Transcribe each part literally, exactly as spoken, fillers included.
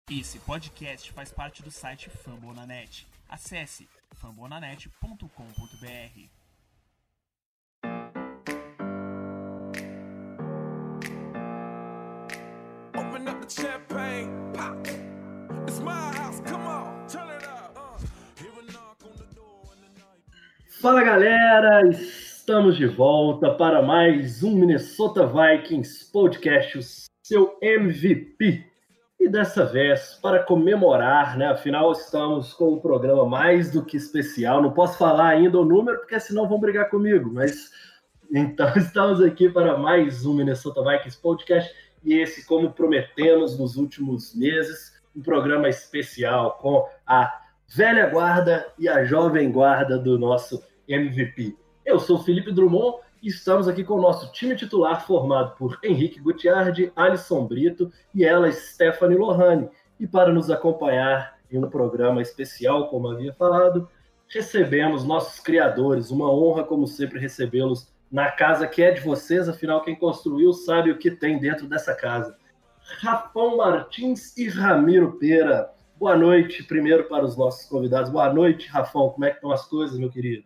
Esse podcast faz parte do site Fambonanet. Acesse fambonanet ponto com ponto b r. Open up the champagne, pop. It's my house, come on, turn it up. Fala galera, estamos de volta para mais um Minnesota Vikings Podcast, o seu M V P. E dessa vez, para comemorar, né? Afinal, estamos com um programa mais do que especial. Não posso falar ainda o número, porque senão vão brigar comigo. Mas, então, estamos aqui para mais um Minnesota Vikings Podcast. E esse, como prometemos nos últimos meses, um programa especial com a velha guarda e a jovem guarda do nosso M V P. Eu sou o Felipe Drummond e estamos aqui com o nosso time titular formado por Henrique Guthiardi, Alisson Brito e ela, Stephanie Lohane. E para nos acompanhar em um programa especial, como havia falado, recebemos nossos criadores. Uma honra, como sempre, recebê-los na casa que é de vocês. Afinal, quem construiu sabe o que tem dentro dessa casa. Rafão Martins e Ramiro Pera. Boa noite, primeiro para os nossos convidados. Boa noite, Rafão. Como é que estão as coisas, meu querido?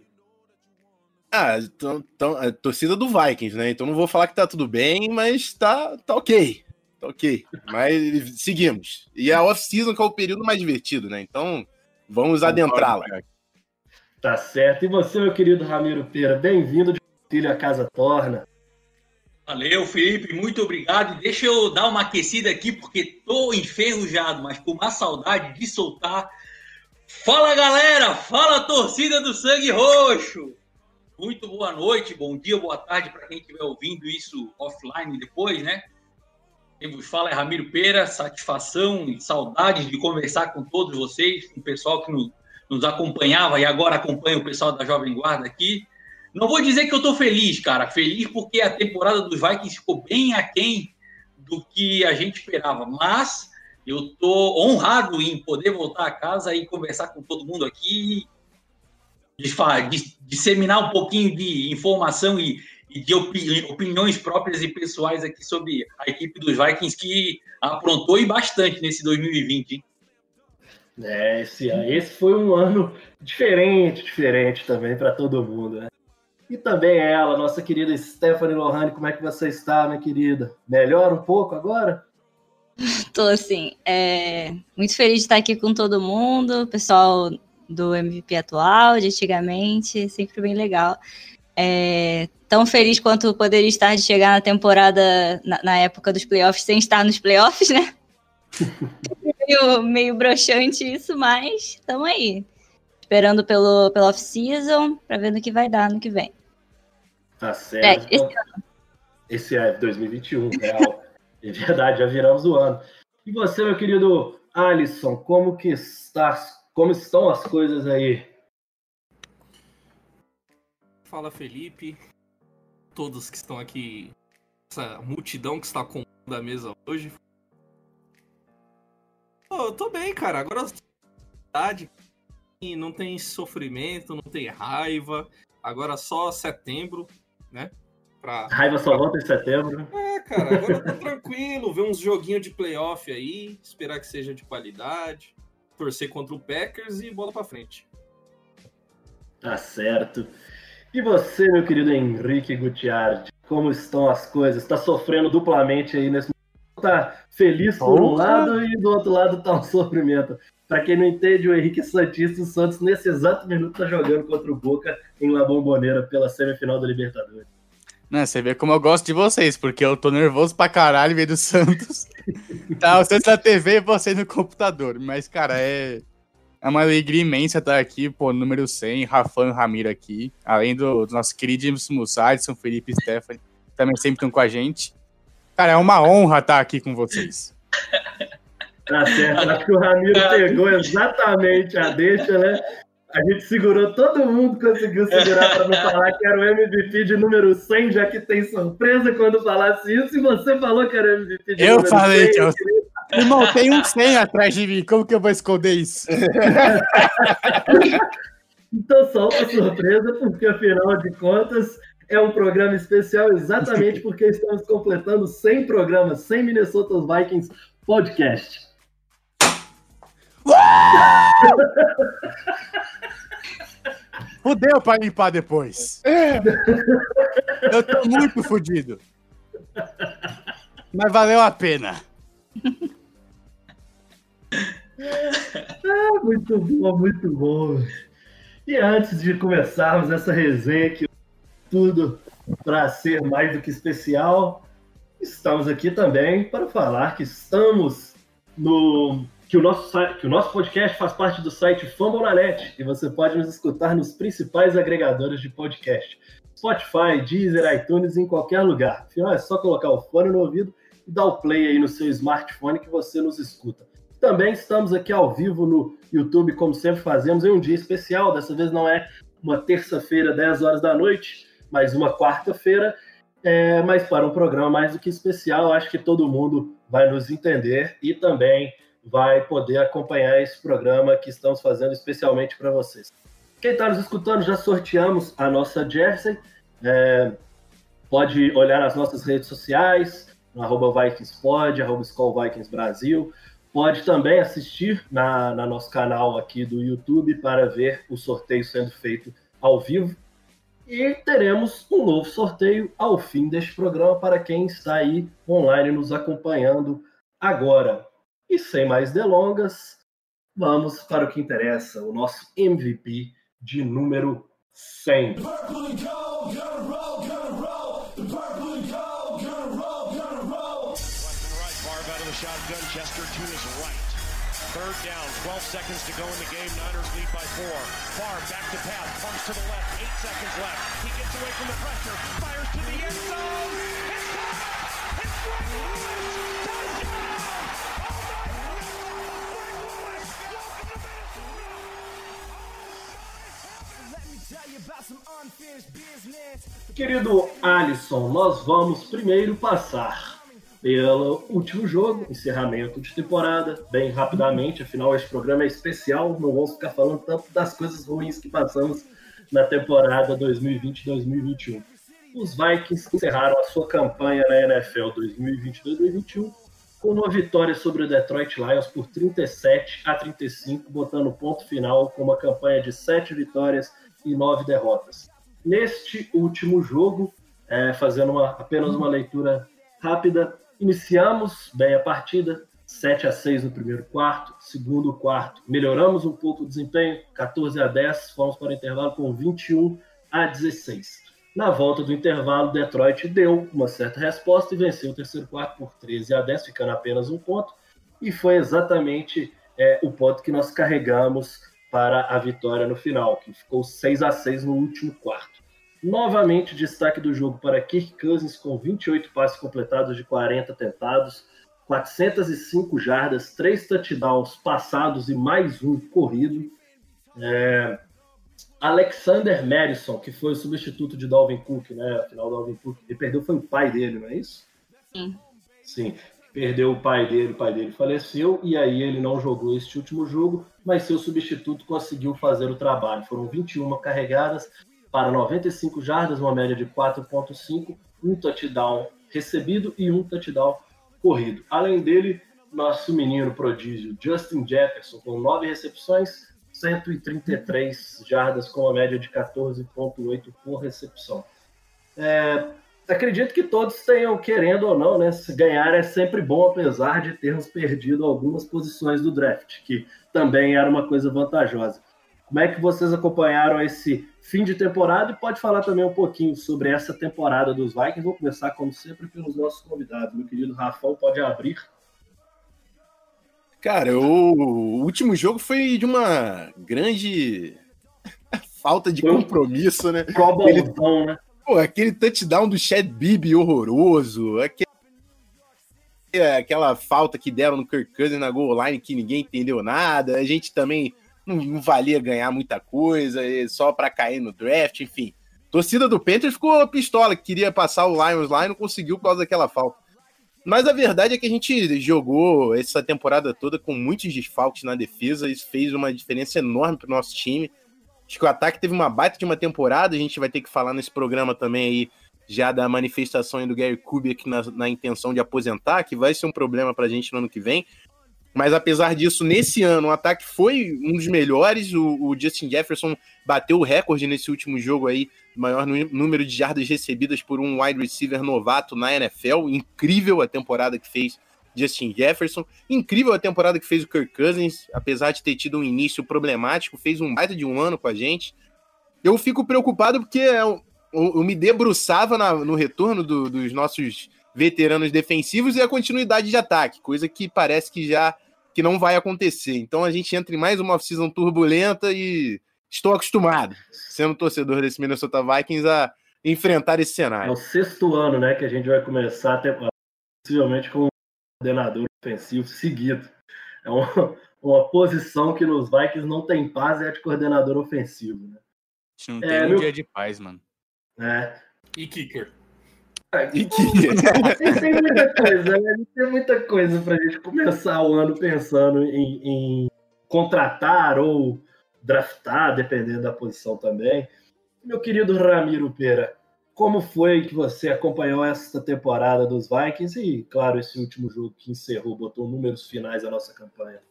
Ah, então, então, a torcida do Vikings, né? Então não vou falar que tá tudo bem, mas tá, tá ok. Tá ok. Mas seguimos. E a off-season que é o período mais divertido, né? Então vamos adentrá-la. Tá certo. E você, meu querido Ramiro Pera, bem-vindo de filho a casa torna. Valeu, Felipe. Muito obrigado. Deixa eu dar uma aquecida aqui, porque tô enferrujado, mas com uma saudade de soltar. Fala, galera! Fala, torcida do Sangue Roxo! Muito boa noite, bom dia, boa tarde para quem estiver ouvindo isso offline depois, né? Quem vos fala é Ramiro Pera, satisfação e saudades de conversar com todos vocês, com o pessoal que nos, nos acompanhava e agora acompanha o pessoal da Jovem Guarda aqui. Não vou dizer que eu tô feliz, cara, feliz porque a temporada dos Vikings ficou bem aquém do que a gente esperava, mas eu tô honrado em poder voltar a casa e conversar com todo mundo aqui, disseminar um pouquinho de informação e, e de opini- opiniões próprias e pessoais aqui sobre a equipe dos Vikings, que aprontou e bastante nesse dois mil e vinte. Hein? É, esse, esse foi um ano diferente, diferente também para todo mundo, né? E também ela, nossa querida Stephanie Lohane, como é que você está, minha querida? Melhor um pouco agora? Tô assim, é, muito feliz de estar aqui com todo mundo, pessoal do M V P atual, de antigamente, sempre bem legal. É, tão feliz quanto poderia estar de chegar na temporada, na, na época dos playoffs, sem estar nos playoffs, né? meio, meio broxante isso, mas estamos aí. Esperando pelo, pelo off-season, para ver no que vai dar no que vem. Tá certo. É, esse ano. Esse é dois mil e vinte e um, real. É verdade, já viramos o ano. E você, meu querido Alisson, como que está... Como estão as coisas aí? Fala, Felipe. Todos que estão aqui, essa multidão que está com a mesa hoje. Oh, eu tô bem, cara. Agora não tem sofrimento, não tem raiva. Agora só setembro, né? Pra... Raiva só volta em setembro. É, cara. Agora eu tô tranquilo. Ver uns joguinhos de playoff aí. Esperar que seja de qualidade. Torcer contra o Packers e bola pra frente. Tá certo. E você, meu querido Henrique Guthiardi, como estão as coisas? Tá sofrendo duplamente aí nesse momento? Tá feliz por um lado e do outro lado tá um sofrimento. Pra quem não entende, o Henrique Santista, o Santos nesse exato minuto tá jogando contra o Boca em La Bombonera pela semifinal da Libertadores. Não, você vê como eu gosto de vocês, porque eu tô nervoso pra caralho ver do Santos. Tá, o Santos na T V e você no computador. Mas, cara, é, é uma alegria imensa estar aqui, pô, número cem, Rafão e Ramiro aqui. Além do, do nosso queridíssimo Adson, Felipe e Stephanie, também sempre estão com a gente. Cara, é uma honra estar aqui com vocês. Tá certo, acho que o Ramiro pegou exatamente a deixa, né? A gente segurou, todo mundo conseguiu segurar para não falar que era o M V P de número cem, já que tem surpresa quando falasse isso, e você falou que era o M V P de eu número cem. Eu falei que eu... Irmão, tem um cem atrás de mim, como que eu vou esconder isso? Então solta a surpresa, porque afinal de contas é um programa especial exatamente porque estamos completando cem programas, cem Minnesota Vikings Podcast. Fudeu pra limpar depois. Eu tô muito fudido. Mas valeu a pena. Ah, muito bom, muito bom. E antes de começarmos essa resenha aqui, tudo para ser mais do que especial, estamos aqui também para falar que estamos no... Que o, nosso, que o nosso podcast faz parte do site Fambonanet e você pode nos escutar nos principais agregadores de podcast. Spotify, Deezer, iTunes, em qualquer lugar. Afinal, é só colocar o fone no ouvido e dar o play aí no seu smartphone que você nos escuta. Também estamos aqui ao vivo no YouTube, como sempre fazemos, em um dia especial. Dessa vez não é uma terça-feira, dez horas da noite, mas uma quarta-feira. É, mas para um programa mais do que especial, acho que todo mundo vai nos entender e também vai poder acompanhar esse programa que estamos fazendo especialmente para vocês. Quem está nos escutando, já sorteamos a nossa jersey. É, pode olhar nas nossas redes sociais, no arroba VikingsPod, arroba SkullVikingsBrasil. Pode também assistir na, na nosso canal aqui do YouTube para ver o sorteio sendo feito ao vivo. E teremos um novo sorteio ao fim deste programa para quem está aí online nos acompanhando agora. E sem mais delongas, vamos para o que interessa, o nosso M V P de número cem. Third down, twelve seconds to go in the game. Niners lead by four. Favre back to pass, pumps to the left, eight seconds left. He gets away from the pressure, fires to the end zone. It's caught! It's Greg Lewis! Touchdown! Oh my God! Greg Lewis! Welcome to Minnesota! Let me tell you about some unfinished business. Querido Alisson, nós vamos primeiro passar pelo último jogo, encerramento de temporada, bem rapidamente, afinal este programa é especial, não vamos ficar falando tanto das coisas ruins que passamos na temporada dois mil e vinte dois mil e vinte e um. Os Vikings encerraram a sua campanha na N F L dois mil e vinte dois mil e vinte e um com uma vitória sobre o Detroit Lions por trinta e sete a trinta e cinco, botando ponto final com uma campanha de sete vitórias e nove derrotas. Neste último jogo, é, fazendo uma, apenas uma leitura rápida, iniciamos bem a partida, sete a seis no primeiro quarto, segundo quarto, melhoramos um pouco o desempenho, catorze a dez, fomos para o intervalo com vinte e um a dezesseis. Na volta do intervalo, Detroit deu uma certa resposta e venceu o terceiro quarto por treze a dez, ficando apenas um ponto, e foi exatamente é, o ponto que nós carregamos para a vitória no final, que ficou seis a seis no último quarto. Novamente, destaque do jogo para Kirk Cousins, com vinte e oito passes completados de quarenta tentados, quatrocentas e cinco jardas, três touchdowns passados e mais um corrido. É... Alexander Mattison, que foi o substituto de Dalvin Cook, né? Afinal, o Dalvin Cook, ele perdeu, foi o pai dele, não é isso? Sim. Sim, perdeu o pai dele, o pai dele faleceu, e aí ele não jogou este último jogo, mas seu substituto conseguiu fazer o trabalho. Foram vinte e uma carregadas para noventa e cinco jardas, uma média de quatro ponto cinco, um touchdown recebido e um touchdown corrido. Além dele, nosso menino prodígio Justin Jefferson, com nove recepções, cento e trinta e três jardas, com uma média de quatorze ponto oito por recepção. É, acredito que todos tenham, querendo ou não, né, ganhar é sempre bom, apesar de termos perdido algumas posições do draft, que também era uma coisa vantajosa. Como é que vocês acompanharam esse fim de temporada? E pode falar também um pouquinho sobre essa temporada dos Vikings. Vou começar, como sempre, pelos nossos convidados. Meu querido Rafão, pode abrir. Cara, o último jogo foi de uma grande falta de compromisso, né? Aquele, né? Pô, aquele touchdown do Chad Beebe horroroso, aquele, aquela falta que deram no Kirk Cousins na goal line que ninguém entendeu nada. A gente também não, não valia ganhar muita coisa, só para cair no draft, enfim. A torcida do Panthers ficou pistola, que queria passar o Lions lá e não conseguiu por causa daquela falta. Mas a verdade é que a gente jogou essa temporada toda com muitos desfalques na defesa, isso fez uma diferença enorme para o nosso time. Acho que o ataque teve uma baita de uma temporada, a gente vai ter que falar nesse programa também aí, já da manifestação aí do Gary Kubiak na, na intenção de aposentar, que vai ser um problema para a gente no ano que vem. Mas apesar disso, nesse ano o ataque foi um dos melhores. O, o Justin Jefferson bateu o recorde nesse último jogo aí, maior número de jardas recebidas por um wide receiver novato na N F L. Incrível a temporada que fez Justin Jefferson. Incrível a temporada que fez o Kirk Cousins, apesar de ter tido um início problemático, fez um baita de um ano com a gente. Eu fico preocupado porque eu, eu, eu me debruçava na, no retorno do, dos nossos veteranos defensivos e a continuidade de ataque, coisa que parece que já que não vai acontecer. Então a gente entra em mais uma off-season turbulenta e estou acostumado, sendo torcedor desse Minnesota Vikings, a enfrentar esse cenário. É o sexto ano, né, que a gente vai começar a ter, possivelmente com um coordenador ofensivo seguido. É uma, uma posição que nos Vikings não tem paz, é a de coordenador ofensivo, né? A gente não tem É, um meu... dia de paz, mano. É. E kicker. E que... tem, tem muita coisa, né? Tem muita coisa pra gente começar o ano pensando em, em contratar ou draftar, dependendo da posição também. Meu querido Ramiro Pera, como foi que você acompanhou esta temporada dos Vikings e, claro, esse último jogo que encerrou, botou números finais à nossa campanha?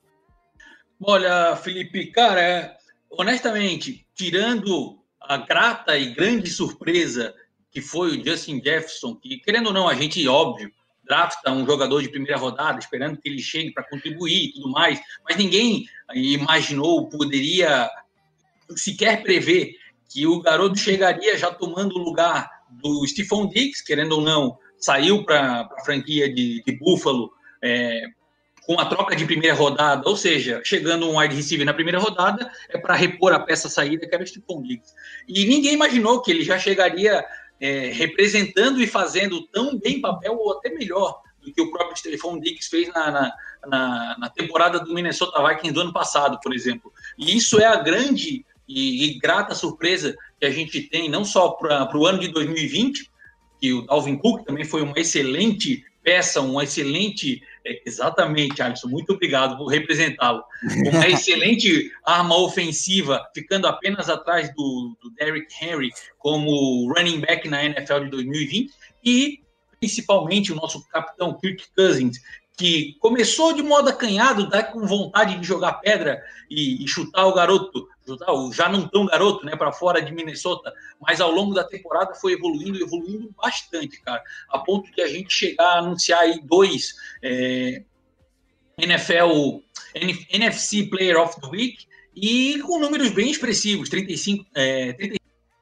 Olha, Felipe, cara, honestamente, tirando a grata e grande surpresa que foi o Justin Jefferson, que, querendo ou não, a gente, óbvio, drafta um jogador de primeira rodada, esperando que ele chegue para contribuir e tudo mais, mas ninguém imaginou, poderia sequer prever que o garoto chegaria já tomando o lugar do Stephon Diggs, querendo ou não, saiu para a franquia de, de Buffalo é, com a troca de primeira rodada, ou seja, chegando um wide receiver na primeira rodada, é para repor a peça saída, que era o Stephon Diggs. E ninguém imaginou que ele já chegaria É, representando e fazendo tão bem papel, ou até melhor, do que o próprio Stephon Diggs fez na, na, na, na temporada do Minnesota Vikings do ano passado, por exemplo. E isso é a grande e, e grata surpresa que a gente tem, não só para o ano de dois mil e vinte, que o Dalvin Cook também foi uma excelente peça, uma excelente... É, exatamente, Alisson, muito obrigado por representá-lo. Uma excelente arma ofensiva, ficando apenas atrás do, do Derrick Henry como running back na N F L de dois mil e vinte, e principalmente o nosso capitão Kirk Cousins, que começou de modo acanhado, tá, com vontade de jogar pedra e, e chutar o garoto, chutar o já não tão garoto, né, para fora de Minnesota, mas ao longo da temporada foi evoluindo, evoluindo bastante, cara, a ponto de a gente chegar a anunciar aí dois é, N F L, N F C Player of the Week, e com números bem expressivos, trinta e cinco, é, trinta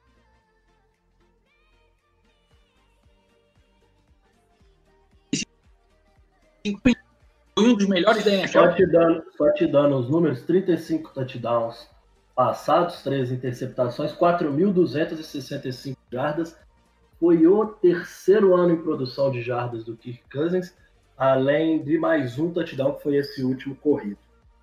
foi um dos melhores da N F L. Só te dando, só te dando os números, trinta e cinco touchdowns passados, três interceptações, quatro mil duzentas e sessenta e cinco jardas. Foi o terceiro ano em produção de jardas do Kirk Cousins, além de mais um touchdown, que foi esse último corrido.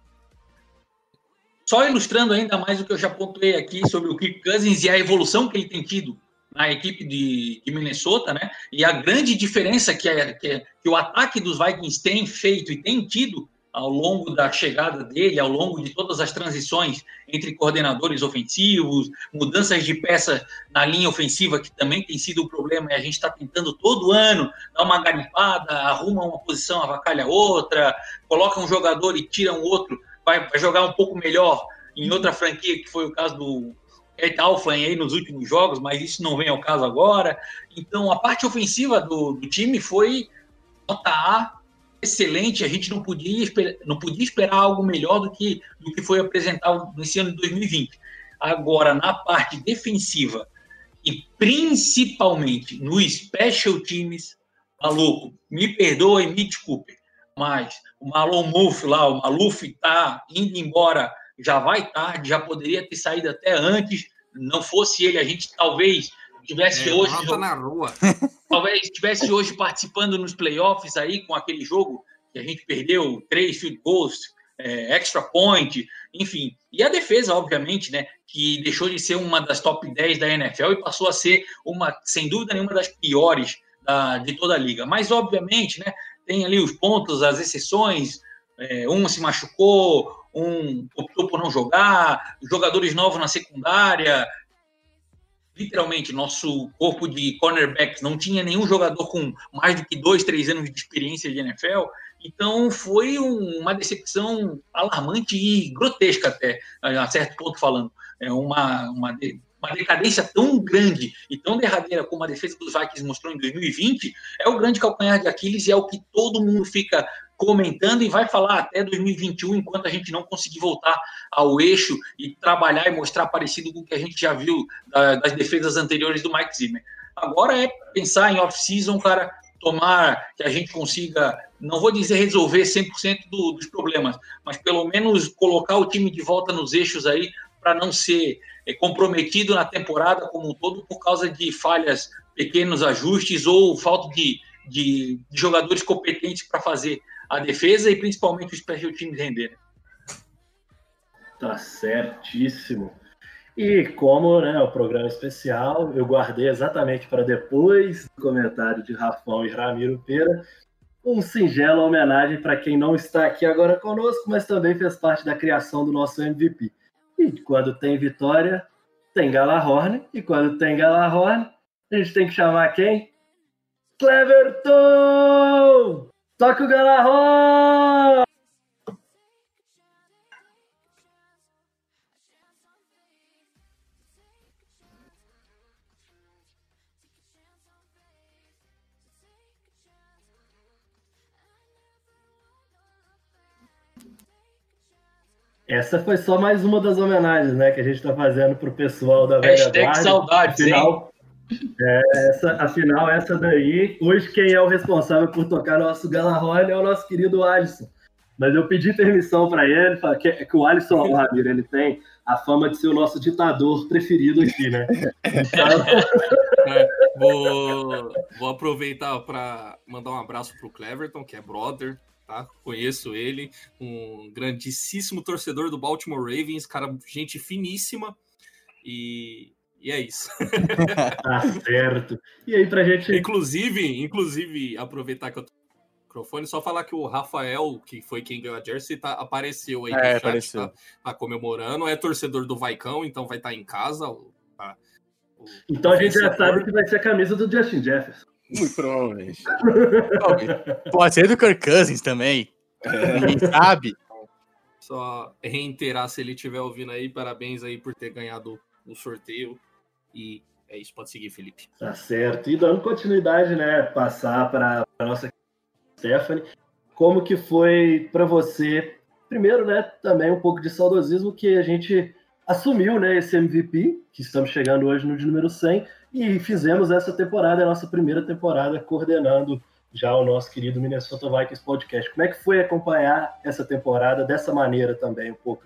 Só ilustrando ainda mais o que eu já pontuei aqui sobre o Kirk Cousins e a evolução que ele tem tido na equipe de, de Minnesota, né? E a grande diferença que, é, que, é, que o ataque dos Vikings tem feito e tem tido ao longo da chegada dele, ao longo de todas as transições entre coordenadores ofensivos, mudanças de peça na linha ofensiva, que também tem sido um problema, e a gente está tentando todo ano dar uma garimpada, arruma uma posição, avacalha outra, coloca um jogador e tira um outro, vai, vai jogar um pouco melhor em outra franquia, que foi o caso do Ed Alflin aí nos últimos jogos, mas isso não vem ao caso agora. Então, a parte ofensiva do, do time foi nota A, excelente. A gente não podia, esperar, não podia esperar algo melhor do que, do que foi apresentado nesse ano de dois mil e vinte. Agora, na parte defensiva e principalmente no special teams, maluco, me perdoe, me desculpe, mas o Marlon Maluf lá, o Maluf tá indo embora, já vai tarde, já poderia ter saído até antes, não fosse ele, a gente talvez tivesse é, hoje... Tá na rua. Talvez estivesse hoje participando nos playoffs aí, com aquele jogo que a gente perdeu, três field goals, é, extra point, enfim. E a defesa, obviamente, né, que deixou de ser uma das top dez da N F L e passou a ser, uma, sem dúvida nenhuma, das piores da, de toda a liga. Mas, obviamente, né, tem ali os pontos, as exceções, é, um se machucou, um optou por não jogar, jogadores novos na secundária. Literalmente, nosso corpo de cornerbacks não tinha nenhum jogador com mais do que dois, três anos de experiência de N F L, Então foi um, uma decepção alarmante e grotesca até, a certo ponto falando. É uma, uma, uma decadência tão grande e tão derradeira como a defesa dos Vikings mostrou em dois mil e vinte, é o grande calcanhar de Aquiles e é o que todo mundo fica comentando e vai falar até dois mil e vinte e um, enquanto a gente não conseguir voltar ao eixo e trabalhar e mostrar parecido com o que a gente já viu das defesas anteriores do Mike Zimmer. Agora é pensar em off-season, cara, tomar que a gente consiga, não vou dizer resolver cem por cento do, dos problemas, mas pelo menos colocar o time de volta nos eixos aí para não ser é, comprometido na temporada como um todo por causa de falhas, pequenos ajustes ou falta de, de, de jogadores competentes para fazer a defesa e principalmente o special teams render. Tá certíssimo. E como, né, o programa especial, eu guardei exatamente para depois do comentário de Rafão e Ramiro Pera, um singelo homenagem para quem não está aqui agora conosco, mas também fez parte da criação do nosso M V P. E quando tem vitória, tem Galahorn, e quando tem Galahorn, a gente tem que chamar quem? Cleverton! Toca o Galahorn! Essa foi só mais uma das homenagens, né, que a gente está fazendo para o pessoal da velha Hashtag guarda. saudades, afinal, é, essa, afinal, essa daí, hoje quem é o responsável por tocar nosso Galahorn é o nosso querido Alisson. Mas eu pedi permissão para ele, que, que o Alisson, o Ramiro, ele tem a fama de ser o nosso ditador preferido aqui, né? Então... É, vou, vou aproveitar para mandar um abraço pro Cleverton, que é brother. Tá? Conheço ele, um grandíssimo torcedor do Baltimore Ravens, cara, gente finíssima, e, e é isso. Tá certo. E aí pra gente... Inclusive, inclusive aproveitar que eu tô no microfone, só falar que o Rafael, que foi quem ganhou a jersey, tá, apareceu aí é, no chat, apareceu. Tá, tá comemorando, é torcedor do Vaicão, então vai estar em casa. Tá, o, então o a gente vencedor. já sabe que vai ser a camisa do Justin Jefferson. Muito provavelmente. Pode ser do Kirk Cousins também. É. Ninguém sabe. Só reiterar, se ele estiver ouvindo aí, parabéns aí por ter ganhado o sorteio. E é isso, pode seguir, Felipe. Tá certo. E dando continuidade, né, passar para a nossa Stephanie, como que foi para você, primeiro, né, também um pouco de saudosismo que a gente assumiu, né, esse M V P, que estamos chegando hoje no de número cem, e fizemos essa temporada, a nossa primeira temporada, coordenando já o nosso querido Minnesota Vikings Podcast. Como é que foi acompanhar essa temporada dessa maneira também, um pouco?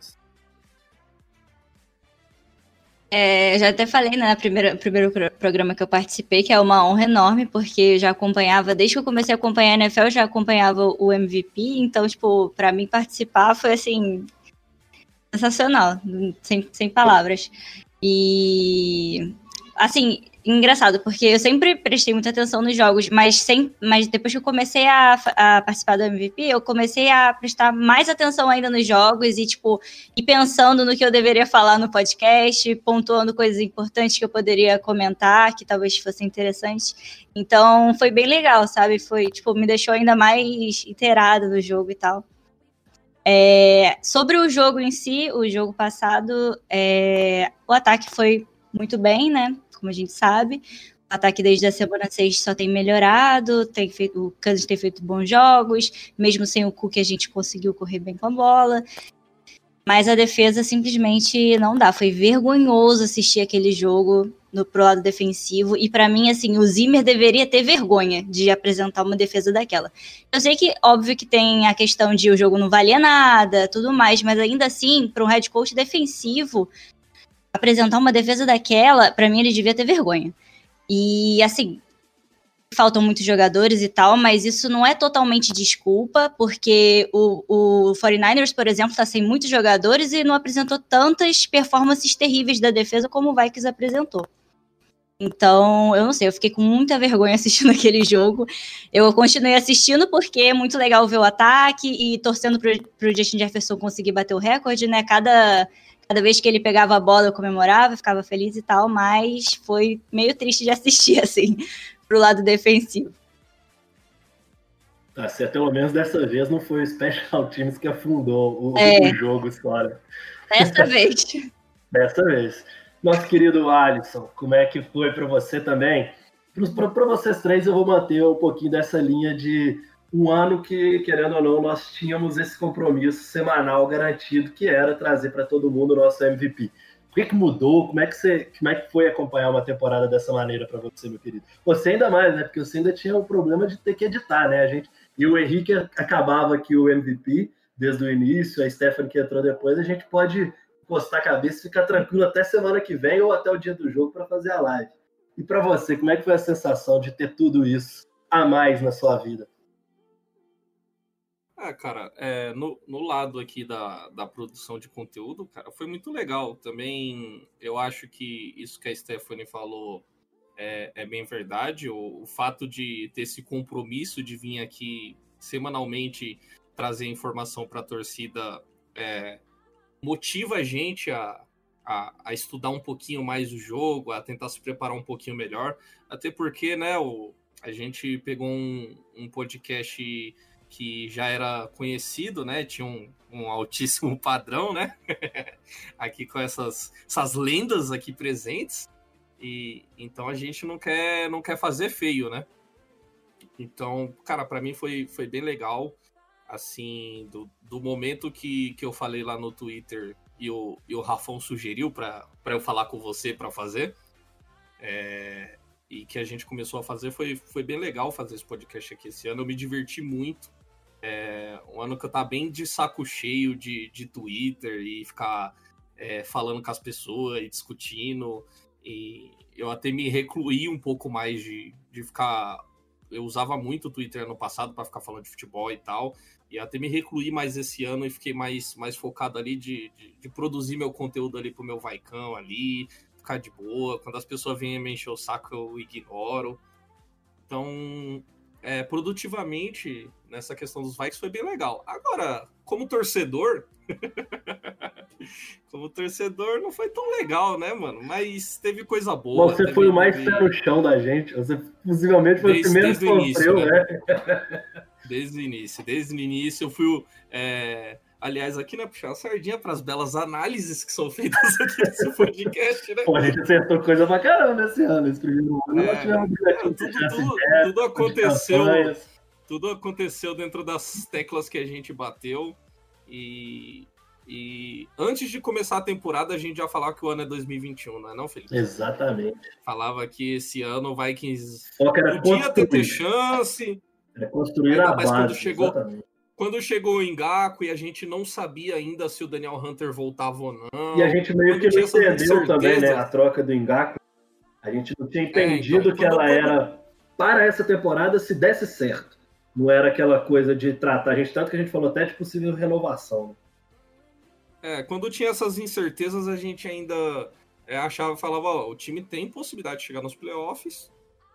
É, eu já até falei, né, no primeiro, primeiro programa que eu participei, que é uma honra enorme, porque eu já acompanhava, desde que eu comecei a acompanhar a N F L, eu já acompanhava o M V P, então, tipo, pra mim participar foi, assim, sensacional, sem, sem palavras. E, assim, engraçado, porque eu sempre prestei muita atenção nos jogos, mas, sem, mas depois que eu comecei a, a participar do M V P, eu comecei a prestar mais atenção ainda nos jogos e, tipo, ir pensando no que eu deveria falar no podcast, pontuando coisas importantes que eu poderia comentar, que talvez fossem interessantes. Então, foi bem legal, sabe? Foi, tipo, me deixou ainda mais inteirada no jogo e tal. É, sobre o jogo em si, o jogo passado, é, o ataque foi muito bem, né? Como a gente sabe. O ataque desde a semana seis só tem melhorado, tem feito, o Kansas tem feito bons jogos, mesmo sem o Cook a gente conseguiu correr bem com a bola. Mas a defesa simplesmente não dá. Foi vergonhoso assistir aquele jogo no, pro lado defensivo. E para mim, assim, o Zimmer deveria ter vergonha de apresentar uma defesa daquela. Eu sei que, óbvio que tem a questão de o jogo não valia nada, tudo mais, mas ainda assim, para um head coach defensivo, apresentar uma defesa daquela, para mim ele devia ter vergonha. E, assim, faltam muitos jogadores e tal, mas isso não é totalmente desculpa, porque o, o forty-niners, por exemplo, está sem muitos jogadores e não apresentou tantas performances terríveis da defesa como o Vikings apresentou. Então, eu não sei, eu fiquei com muita vergonha assistindo aquele jogo. Eu continuei assistindo porque é muito legal ver o ataque e torcendo pro, pro Justin Jefferson conseguir bater o recorde, né? Cada... Cada vez que ele pegava a bola, eu comemorava, ficava feliz e tal, mas foi meio triste de assistir, assim, pro lado defensivo. Tá certo, pelo menos dessa vez não foi o Special Teams que afundou o, É. o jogo, história. Dessa vez. Dessa vez. Nosso querido Alisson, como é que foi para você também? Para vocês três, eu vou manter um pouquinho dessa linha de um ano que, querendo ou não, nós tínhamos esse compromisso semanal garantido, que era trazer para todo mundo o nosso M V P. O que, que mudou? Como é que, você, como é que foi acompanhar uma temporada dessa maneira para você, meu querido? Você ainda mais, né? Porque você ainda tinha o problema de ter que editar, né? A gente, e o Henrique acabava aqui o M V P desde o início, a Stephanie que entrou depois, a gente pode encostar a cabeça e ficar tranquilo até semana que vem ou até o dia do jogo para fazer a live. E para você, como é que foi a sensação de ter tudo isso a mais na sua vida? Ah, cara, é, no, no lado aqui da, da produção de conteúdo, cara, foi muito legal. Também eu acho que isso que a Stephanie falou é, é bem verdade. O, o fato de ter esse compromisso de vir aqui semanalmente trazer informação para a torcida é, motiva a gente a, a, a estudar um pouquinho mais o jogo, a tentar se preparar um pouquinho melhor. Até porque, né, o, a gente pegou um, um podcast que já era conhecido, né? Tinha um, um altíssimo padrão, né? Aqui com essas, essas lendas aqui presentes. E então a gente não quer, não quer fazer feio, né? Então, cara, para mim foi, foi bem legal. Assim, do, do momento que, que eu falei lá no Twitter e o, e o Rafão sugeriu para eu falar com você para fazer. É, e que a gente começou a fazer, foi, foi bem legal fazer esse podcast aqui esse ano. Eu me diverti muito. É um ano que eu tava bem de saco cheio de, de Twitter e ficar é, falando com as pessoas e discutindo. E eu até me recluí um pouco mais de, de ficar... Eu usava muito o Twitter ano passado para ficar falando de futebol e tal. E até me recluí mais esse ano e fiquei mais, mais focado ali de, de, de produzir meu conteúdo ali pro meu Vaicão ali, ficar de boa. Quando as pessoas vêm me encher o saco, eu ignoro. Então, é, produtivamente, nessa questão dos Vikings foi bem legal. Agora, como torcedor... como torcedor não foi tão legal, né, mano? Mas teve coisa boa. Você teve, foi o mais teve... pé no chão da gente. Você possivelmente foi desde, o primeiro que início, sofreu, né? né? Desde o início. Desde o início eu fui... É... Aliás, aqui, né, puxar a sardinha para as belas análises que são feitas aqui nesse podcast, né? Pô, a gente acertou coisa pra caramba esse ano, esse primeiro ano. É, Nós tivemos é, tudo, tudo, tudo aconteceu... Tudo aconteceu dentro das teclas que a gente bateu. E... E antes de começar a temporada, a gente já falava que o ano é dois mil e vinte e um, não é não, Felipe? Exatamente. Falava que esse ano o Vikings era podia ter, ter chance. Era construir a base, quando chegou, exatamente. Quando chegou o Ngakoue e a gente não sabia ainda se o Daniel Hunter voltava ou não. E a gente meio que não entendeu também, né, a troca do Ngakoue. A gente não tinha entendido é, então, que ela eu... era para essa temporada se desse certo. Não era aquela coisa de tratar a gente, tanto que a gente falou até de possível renovação. É, quando tinha essas incertezas, a gente ainda é, achava, falava, ó, o time tem possibilidade de chegar nos playoffs,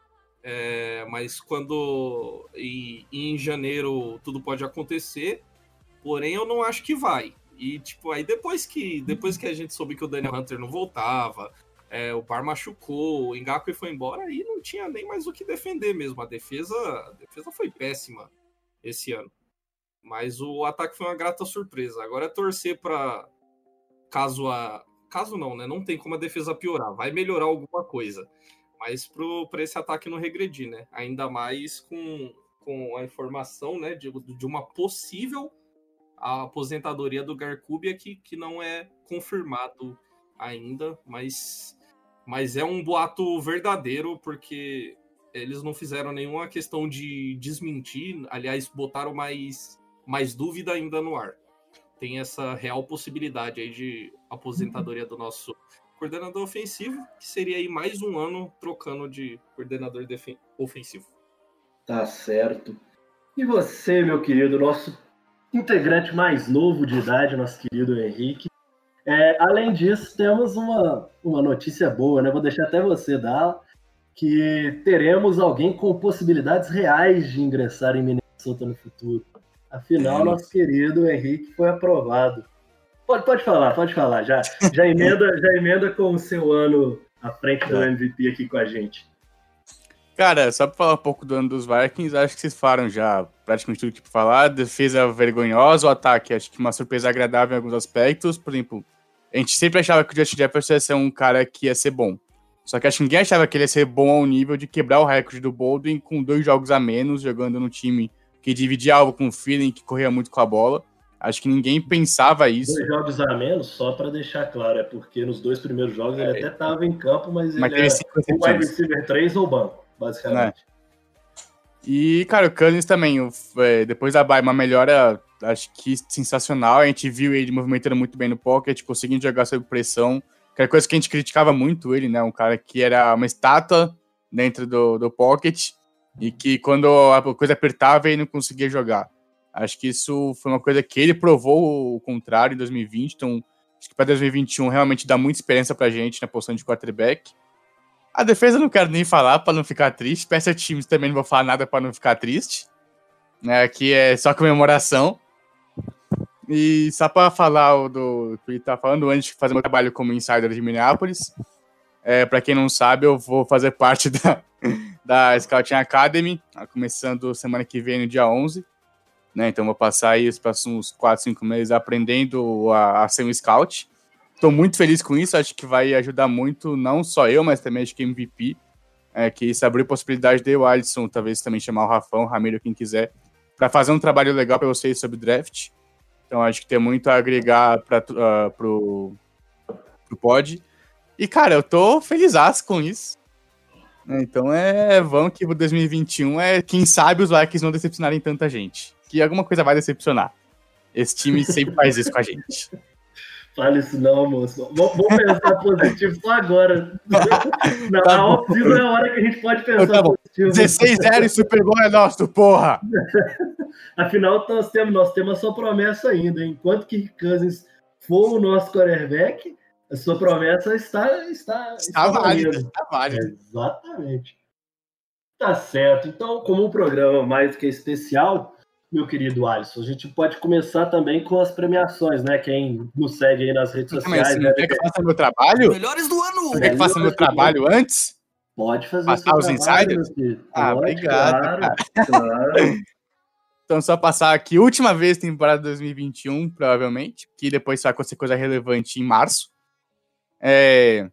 é, mas quando e, e em janeiro tudo pode acontecer, porém eu não acho que vai. E tipo, aí depois que, depois que a gente soube que o Daniel Hunter não voltava, é, o Bar machucou, o Ngakoue foi embora, aí não tinha nem mais o que defender mesmo. A defesa, a defesa foi péssima esse ano. Mas o ataque foi uma grata surpresa. Agora é torcer para caso a... Caso não, né? Não tem como a defesa piorar. Vai melhorar alguma coisa. Mas para esse ataque não regredir, né? Ainda mais com, com a informação, né? De, de uma possível aposentadoria do Garcúbia que, que não é confirmado ainda. Mas, mas é um boato verdadeiro, porque eles não fizeram nenhuma questão de desmentir. Aliás, botaram mais... mais dúvida ainda no ar. Tem essa real possibilidade aí de aposentadoria do nosso coordenador ofensivo, que seria aí mais um ano trocando de coordenador defen- ofensivo. Tá certo. E você, meu querido, nosso integrante mais novo de idade, nosso querido Henrique. É, além disso, temos uma, uma notícia boa, né? Vou deixar até você dar, que teremos alguém com possibilidades reais de ingressar em Minnesota no futuro. Afinal, é. nosso querido Henrique foi aprovado. Pode, pode falar, pode falar. Já, já, emenda, já emenda com o seu ano à frente do M V P aqui com a gente. Cara, só pra falar um pouco do ano dos Vikings, acho que vocês falaram já praticamente tudo que pra falar. Defesa vergonhosa, o ataque acho que uma surpresa agradável em alguns aspectos. Por exemplo, a gente sempre achava que o Justin Jefferson ia ser um cara que ia ser bom. Só que acho que ninguém achava que ele ia ser bom ao nível de quebrar o recorde do Baldwin com dois jogos a menos, jogando no time que dividia algo com o feeling, que corria muito com a bola. Acho que ninguém pensava isso. Dois jogos a menos, só para deixar claro, é porque nos dois primeiros jogos é. ele até estava em campo, mas, mas ele é o wide receiver três ou banco, basicamente. É. E, cara, o Cousins também, depois da bye, uma melhora, acho que sensacional. A gente viu ele movimentando muito bem no pocket, conseguindo jogar sob pressão. Que era coisa que a gente criticava muito ele, né? Um cara que era uma estátua dentro do, do pocket e que quando a coisa apertava ele não conseguia jogar. Acho que isso foi uma coisa que ele provou o contrário em dois mil e vinte, então acho que para dois mil e vinte e um realmente dá muita experiência pra gente na posição de quarterback. A defesa eu não quero nem falar para não ficar triste, Special Teams também não vou falar nada para não ficar triste, né? Aqui é só comemoração. E só para falar o do que ele tá falando, antes de fazer meu trabalho como insider de Minneapolis, é, para quem não sabe, eu vou fazer parte da, da Scouting Academy, começando semana que vem, no dia onze. Né, então vou passar aí os próximos quatro, cinco meses aprendendo a, a ser um scout. Estou muito feliz com isso, acho que vai ajudar muito, não só eu, mas também acho que M V P, é, que isso abriu possibilidade de o Alisson, talvez também chamar o Rafão, o Ramiro, quem quiser, para fazer um trabalho legal para vocês sobre draft. Então acho que tem muito a agregar para uh, pro, pro pod. E cara, eu tô felizaço com isso. Então é, vamos que o dois mil e vinte e um é, quem sabe os Vikings não decepcionarem tanta gente. Que alguma coisa vai decepcionar. Esse time sempre faz isso com a gente. Fale isso não, moço. Vamos pensar positivo só agora. Na tá off-season é a hora que a gente pode pensar tá positivo. dezesseis a zero e Super Bowl é nosso, porra! Afinal, nós temos, nós temos a sua promessa ainda. Enquanto que Cousins for o nosso quarterback, a sua promessa está... Está, está, está válida. Está válida. É, exatamente. Tá certo. Então, como um programa mais que especial... Meu querido Alisson, a gente pode começar também com as premiações, né? Quem nos segue aí nas redes sociais. Não quer que eu faça meu trabalho? Melhores do ano! Quer que eu faça meu trabalho antes? Pode fazer. Passar os insiders? Ah, pode, obrigado. Claro, claro. Então, só passar aqui, última vez temporada dois mil e vinte e um, provavelmente, que depois vai acontecer coisa relevante em março. É...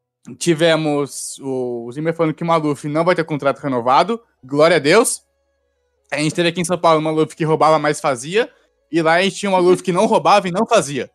Tivemos o Zimmer falando que o Maluf não vai ter contrato renovado. Glória a Deus. A gente teve aqui em São Paulo uma Maluf que roubava, mas fazia. E lá a gente tinha uma Maluf que não roubava e não fazia.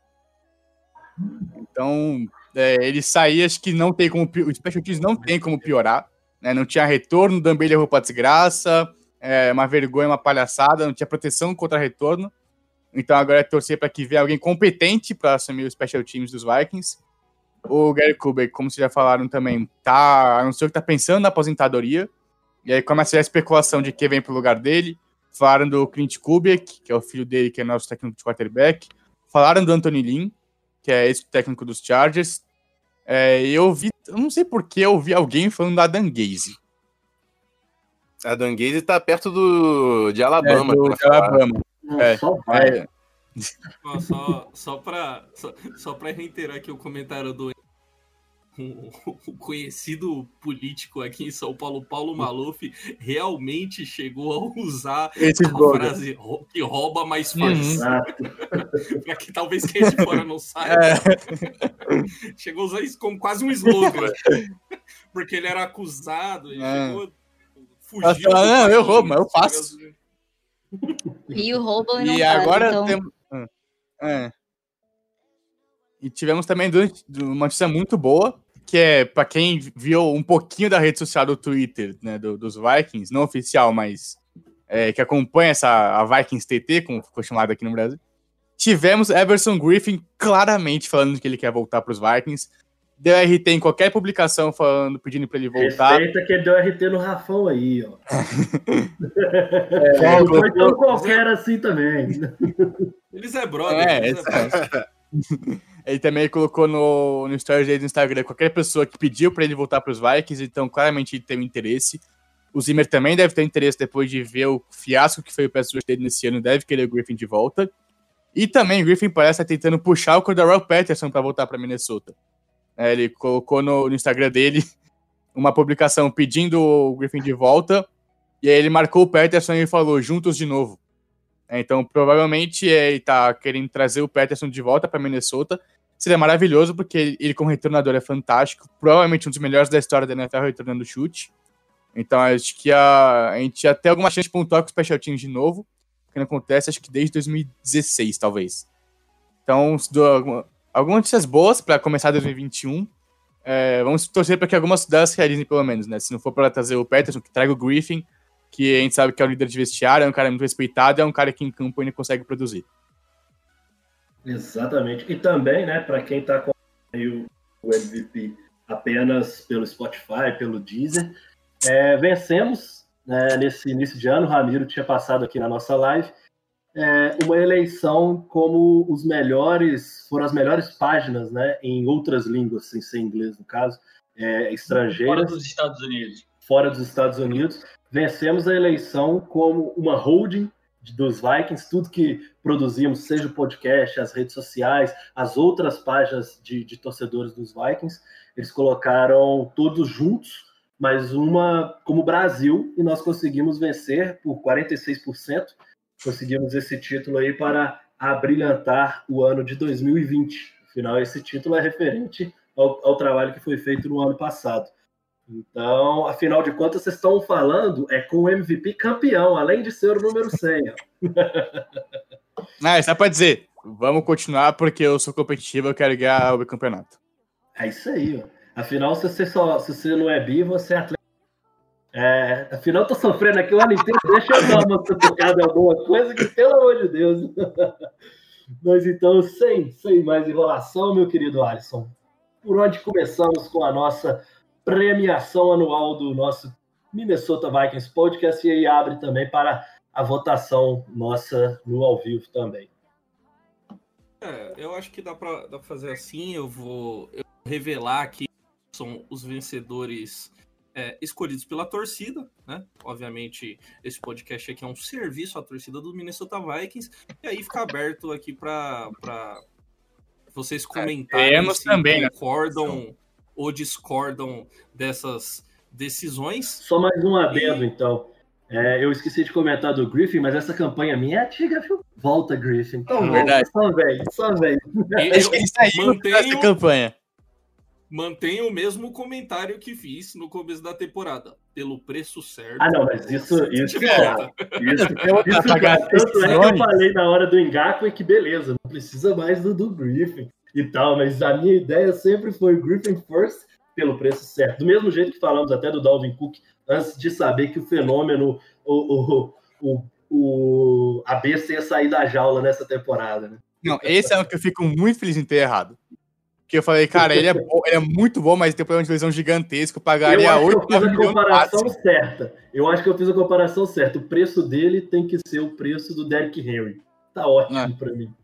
Então, é, ele saía, acho que não tem como... O Special Teams não tem como piorar. Né? Não tinha retorno, o Dambele errou pra desgraça. É, uma vergonha, uma palhaçada. Não tinha proteção contra retorno. Então agora é torcer para que venha alguém competente para assumir o Special Teams dos Vikings. O Gary Kubiak, como vocês já falaram também, tá, anunciou que tá pensando na aposentadoria. E aí começa a especulação de quem vem pro lugar dele. Falaram do Clint Kubiak, que é o filho dele, que é nosso técnico de quarterback. Falaram do Anthony Lynn, que é esse técnico dos Chargers. É, eu vi, eu não sei por que eu vi alguém falando da Dan Gaze. A Dan Gaze tá perto do, de Alabama. É, do, de Alabama. É, só vai. É. Só, só, só para só, só pra reiterar aqui o comentário do um, um conhecido político aqui em São Paulo, Paulo Maluf, realmente chegou a usar Esse a slogan. frase que rouba mais faz. Uhum. Para que talvez quem de fora não saiba. É. Chegou a usar isso como quase um slogan. Porque ele era acusado e É. chegou, fugiu. Fala, não, eu roubo, mas eu chegou- faço. E o roubam e não E fazem, agora então... temos. É. E tivemos também du- du- uma notícia muito boa, que é para quem viu um pouquinho da rede social do Twitter, né, do- dos Vikings, não oficial, mas é, que acompanha essa a Vikings T T, como ficou chamado aqui no Brasil. Tivemos Everson Griffin claramente falando que ele quer voltar para os Vikings. Deu R T em qualquer publicação falando, pedindo para ele voltar. Respeita que ele deu R T no Rafão aí, ó. É, Não foi tão qualquer assim também. Eles é brother. É, eles é brother. Ele também colocou no, no story dele no Instagram qualquer pessoa que pediu pra ele voltar pros Vikings, então claramente ele tem um interesse. O Zimmer também deve ter interesse depois de ver o fiasco que foi o pass rush dele nesse ano, deve querer o Griffin de volta. E também o Griffin parece estar tentando puxar o Cordarrelle Patterson pra voltar pra Minnesota. É, ele colocou no, no Instagram dele uma publicação pedindo o Griffin de volta, e aí ele marcou o Peterson e falou, juntos de novo. Então, provavelmente, ele tá querendo trazer o Peterson de volta para Minnesota. Seria maravilhoso, porque ele, ele como retornador é fantástico, provavelmente um dos melhores da história da N F L retornando chute. Então, acho que a, a gente ia ter alguma chance de pontuar com o Special Teams de novo, que não acontece, acho que desde dois mil e dezesseis, talvez. Então, do, algumas notícias boas para começar dois mil e vinte e um. É, vamos torcer para que algumas delas se realizem, pelo menos, né? Se não for para trazer o Peterson, que traga o Griffin, que a gente sabe que é o líder de vestiário, é um cara muito respeitado, é um cara que em campo ainda consegue produzir. Exatamente. E também, né, para quem está com o M V P apenas pelo Spotify, pelo Deezer, é, vencemos, né, nesse início de ano, o Ramiro tinha passado aqui na nossa live, é, uma eleição como os melhores, foram as melhores páginas, né, em outras línguas, sem ser inglês no caso, é, estrangeiras. Fora dos Estados Unidos. Fora dos Estados Unidos. Vencemos a eleição como uma holding dos Vikings, tudo que produzimos, seja o podcast, as redes sociais, as outras páginas de, de torcedores dos Vikings, eles colocaram todos juntos, mas uma como Brasil, e nós conseguimos vencer por quarenta e seis por cento, conseguimos esse título aí para abrilhantar o ano de dois mil e vinte. Afinal, esse título é referente ao, ao trabalho que foi feito no ano passado. Então, afinal de contas, vocês estão falando é com o M V P campeão, além de ser o número cem. Ah, só pra dizer, vamos continuar porque eu sou competitivo, eu quero ganhar o campeonato. É isso aí, ó. Afinal, se você, só, se você não é bi, você é atleta. É, afinal, eu tô sofrendo aqui o ano inteiro, deixa eu dar uma cutucada em alguma coisa que, pelo amor de Deus. Mas então, sem, sem mais enrolação, meu querido Alisson, por onde começamos com a nossa premiação anual do nosso Minnesota Vikings Podcast, e aí abre também para a votação nossa no ao vivo também. É, eu acho que dá para dá pra fazer assim, eu vou, eu vou revelar aqui são os vencedores é, escolhidos pela torcida, né? Obviamente, esse podcast aqui é um serviço à torcida do Minnesota Vikings, e aí fica aberto aqui para vocês comentarem é, se também, concordam, né? ou discordam dessas decisões. Só mais um adendo, e... então. É, eu esqueci de comentar do Griffin, mas essa campanha minha é antiga, viu? Volta, Griffin. Então, verdade. Só velho, só velho. Acho que isso aí mantenho, essa campanha. Mantenho o mesmo comentário que fiz no começo da temporada. Pelo preço certo. Ah, não, mas isso... Isso, isso, é, isso, isso tanto é que eu falei na hora do Ngakoue que beleza, não precisa mais do, do Griffin e tal, mas a minha ideia sempre foi Griffin first pelo preço certo. Do mesmo jeito que falamos até do Dalvin Cook, antes de saber que o fenômeno, o, o, o, o, a besta ia sair da jaula nessa temporada, né? Não, esse é o que eu fico muito feliz em ter errado. Porque eu falei, cara, ele é, bom, ele é muito bom, mas tem um problema de lesão gigantesco, pagaria oito milhões. Eu acho que eu fiz a comparação certa. Eu acho que eu fiz a comparação certa. O preço dele tem que ser o preço do Derrick Henry. Tá ótimo é. pra mim.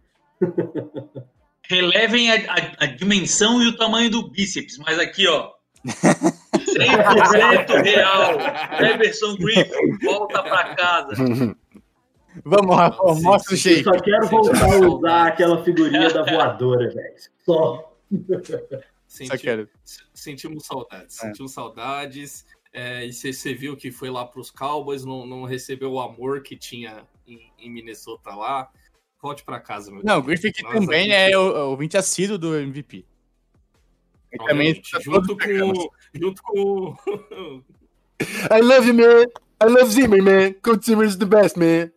Relevem a, a, a dimensão e o tamanho do bíceps, mas aqui, ó, cem por cento real. Everson Griffin, volta pra casa. Vamos, Rafa, mostra o shape. Eu só quero voltar a usar aquela figurinha da voadora, velho. Só. Senti, só quero. Sentimos saudades. É. Sentimos saudades. É, e você viu que foi lá pros Cowboys, não, não recebeu o amor que tinha em, em Minnesota lá. Volte pra casa, meu. Não, o Griffin que também aqui... é o ouvinte assíduo do M V P. Também, junto com, junto com... I love you, man. I love Zimmer, man. Coach Zimmer is the best, man.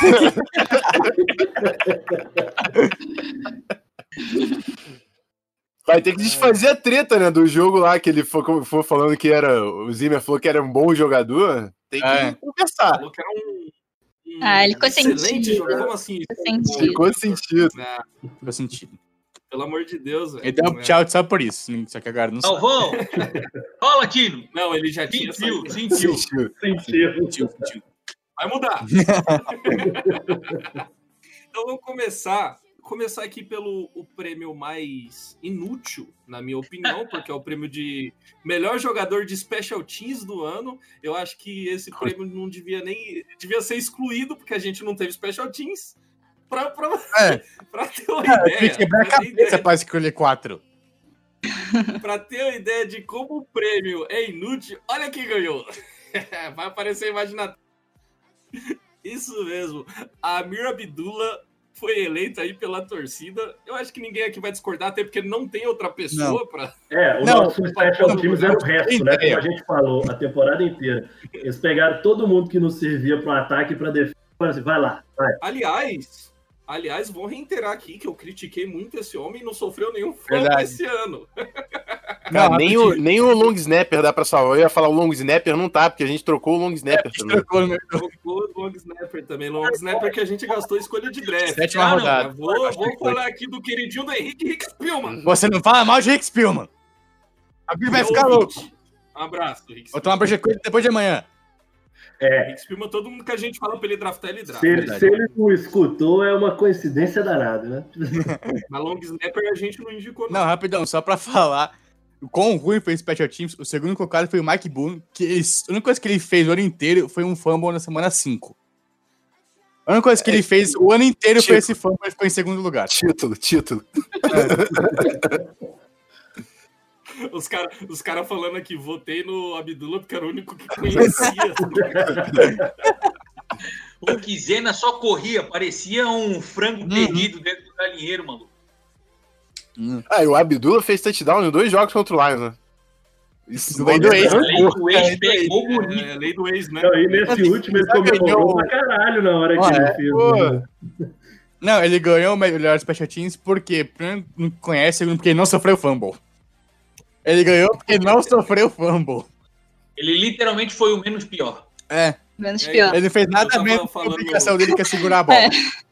Vai ter que desfazer a treta, né, do jogo lá, que ele foi, foi falando que era... O Zimmer falou que era um bom jogador. Tem que é. conversar. Falou que era um... um ah, ele ficou excelente sentido. jogador. Como assim? Ficou sentido. Ficou sentido. É. Ficou sentido. Pelo amor de Deus, velho. Ele deu um tchau só por isso. Só que agora não sabe. Galvão! Fala, Tino! Não, ele já tinha sentiu, saído. sentiu. Sentiu. Sentiu. sentiu. Vai mudar. Então vamos começar. Começar aqui pelo o prêmio mais inútil, na minha opinião, porque é o prêmio de melhor jogador de Special Teams do ano. Eu acho que esse prêmio não devia nem... Devia ser excluído, porque a gente não teve Special Teams. Pra, pra, é. pra ter uma é, ideia. Tem que quebrar a cabeça pra escolher quatro. Pra ter uma ideia de como o prêmio é inútil, olha quem ganhou. Vai aparecer a imagem na... Isso mesmo. A Amir Abdullah foi eleita aí pela torcida. Eu acho que ninguém aqui vai discordar, até porque não tem outra pessoa para... É, o Não, nosso Special Teams era o resto, né? Como a gente falou a temporada inteira. Eles pegaram todo mundo que não servia para o ataque e para defesa. Assim, vai lá, vai. Aliás, aliás, vou reiterar aqui que eu critiquei muito esse homem e não sofreu nenhum fumble Verdade. esse ano. Cara, Não, nem, o, nem o long snapper dá pra salvar. Eu ia falar o long snapper, não tá, porque a gente trocou o long snapper também. Trocou no meio do- Trocou o long snapper também. Long snapper que a gente gastou escolha de draft. Sétima Ah, não, rodada. mas Vou, vou falar aqui do queridinho do Henrique, Rick Spielman. Você não fala mal de Rick Spielman. A Bíblia vai ficar louco. Um abraço, Rick Vou tomar uma coisa depois de amanhã. É, Rick Spielman, todo mundo que a gente fala pra ele draftar, ele drafta. se ele, se ele não escutou, é uma coincidência danada, né? Mas long snapper a gente não indicou, Não, não. rapidão, só pra falar. O quão ruim foi o Special Teams, o segundo colocado foi o Mike Boone, que ele, a única coisa que ele fez o ano inteiro foi um fumble na semana cinco. A única coisa que ele fez o ano inteiro foi esse fumble e ficou em segundo lugar. Título, título. Os caras os cara falando aqui, votei no Abdullah porque era o único que conhecia. O Kizena só corria, parecia um frango perdido dentro do galinheiro, maluco. Ah, e o Abdullah fez touchdown em dois jogos contra o Lions, né? Isso Do meio do ex. A lei do ex É, pegou bonito. É, lei do ex, né? Não, e nesse último ele comemorou pra caralho na hora que Ah, ele é? fez. Pô. né? Não, ele ganhou o melhor Special Teams porque, pra quem não conhece, segundo, porque ele não sofreu fumble. Ele ganhou porque não sofreu fumble. Ele literalmente foi o menos pior. É, Menos É, pior. ele não fez Eu nada tava menos que a falando- obrigação dele que é segurar a bola. É.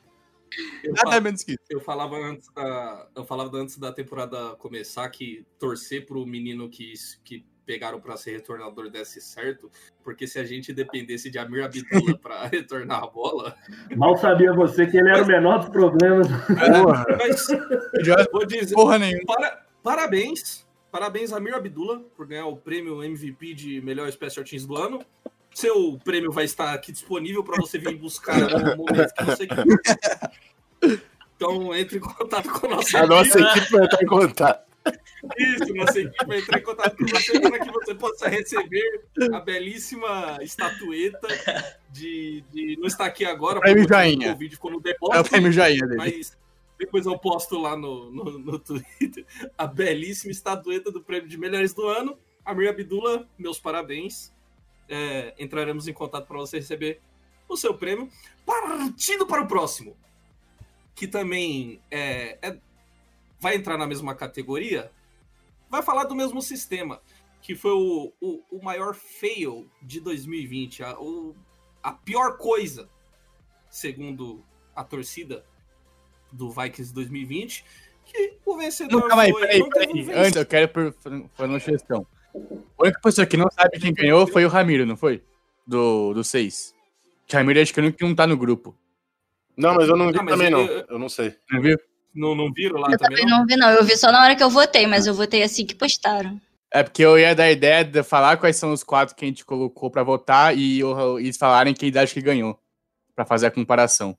Eu, Nada fa- menos que isso. eu falava antes da, eu falava antes da temporada começar que torcer pro menino que, que pegaram pra ser retornador desse certo, porque se a gente dependesse de Amir Abdullah pra retornar a bola, Mal sabia você que ele era o menor dos problemas. Porra. mas Já- vou dizer, Porra nenhuma. para, parabéns, parabéns a Amir Abdullah por ganhar o prêmio M V P de melhor Special Teams do ano. Seu prêmio vai estar aqui disponível para você vir buscar no momento que você quiser. Então, entre em contato com a nossa A nossa equipe. equipe vai estar em contato. Isso, nossa equipe vai entrar em contato com você para que você possa receber a belíssima estatueta de, de não estar aqui agora, Prêmio porque Jainha. o vídeo ficou no É o depósito, prêmio Jair dele. mas depois eu posto lá no, no, no Twitter a belíssima estatueta do prêmio de melhores do ano. Amir Abdullah, meus parabéns. É, entraremos em contato para você receber o seu prêmio. Partindo para o próximo, que também é, é, vai entrar na mesma categoria, vai falar do mesmo sistema, que foi o, o, o maior fail de dois mil e vinte, a, o, a pior coisa, segundo a torcida do Vikings dois mil e vinte, que o vencedor Não, calma aí, foi... peraí, não teve um peraí. vencedor. Antes, eu quero por- fazer uma sugestão. A única pessoa que não sabe quem ganhou foi o Ramiro, não foi? Do, do seis. Que o Ramiro acho que não tá no grupo. Não, mas eu não vi Ah, mas também, não. eu- Eu não sei. Não viu? Não, não viram lá Eu também, também não? não vi, não. Eu vi só na hora que eu votei, mas eu votei assim que postaram. É porque eu ia dar a ideia de falar quais são os quatro que a gente colocou pra votar e eu- eles falarem quem acha que ganhou. Pra fazer a comparação.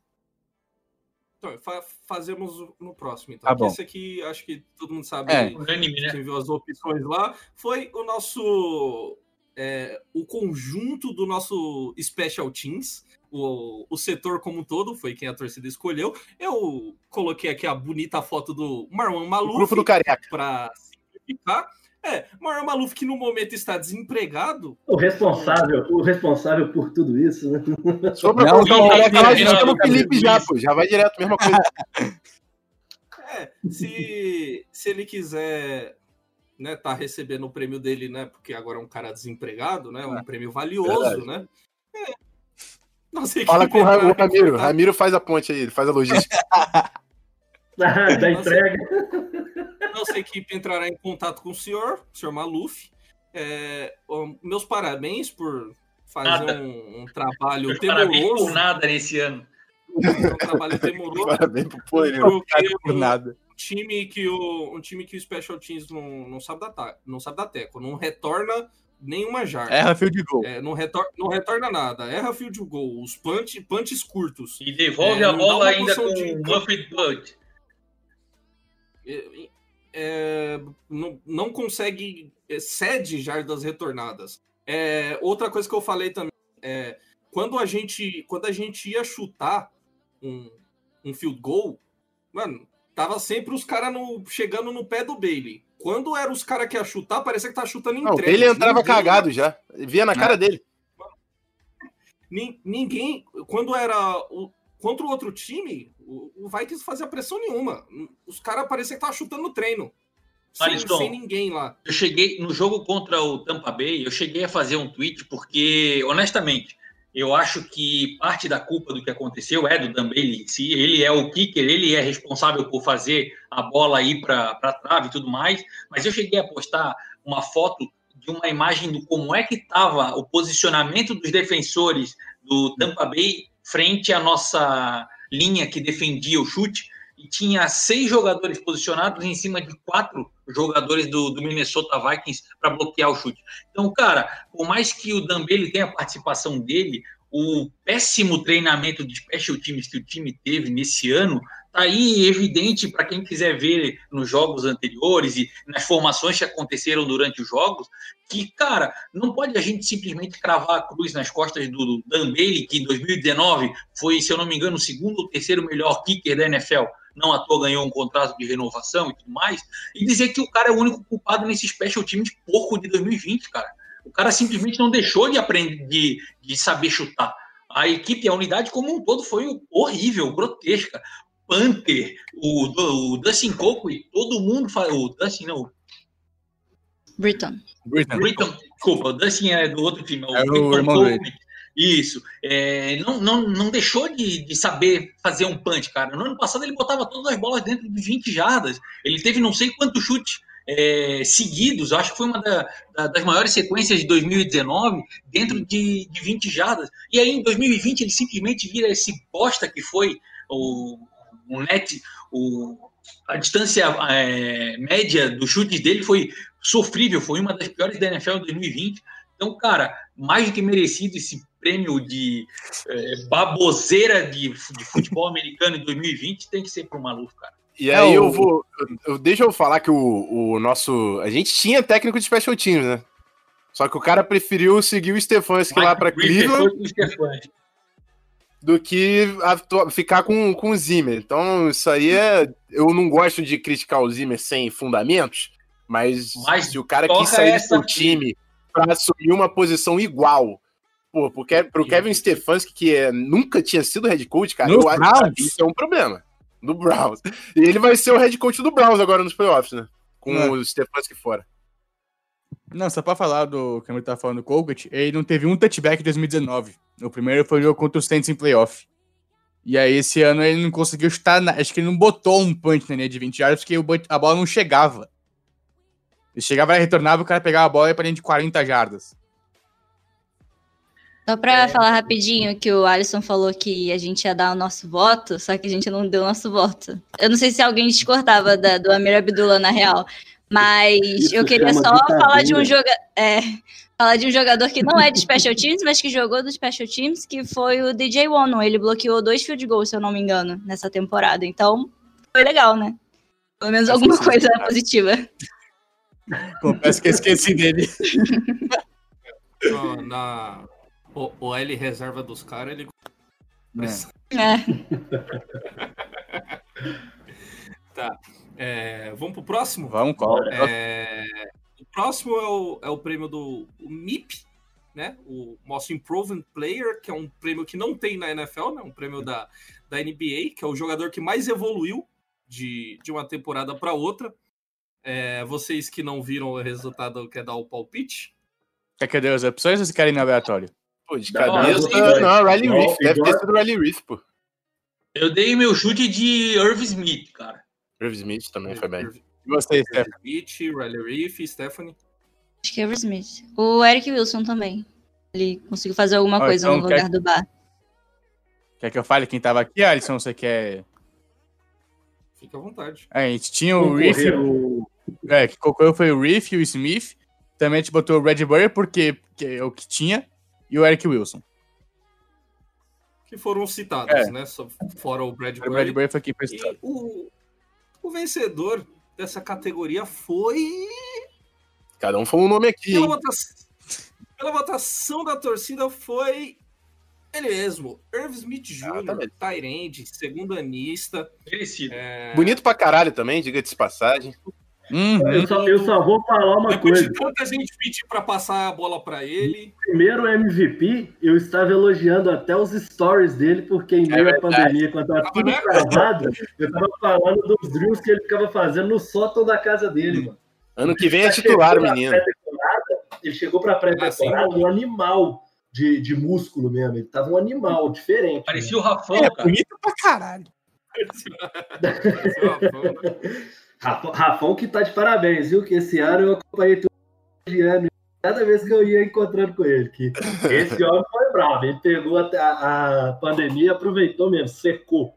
Então, fa- fazemos no próximo, então. Tá Porque bom. esse aqui, acho que todo mundo sabe, É. Unânime, né? quem viu as opções lá, foi o nosso... é, o conjunto do nosso Special Teams, o, o setor como um todo, foi quem a torcida escolheu. Eu coloquei aqui a bonita foto do Marwan O Maluf, grupo do Careca. para simplificar. É, Marwan Maluf, que no momento está desempregado. O responsável, o responsável por tudo isso, né? Se for pra Não, colocar não, o Careca não, lá, não, já chama não, o Felipe já, pô. Já vai direto, mesma coisa. É, se, se ele quiser, né, tá recebendo o prêmio dele, né, porque agora é um cara desempregado, né, um prêmio valioso, Verdade. né, é, nossa Fala equipe com o Ra- o entrará em Ramiro. contato- Ramiro faz a ponte aí, ele faz a logística. Da entrega. Nossa equipe entrará em contato com o senhor, o senhor Maluf. É, ó, meus parabéns por fazer Nada. um, um trabalho Parabéns por temoroso, nada nesse ano. um trabalho temoroso, Parabéns pro pô, nenhum. porque Por nada. um time que o um time que o Special Teams não, não sabe da ta- não sabe da teco, não retorna nenhuma jarda. Erra field goal. É, não, retor não retorna nada, erra field goal, os punch, punches curtos. E devolve É, a não dá bola uma ainda posição com de- o Muffet Blood. É, é, é, não, não consegue, é, cede jardas retornadas. É, outra coisa que eu falei também, é, quando, a gente, quando a gente ia chutar um, um field goal, mano, tava sempre os caras chegando no pé do Bailey. Quando eram os caras que iam chutar, parecia que tava chutando em Não, três. ele entrava Ninguém... cagado já. Via na cara dele. Ninguém, quando era o, contra o outro time, o, o Vikings fazia pressão nenhuma. Os caras pareciam que estavam chutando no treino. Sem, Alisson, sem ninguém lá. Eu cheguei, no jogo contra o Tampa Bay, eu cheguei a fazer um tweet porque, honestamente, eu acho que parte da culpa do que aconteceu é do Dan Bailey em si. Ele é o kicker, ele é responsável por fazer a bola ir para a trave e tudo mais. Mas eu cheguei a postar uma foto de uma imagem do como é que estava o posicionamento dos defensores do Tampa Bay frente à nossa linha que defendia o chute, e tinha seis jogadores posicionados em cima de quatro jogadores do, do Minnesota Vikings para bloquear o chute. Então, cara, por mais que o Dan Bailey tenha a participação dele, o péssimo treinamento de special teams que o time teve nesse ano está aí evidente para quem quiser ver nos jogos anteriores e nas formações que aconteceram durante os jogos, que, cara, não pode a gente simplesmente cravar a cruz nas costas do Dan Bailey, que em dois mil e dezenove foi, se eu não me engano, o segundo ou terceiro melhor kicker da N F L, não à toa ganhou um contrato de renovação e tudo mais, e dizer que o cara é o único culpado nesse special teams porco de dois mil e vinte, cara. O cara simplesmente não deixou de aprender, de, de saber chutar. A equipe, a unidade como um todo foi horrível, grotesca. Panther, o, o Dustin Coakley, todo mundo fala. O Dustin, não. Britton. Britton. Britton, desculpa, o Dustin é do outro time. O é Britton o irmão Coakley. dele. Isso. É, não, não, não deixou de, de saber fazer um punch, cara. No ano passado ele botava todas as bolas dentro de vinte jardas. Ele teve não sei quantos chutes é, seguidos. Eu acho que foi uma da, da, das maiores sequências de dois mil e dezenove dentro de, de vinte jardas. E aí em dois mil e vinte ele simplesmente vira esse bosta que foi o, o net, o, a distância é, média dos chutes dele foi sofrível. Foi uma das piores da N F L em dois mil e vinte. Então, cara, mais do que merecido esse prêmio de é, baboseira de, de futebol americano em dois mil e vinte tem que ser pro maluco, cara. E aí eu vou... Eu, deixa eu falar que o, o nosso... A gente tinha técnico de special teams, né? Só que o cara preferiu seguir o Stefanski lá pra Cleveland do que a, ficar com, com o Zimmer. Então, isso aí é... Eu não gosto de criticar o Zimmer sem fundamentos, mas, mas se o cara quis sair do time para assumir uma posição igual, pô, porque pro Kevin Stefanski, que é, nunca tinha sido head coach, cara, no eu acho que isso é um problema. Do Browns. E ele vai ser o head coach do Browns agora nos playoffs, né? Com é. o Stefanski fora. Não, só pra falar do que a gente tá falando do Colgate, ele não teve um touchback em dois mil e dezenove. O primeiro foi o jogo contra os Saints em playoff. E aí esse ano ele não conseguiu chutar, na... acho que ele não botou um punch na linha de vinte yardas, porque a bola não chegava. Ele chegava e retornava, o cara pegava a bola e ia pra linha de quarenta jardas. Só pra é. falar rapidinho que o Alisson falou que a gente ia dar o nosso voto, só que a gente não deu o nosso voto. Eu não sei se alguém discordava da, do Amir Abdullah, na real, mas Isso eu queria só falar de, um joga, é, falar de um jogador que não é de Special Teams, mas que jogou do Special Teams, que foi o D J Wonnum. Ele bloqueou dois field goals, se eu não me engano, nessa temporada. Então, foi legal, né? Pelo menos alguma coisa positiva. Confesso que eu esqueci dele. oh, na... O, o L reserva dos caras, ele... É. Tá. É, vamos pro próximo? Vamos, qual? É, o próximo é o, é o prêmio do o M I P, né? O Most Improved Player, que é um prêmio que não tem na N F L, né? Um prêmio da, da N B A, que é o jogador que mais evoluiu de, de uma temporada para outra. É, vocês que não viram o resultado, quer dar o palpite? Quer que eu dê as opções ou vocês querem ir no aleatório? Pô, de cabeça, não, não, Riley Reef, deve ter sido o Riley Reef, pô. Eu dei meu chute de Irv Smith, cara. Irv Smith também foi bem. E você, Stephanie? Smith, Riley Reef, Stephanie? Acho que é Irv Smith. O Eric Wilson também. Ele conseguiu fazer alguma oh, coisa então no lugar quer... do Bar. Quer que eu fale quem tava aqui, Alisson? Você quer... Fica à vontade. É, a gente tinha o Reef, o... É, que concorreu foi o Reef e o Smith. Também a gente botou o Bradbury, porque, porque é o que tinha. E o Eric Wilson. Que foram citados, é. né? Só fora o Bradbury. O Bradbury foi aqui prestado. O, o vencedor dessa categoria foi... Cada um foi um nome aqui. Pela hein? votação, pela votação da torcida foi ele mesmo, Irv Smith Júnior, tight end, segundo anista. Merecido. É... Bonito pra caralho também, diga-se de passagem. Uhum. Eu só, eu só vou falar uma Depois coisa. de tanta gente pedir pra passar a bola pra ele. Primeiro M V P, eu estava elogiando até os stories dele, porque em meio É à pandemia, quando estava tudo né? travado, eu estava falando dos drills que ele ficava fazendo no sótão da casa dele, mano. Ano que vem é Ele titular, chegou pra menino. pré-temporada, Ele chegou pra pré-temporada um animal de, de músculo mesmo. Ele tava um animal diferente. Parecia o né? Rafão, É cara. bonito pra caralho. Rafão, Rafão que tá de parabéns, viu? Que esse ano eu acompanhei tudo de ano. Cada vez que eu ia encontrando com ele. Que esse homem foi bravo. Ele pegou a, a, a pandemia e aproveitou mesmo, secou.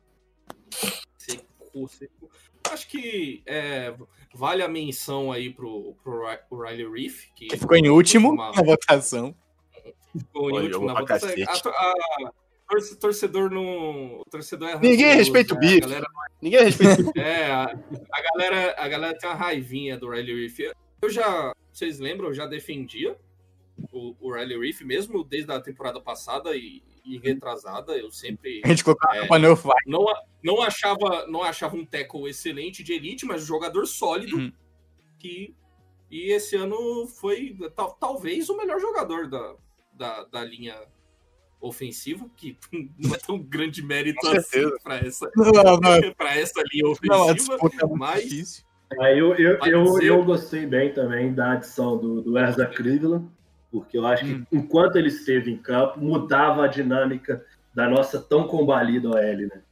Secou, secou. Acho que é, vale a menção aí pro, pro Riley Reef, que, Que ficou em último uma- na votação. ficou em Olha, último na pra votação. cacete. A, a, torce- torcedor não. Torcedor é Ninguém rancoroso, respeita o né? bife. A galera, Ninguém respeita. é, a, a galera, a galera tem uma raivinha do Riley Reef. Eu já, vocês lembram, eu já defendia o, o Riley Reef, mesmo desde a temporada passada e, e retrasada, eu sempre A gente colocou É. a culpa no Fly. não, a- não, achava, não achava um tackle excelente de elite, mas um jogador sólido. Uhum. Que, e esse ano foi tal- talvez o melhor jogador da, da, da linha ofensiva, que não é tão grande mérito Com assim certeza. para essa, Não, não, pra essa linha não, a ofensiva. disputa é muito mas- difícil. Aí eu, eu, Vai eu, dizer- eu gostei bem também da adição do, do Ezra Cleveland, porque eu acho que Hum. enquanto ele esteve em campo, mudava a dinâmica da nossa tão combalida O L, né?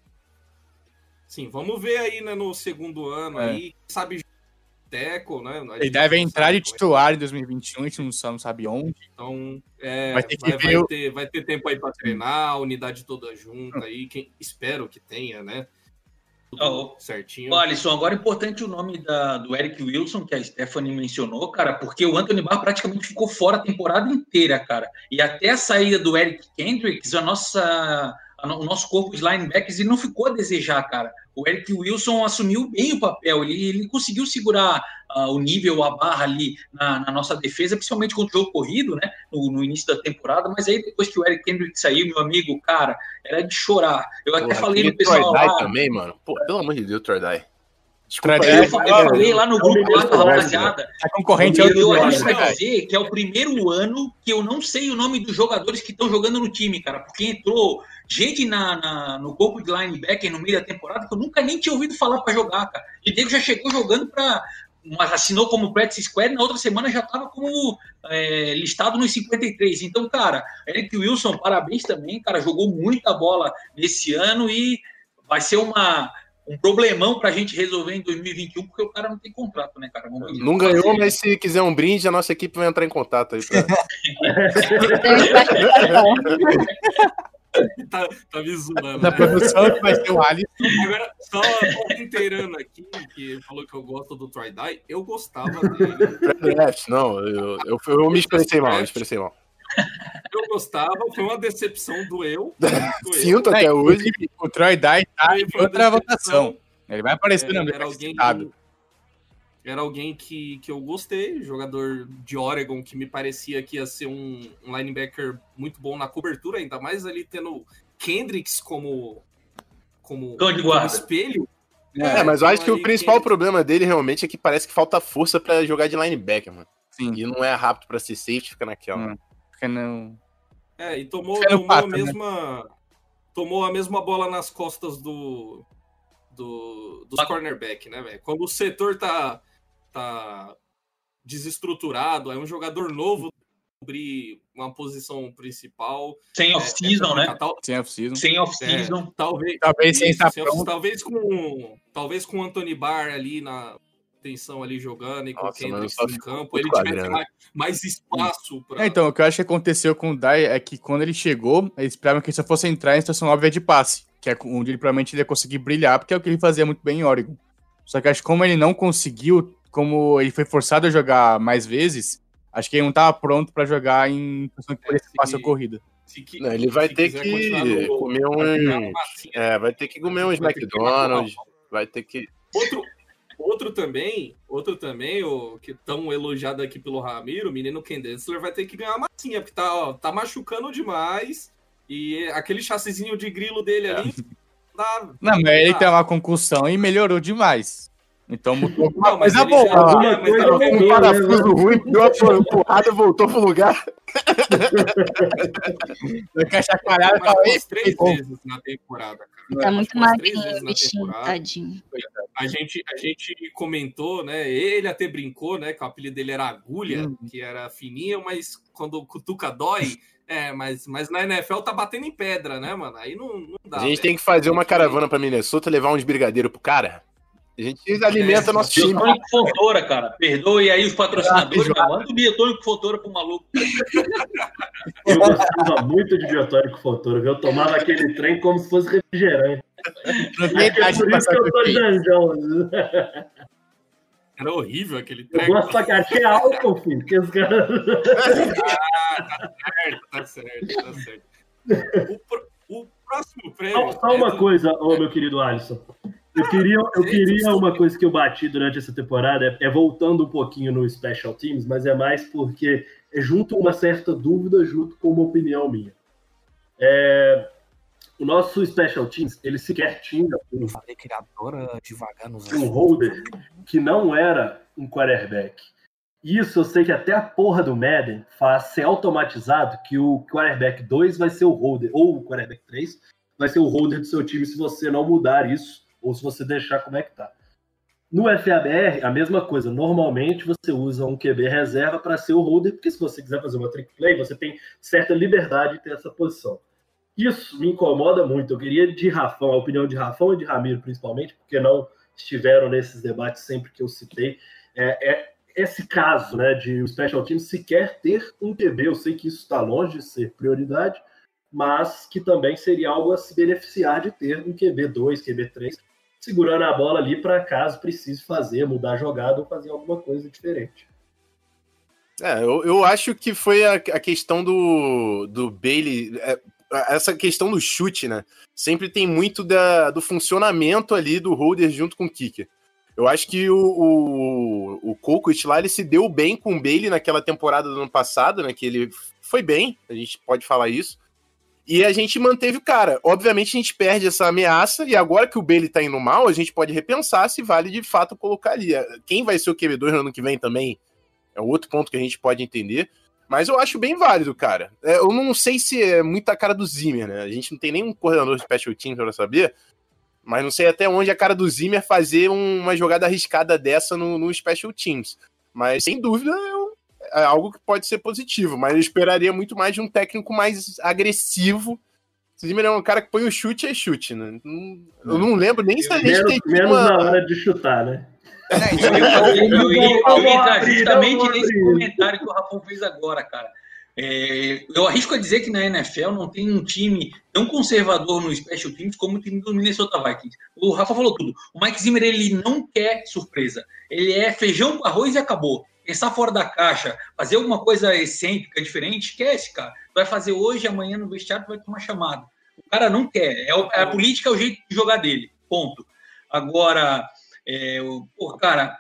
Sim, vamos ver aí, né, no segundo ano É. aí, sabe, tackle, né? A Ele gente deve não entrar sabe de como é. titular em dois mil e vinte e um, a gente não sabe, não sabe onde. Então, é, Vai vai, ter que vai, ver o- ter, vai ter tempo aí para treinar, a unidade toda junta aí, quem, espero que tenha, né? Tudo Ó, certinho. Ô, Alisson, agora é importante o nome da, do Eric Wilson, que a Stephanie mencionou, cara, porque o Anthony Barr praticamente ficou fora a temporada inteira, cara. E até a saída do Eric Kendricks, a nossa, a no- o nosso corpo de linebackers, ele não ficou a desejar, cara. O Eric Wilson assumiu bem o papel, ele, ele conseguiu segurar ah, o nível, a barra ali na, na nossa defesa, principalmente contra o jogo corrido, né, no, no início da temporada, mas aí depois que o Eric Kendricks saiu, meu amigo, cara, era de chorar. Eu até Porra, falei aquele no pessoal Troy Dye lá... também, mano. Pô, pelo amor de Deus, Troy Dye. Desculpa Troy aí. Eu, Dye- fa- eu falei lá no grupo lá com a rapaziada. A concorrente é Eu, o eu do arrisco Jorge. a dizer que é o primeiro ano que eu não sei o nome dos jogadores que estão jogando no time, cara. Porque entrou gente na, na- no corpo de linebacker no meio da temporada que eu nunca nem tinha ouvido falar para jogar, cara. E o nego já chegou jogando para. Assinou como practice squad, na outra semana já estava como é, listado nos cinquenta e três. Então, cara, Eric Wilson, parabéns também, cara. Jogou muita bola nesse ano e vai ser uma. Um problemão pra gente resolver em dois mil e vinte e um, porque o cara não tem contrato, né, cara? Vamos Não fazer. ganhou, mas se quiser um brinde, a nossa equipe vai entrar em contato aí. Pra... Tá, tá me zoando, Da né? produção que vai ser o Alisson. Agora, só inteirando aqui, que falou que eu gosto do Troy Dye, eu gostava dele. Draft, não, eu, eu, eu me expressei mal, me expressei mal. Eu gostava, foi uma decepção do eu. Sinto até É, hoje. inclusive, o Troy Dye tá Foi em uma outra decepção. votação. Ele vai aparecer no É, meu era alguém, citado. que, era alguém que, que eu gostei, jogador de Oregon, que me parecia que ia ser um, um linebacker muito bom na cobertura, ainda mais ali tendo Kendricks como, como, Cão de como guarda. espelho. É, mas eu acho que o aí principal Kendricks- problema dele realmente é que parece que falta força pra jogar de linebacker, mano. Sim. E não é rápido pra ser safety, fica naquela. Hum. Porque não... É, e tomou, Fica no tomou pato, a né? mesma. Tomou a mesma bola nas costas do. do dos Ah. cornerback, né, velho? Quando o setor tá, tá desestruturado, é um jogador novo cobrir uma posição principal. Sem é, off-season, é, né? tal- Sem off-season. Sem é, off-season. talvez. Talvez sem isso, estar sem- pronto. talvez com. Talvez com o Anthony Barr ali na tensão ali jogando e com o Nossa, mano, Kendricks só no fico campo, puto ele com a tivesse grana. mais, mais espaço para. É, então, o que eu acho que aconteceu com o Dye é que quando ele chegou, eles esperavam que ele só fosse entrar em situação óbvia de passe, que é onde ele provavelmente ele ia conseguir brilhar, porque é o que ele fazia muito bem em Oregon. Só que acho que como ele não conseguiu, como ele foi forçado a jogar mais vezes, acho que ele não estava pronto para jogar em situação que É, poderia se- passe corrida. Se que- Não, ele vai se ter quiser que continuar no- comer vai ficar um. uma massinha. É, vai ter que comer uns Vai ter que McDonald's, vai ter que. Outro, Outro também, outro também, o que tão elogiado aqui pelo Ramiro, o menino Ken Densler vai ter que ganhar uma massinha, porque tá, ó, tá machucando demais. E aquele chassizinho de grilo dele ali. Dá, Não, mas ele dá. tem uma concussão e melhorou demais. Então mudou alguma Não, mas coisa ele boa. já- Alguma mas coisa tá- mudou, Um né, parafuso mano? ruim, deu uma porrada, voltou pro lugar. Vai caixar caralho e Mas fala, umas três "Ei, vezes na temporada, cara. Tá Acho muito que umas três vezes magrinho, na bichinho, temporada. tadinho. A gente, a gente comentou, né? Ele até brincou, né? Que o apelido dele era Agulha, Hum. que era fininho, mas quando cutuca dói. É, mas, mas na N F L tá batendo em pedra, né, mano? Aí não, não dá. A gente velho. tem que fazer uma que- caravana pra Minnesota e levar uns brigadeiros pro cara. A gente alimenta É, nosso time. Biotônico Fontoura, cara. Perdoe aí os patrocinadores, Ah, mas manda o Biotônico Fontoura pro maluco. Eu gostava muito de biotônico Fontoura, viu? Eu tomava aquele trem como se fosse refrigerante. não tem Acho que é idade por pra isso que eu tô passar janjão. Era horrível aquele Eu treco. gosto pra cá, que é álcool, filho. Que os caras... certo, tá certo, tá certo. O, pro- o próximo prêmio. Só, só uma é do- coisa, ô, meu querido Alisson. Eu queria, eu queria uma coisa que eu bati durante essa temporada, é, é voltando um pouquinho no Special Teams, mas é mais porque é junto uma certa dúvida, junto com uma opinião minha. É, o nosso Special Teams, ele sequer tinha um, Falei que ele adora devagar nos um holder que não era um quarterback. Isso eu sei que até a porra do Madden faz ser automatizado que o quarterback dois vai ser o holder, ou o quarterback três vai ser o holder do seu time se você não mudar isso, ou se você deixar como é que tá. No F A B R, a mesma coisa. Normalmente você usa um Q B reserva para ser o holder, porque se você quiser fazer uma trick play, você tem certa liberdade de ter essa posição. Isso me incomoda muito. Eu queria de Rafão, a opinião de Rafão e de Ramiro, principalmente, porque não estiveram nesses debates sempre que eu citei. É, é esse caso, né, de o Special Teams sequer ter um Q B. Eu sei que isso está longe de ser prioridade, mas que também seria algo a se beneficiar de ter um Q B dois, Q B três, segurando a bola ali para caso precise fazer, mudar a jogada ou fazer alguma coisa diferente. É, eu, eu acho que foi a, a questão do, do Bailey, é, essa questão do chute, né? Sempre tem muito da, do funcionamento ali do holder junto com o kicker. Eu acho que o, o, o Colquitt lá, ele se deu bem com o Bailey naquela temporada do ano passado, né? Que ele foi bem, a gente pode falar isso. E a gente manteve o cara. Obviamente a gente perde essa ameaça, e agora que o Bailey tá indo mal, a gente pode repensar se vale de fato colocar ali. Quem vai ser o Q B dois no ano que vem também é outro ponto que a gente pode entender. Mas eu acho bem válido, cara. É, eu não sei se é muita cara do Zimmer, né? A gente não tem nenhum coordenador de special teams pra saber, mas não sei até onde a cara do Zimmer fazer um, uma jogada arriscada dessa no, no special teams. Mas, sem dúvida, eu, é algo que pode ser positivo, mas eu esperaria muito mais de um técnico mais agressivo. O Zimmer é um cara que põe o chute e é chute, né? Eu não lembro nem se a gente Menos, tem menos uma... na hora de chutar, né? Eu, eu, eu ia, eu ia entrar abrir, justamente não vou nesse abrir. comentário que o Rafão fez agora, cara. É, eu arrisco a dizer que na N F L não tem um time tão conservador no Special Teams como o time do Minnesota Vikings. O Rafa falou tudo. O Mike Zimmer, ele não quer surpresa. Ele é feijão com arroz e acabou. Pensar fora da caixa, fazer alguma coisa excêntrica, diferente, esquece, cara. Vai fazer hoje, amanhã no vestiário, vai tomar chamada. O cara não quer. É, o, é a política, é o jeito de jogar dele. Ponto. Agora... É, o, pô, cara,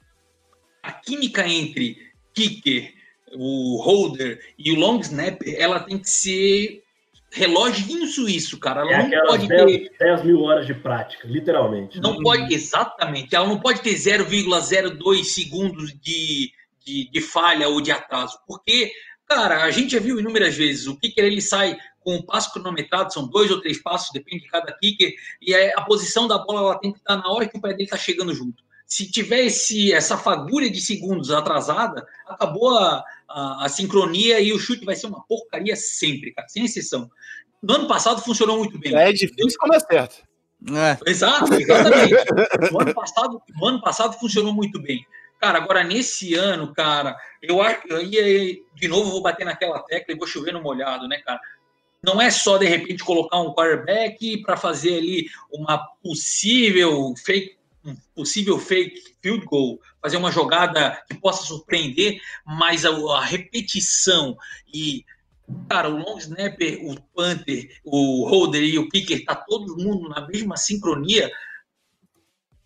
a química entre kicker, o holder e o long snapper, ela tem que ser reloginho suíço, cara. Ela É não aquelas pode ter. dez mil horas de prática, literalmente. Não pode, exatamente. Ela não pode ter zero vírgula zero dois segundos de, de, de falha ou de atraso. Porque, cara, a gente já viu inúmeras vezes. O kicker ele sai com um passo cronometrado, são dois ou três passos, depende de cada kicker, e a posição da bola ela tem que estar na hora que o pé dele está chegando junto. Se tiver esse, essa fagulha de segundos atrasada, acabou a, a, a sincronia e o chute vai ser uma porcaria sempre, cara, sem exceção. No ano passado funcionou muito bem. É difícil quando acerta. É. Exato, exatamente. No ano passado, no ano passado funcionou muito bem. Cara, agora nesse ano, cara, eu acho que eu ia, de novo, vou bater naquela tecla e vou chover no molhado, né, cara? Não é só, de repente, colocar um quarterback para fazer ali uma possível fake, um possível fake field goal, fazer uma jogada que possa surpreender, mas a, a repetição e, cara, o long snapper, o punter, o holder e o kicker, tá todo mundo na mesma sincronia,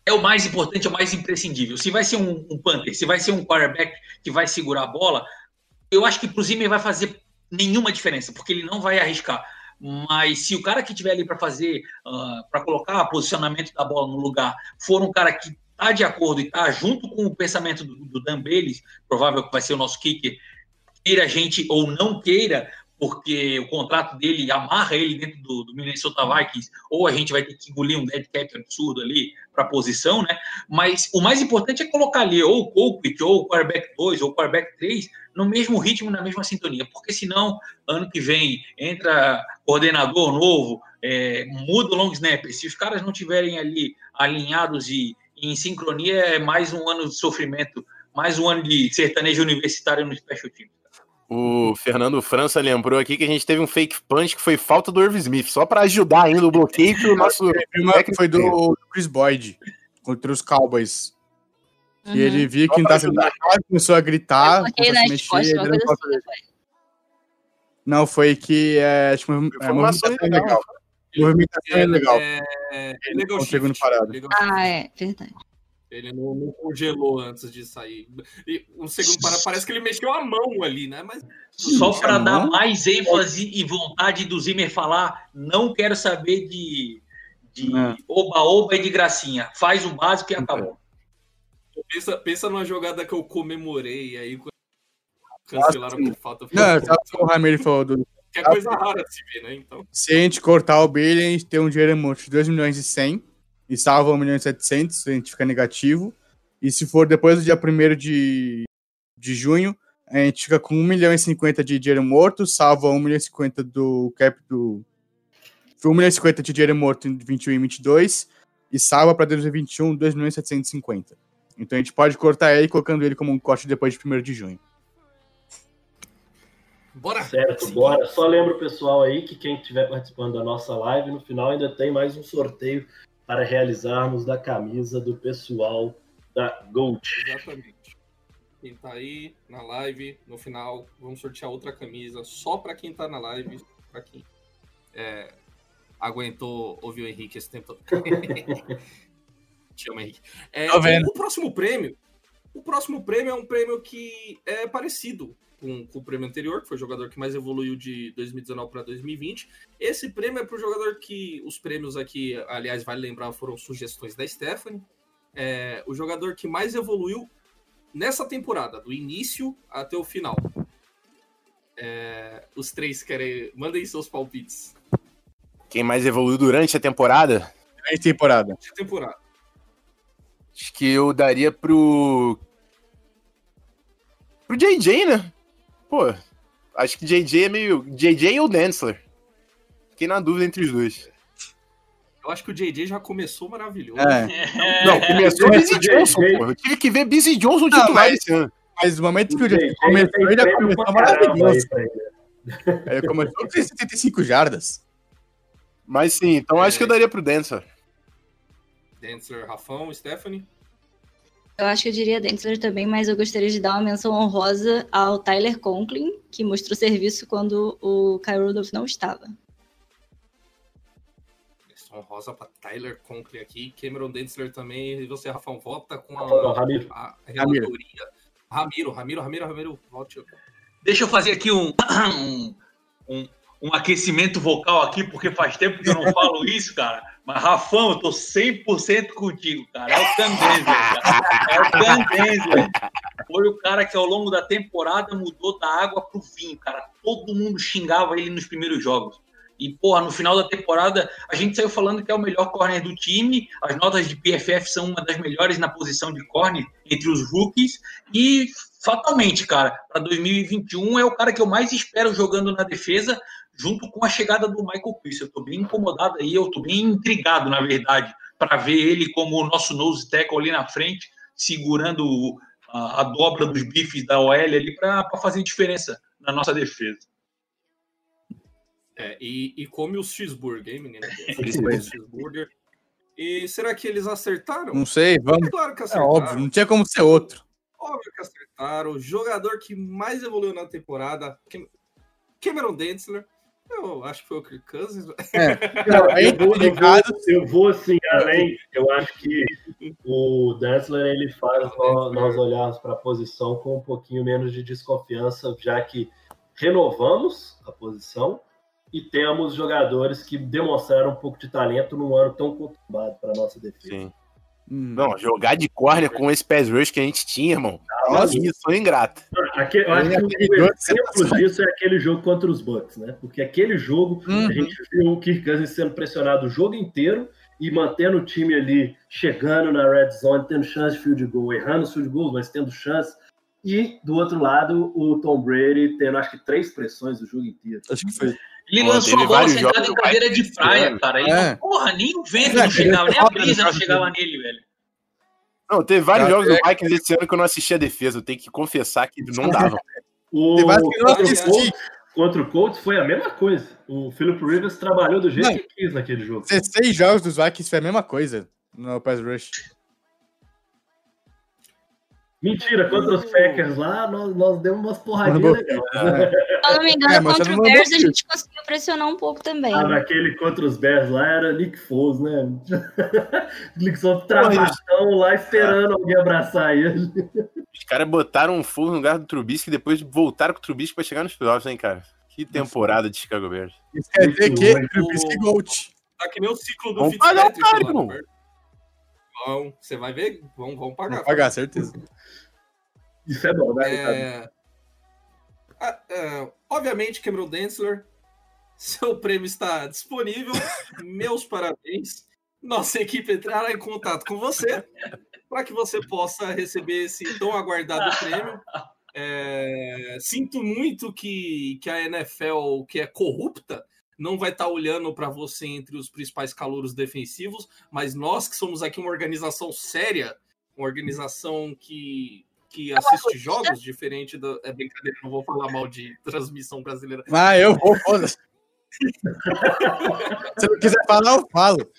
é o mais importante, é o mais imprescindível. Se vai ser um, um punter, se vai ser um quarterback que vai segurar a bola, eu acho que pro Zimmer vai fazer nenhuma diferença, porque ele não vai arriscar. Mas se o cara que estiver ali para fazer, uh, para colocar o posicionamento da bola no lugar, for um cara que está de acordo e está junto com o pensamento do, do Dan Bailey, provável que vai ser o nosso kicker, queira a gente ou não queira, porque o contrato dele amarra ele dentro do, do Minnesota Vikings, ou a gente vai ter que engolir um dead cap absurdo ali para a posição, né? Mas o mais importante é colocar ali ou o Colquitt, ou o quarterback dois, ou o quarterback três, no mesmo ritmo, na mesma sintonia, porque senão, ano que vem, entra coordenador novo, é, muda o long snapper, se os caras não estiverem ali alinhados e, e em sincronia, é mais um ano de sofrimento, mais um ano de sertanejo universitário no special teams. O Fernando França lembrou aqui que a gente teve um fake punch que foi falta do Irv Smith, só para ajudar ainda o bloqueio que o nosso... Foi do Chris Boyd, contra os Cowboys. Uhum. E ele viu que não estava sendo marcado, começou a gritar, começou a se mexer. Costas, Ele não, assim, foi. não, foi que é, tipo, Foi é, uma movimentação ação legal. legal. Movimentação é legal. É, é Ele legal não shift, chegou no parado. legal Ah, é, verdade. Ele não, não congelou antes de sair. E o segundo para parece que ele mexeu a mão ali, né? Mas só para não. dar mais ênfase e vontade do Zimmer falar, não quero saber de, de É. oba-oba e de gracinha. Faz o básico e acabou. pensa, pensa numa jogada que eu comemorei aí quando cancelaram por falta. Não, sabe o que o Ramiro falou do... Que é coisa rara de se ver, né? Então. Se a gente cortar o Bailey, a gente tem um dinheiro monte de dois milhões e cem e salva um milhão e setecentos, a gente fica negativo. E se for depois do dia primeiro de, de junho, a gente fica com um milhão e cinquenta de dinheiro morto, salva um milhão e cinquenta do cap do... um milhão e cinquenta de dinheiro morto em vinte e um e vinte e dois e salva para dois mil e vinte e um dois milhões e setecentos e cinquenta. Então a gente pode cortar ele colocando ele como um corte depois de primeiro de junho. Bora! Certo, Sim. bora. Só lembro o pessoal aí que quem estiver participando da nossa live, no final ainda tem mais um sorteio para realizarmos da camisa do pessoal da Gold. Exatamente. Quem tá aí na live, no final, vamos sortear outra camisa só para quem tá na live, para quem é, aguentou ouvir o Henrique esse tempo todo. Te amo, Henrique. É, Tô vendo. o próximo prêmio, o próximo prêmio é um prêmio que é parecido com, com o prêmio anterior, que foi o jogador que mais evoluiu de dois mil e dezenove para dois mil e vinte. Esse prêmio é para o jogador que, os prêmios aqui, aliás, vale lembrar, foram sugestões da Stephanie. É, o jogador que mais evoluiu nessa temporada, do início até o final. É, os três querem... Mandem seus palpites. Quem mais evoluiu durante a temporada? É temporada. De temporada. Acho que eu daria pro... Pro J J, né? Pô, acho que J J é meio... J J ou Densler? Fiquei na dúvida entre os dois. Eu acho que o J J já começou maravilhoso. É. Não, começou o Busy Johnson, pô. Eu tive que ver Busy Johnson Não, titular mas- esse ano. Mas no momento que o J J J começou, tem ele já prêmio começou pra caramba maravilhoso. aí pra ele. Ele começou com setenta e cinco jardas. Mas sim, então É. acho que eu daria pro Densler. Densler, Rafão, Stephanie. Eu acho que eu diria Densler também, mas eu gostaria de dar uma menção honrosa ao Tyler Conklin, que mostrou serviço quando o Kyle Rudolph não estava. Menção rosa para Tyler Conklin aqui. Cameron Densler também. E você, Rafão, volta com a, Não, Ramiro. a relatoria. Ramiro, Ramiro, Ramiro, Ramiro. Volte. Deixa eu fazer aqui um, um, um, um aquecimento vocal aqui, porque faz tempo que eu não falo isso, cara. Mas, Rafão, eu tô cem por cento contigo, cara. É o Candenzler, cara. É o Candenzler. Foi o cara que, ao longo da temporada, mudou da água pro vinho, cara. Todo mundo xingava ele nos primeiros jogos. E, porra, no final da temporada, a gente saiu falando que é o melhor corner do time. As notas de P F F são uma das melhores na posição de corner entre os rookies. E, fatalmente, cara, para dois mil e vinte e um é o cara que eu mais espero jogando na defesa, junto com a chegada do Michael Pierce. Eu tô bem incomodado aí, eu tô bem intrigado, na verdade, para ver ele como o nosso nose tackle ali na frente, segurando a, a dobra dos bifes da O L ali para fazer diferença na nossa defesa. É, e, e come os cheeseburger, hein, menina? Cheeseburger. E será que eles acertaram? Não sei, vamos. É claro que É acertaram. óbvio, não tinha como ser outro. Óbvio que acertaram. O jogador que mais evoluiu na temporada, Cam- Cameron Densler. Eu acho que foi o Kirk Cousins. É. Não, aí, eu, vou, eu, ligado, vou, eu vou assim, além, eu acho que o Densler ele faz nós, nós olharmos para a posição com um pouquinho menos de desconfiança, já que renovamos a posição e temos jogadores que demonstraram um pouco de talento num ano tão conturbado para a nossa defesa. Sim. Hum. Não, jogar de corner com esse pass rush que a gente tinha, irmão. Nossa, isso é ingrato. Aquele, eu acho que o exemplo disso é aquele jogo contra os Bucks, né? Porque aquele jogo, uhum. a gente viu o Kirk Cousins sendo pressionado o jogo inteiro e mantendo o time ali, chegando na red zone, tendo chance de field goal, errando os field goals, mas tendo chance. E, do outro lado, o Tom Brady tendo, acho que, três pressões o jogo inteiro. Acho que foi. Ele Pô, lançou a bola sentado em cadeira de praia, cara. Ele é. não, porra, nem o vento é, não chegava, nem a brisa não chegava nele, velho. Não, teve vários jogos do Vikings esse ano que eu não assisti a defesa. Eu tenho que confessar que não dava. O... Tem vários que eu não assisti. Contra o Colts foi a mesma coisa. O Philip Rivers trabalhou do jeito não. que quis naquele jogo. dezesseis jogos dos Vikings foi a mesma coisa no pass rush. Mentira, contra os Packers lá, nós, nós demos umas porradinhas legais. Se eu não me engano, é, contra o Bears a gente conseguiu pressionar um pouco também. Ah, naquele contra os Bears lá era Nick Foles, né? Nick Foles travadão lá esperando alguém abraçar ele. Os caras botaram um fogo no lugar do Trubisky e depois voltaram com o Trubisky pra chegar nos playoffs, hein, cara? Que temporada de Chicago Bears. Isso quer dizer que o Trubisky Gold. Tá que nem o ciclo do Fitzpatrick lá. Vão, você vai ver, vão, vão pagar. Vão pagar, certeza. Isso é bom, né? É... Ah, é... Obviamente, Cameron Densler, seu prêmio está disponível. Meus parabéns. Nossa equipe entrará em contato com você para que você possa receber esse tão aguardado prêmio. É... Sinto muito que, que a N F L, que é corrupta, não vai estar olhando para você entre os principais calouros defensivos, mas nós que somos aqui uma organização séria, uma organização que, que assiste jogos diferente da... É brincadeira, não vou falar mal de transmissão brasileira. Ah, eu vou, foda-se. Se não quiser falar, eu falo.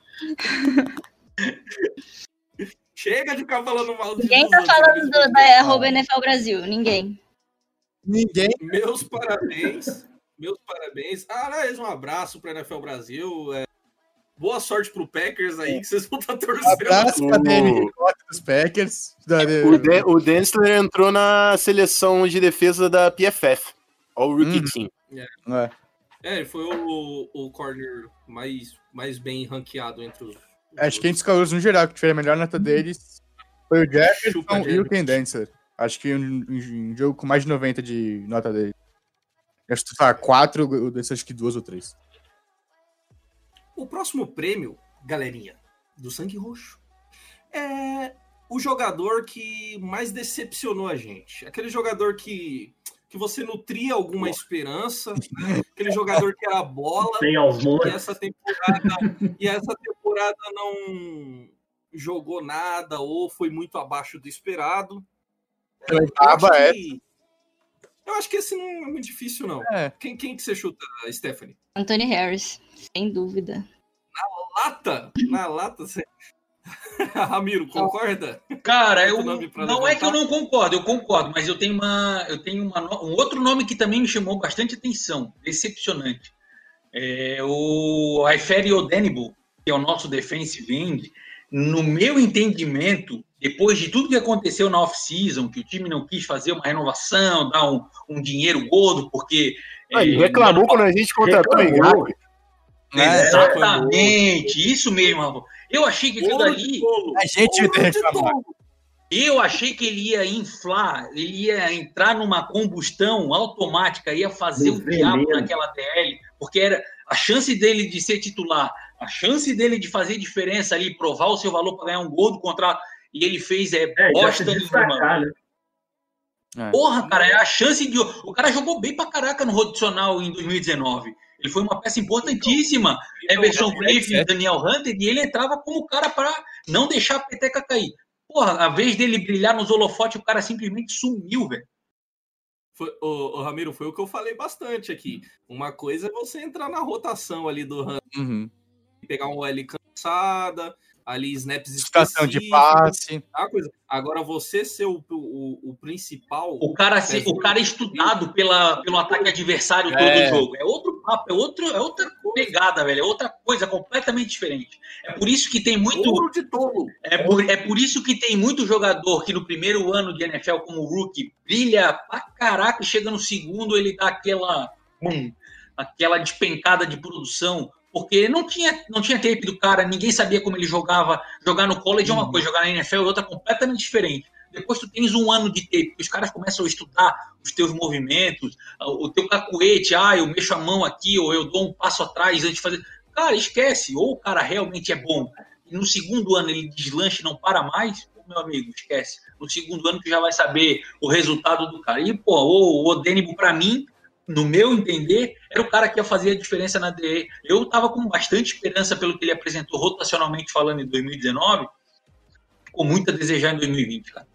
Chega de ficar falando mal de Ninguém tá falando do, da arroba N F L Brasil, ninguém. Ninguém. Meus parabéns. Meus parabéns. Aliás, um abraço para a N F L Brasil. É... Boa sorte pro Packers aí, que vocês vão estar torcendo. Abraço para o... dos Packers. O, De... o Densler entrou na seleção de defesa da P F F. All Rookie hum. Team. É. é. É, ele foi o, o corner mais, mais bem ranqueado entre os... Acho que entre os calouros no geral, que tiver a melhor nota deles, foi o Jefferson e o Ken Densler. Acho que um, um, um jogo com mais de noventa de nota dele. Acho que tá quatro, acho que duas ou três. O próximo prêmio, galerinha, do Sangue Roxo, é o jogador que mais decepcionou a gente. Aquele jogador que, que você nutria alguma esperança, aquele jogador que era bola, e essa temporada, e essa temporada não jogou nada ou foi muito abaixo do esperado. Eu acho que, eu acho que esse não é muito difícil, não. É. Quem, quem que você chuta, Stephanie? Anthony Harris, sem dúvida. Na lata? Na lata, você... Ramiro, concorda? Cara, eu, não levantar? É que eu não concordo, eu concordo, mas eu tenho, uma, eu tenho uma, um outro nome que também me chamou bastante atenção, decepcionante. É o Ifeadi Odenigbo, que é o nosso defensive end. No meu entendimento, depois de tudo que aconteceu na off-season, que o time não quis fazer uma renovação, dar um, um dinheiro gordo, porque... Ah, é, reclamou não... quando a gente contratou o Exatamente, isso mesmo, Rafa. Eu achei que aquilo ali... A gente ia ter reclamado. Eu achei que ele ia inflar, ele ia entrar numa combustão automática, ia fazer o diabo naquela D L, porque era a chance dele de ser titular, a chance dele de fazer diferença ali, provar o seu valor para ganhar um gol do contrato, e ele fez é, é bosta nenhuma. Né? É. Porra, cara, é a chance de... O cara jogou bem pra caraca no rotacional em dois mil e dezenove. Ele foi uma peça importantíssima. Então, Everson Griffin, Daniel Hunter, e ele entrava como cara para não deixar a peteca cair. Porra, a vez dele brilhar nos holofotes, o cara simplesmente sumiu, velho. Ô, ô, Ramiro, foi o que eu falei bastante aqui. Uma coisa é você entrar na rotação ali do Hunter, uhum. pegar um L cansada, ali snaps Estação de específicos, passe. tá, coisa. Agora, você ser o, o, o principal... O cara, se, o cara é estudado pela, pelo ataque adversário todo É. o jogo. É outro papo, é, outro, é outra pegada, velho. É outra coisa completamente diferente. É por isso que tem muito... Ouro de tolo. É por, é por isso que tem muito jogador que no primeiro ano de N F L como rookie brilha pra caraca e chega no segundo ele dá aquela, hum, aquela despencada de produção, porque não tinha, não tinha tape do cara, ninguém sabia como ele jogava. Jogar no college é uma coisa, jogar na N F L é outra completamente diferente. Depois tu tens um ano de tape, que os caras começam a estudar os teus movimentos, o teu cacuete, ah, eu mexo a mão aqui, ou eu dou um passo atrás antes de fazer... Cara, esquece, ou o cara realmente é bom, e no segundo ano ele deslancha e não para mais, meu amigo, esquece. No segundo ano tu já vai saber o resultado do cara. E, pô, o Odenigbo, pra mim, no meu entender, era o cara que ia fazer a diferença na D E. Eu tava com bastante esperança pelo que ele apresentou rotacionalmente falando em dois mil e dezenove, ficou muito a desejar em dois mil e vinte, cara.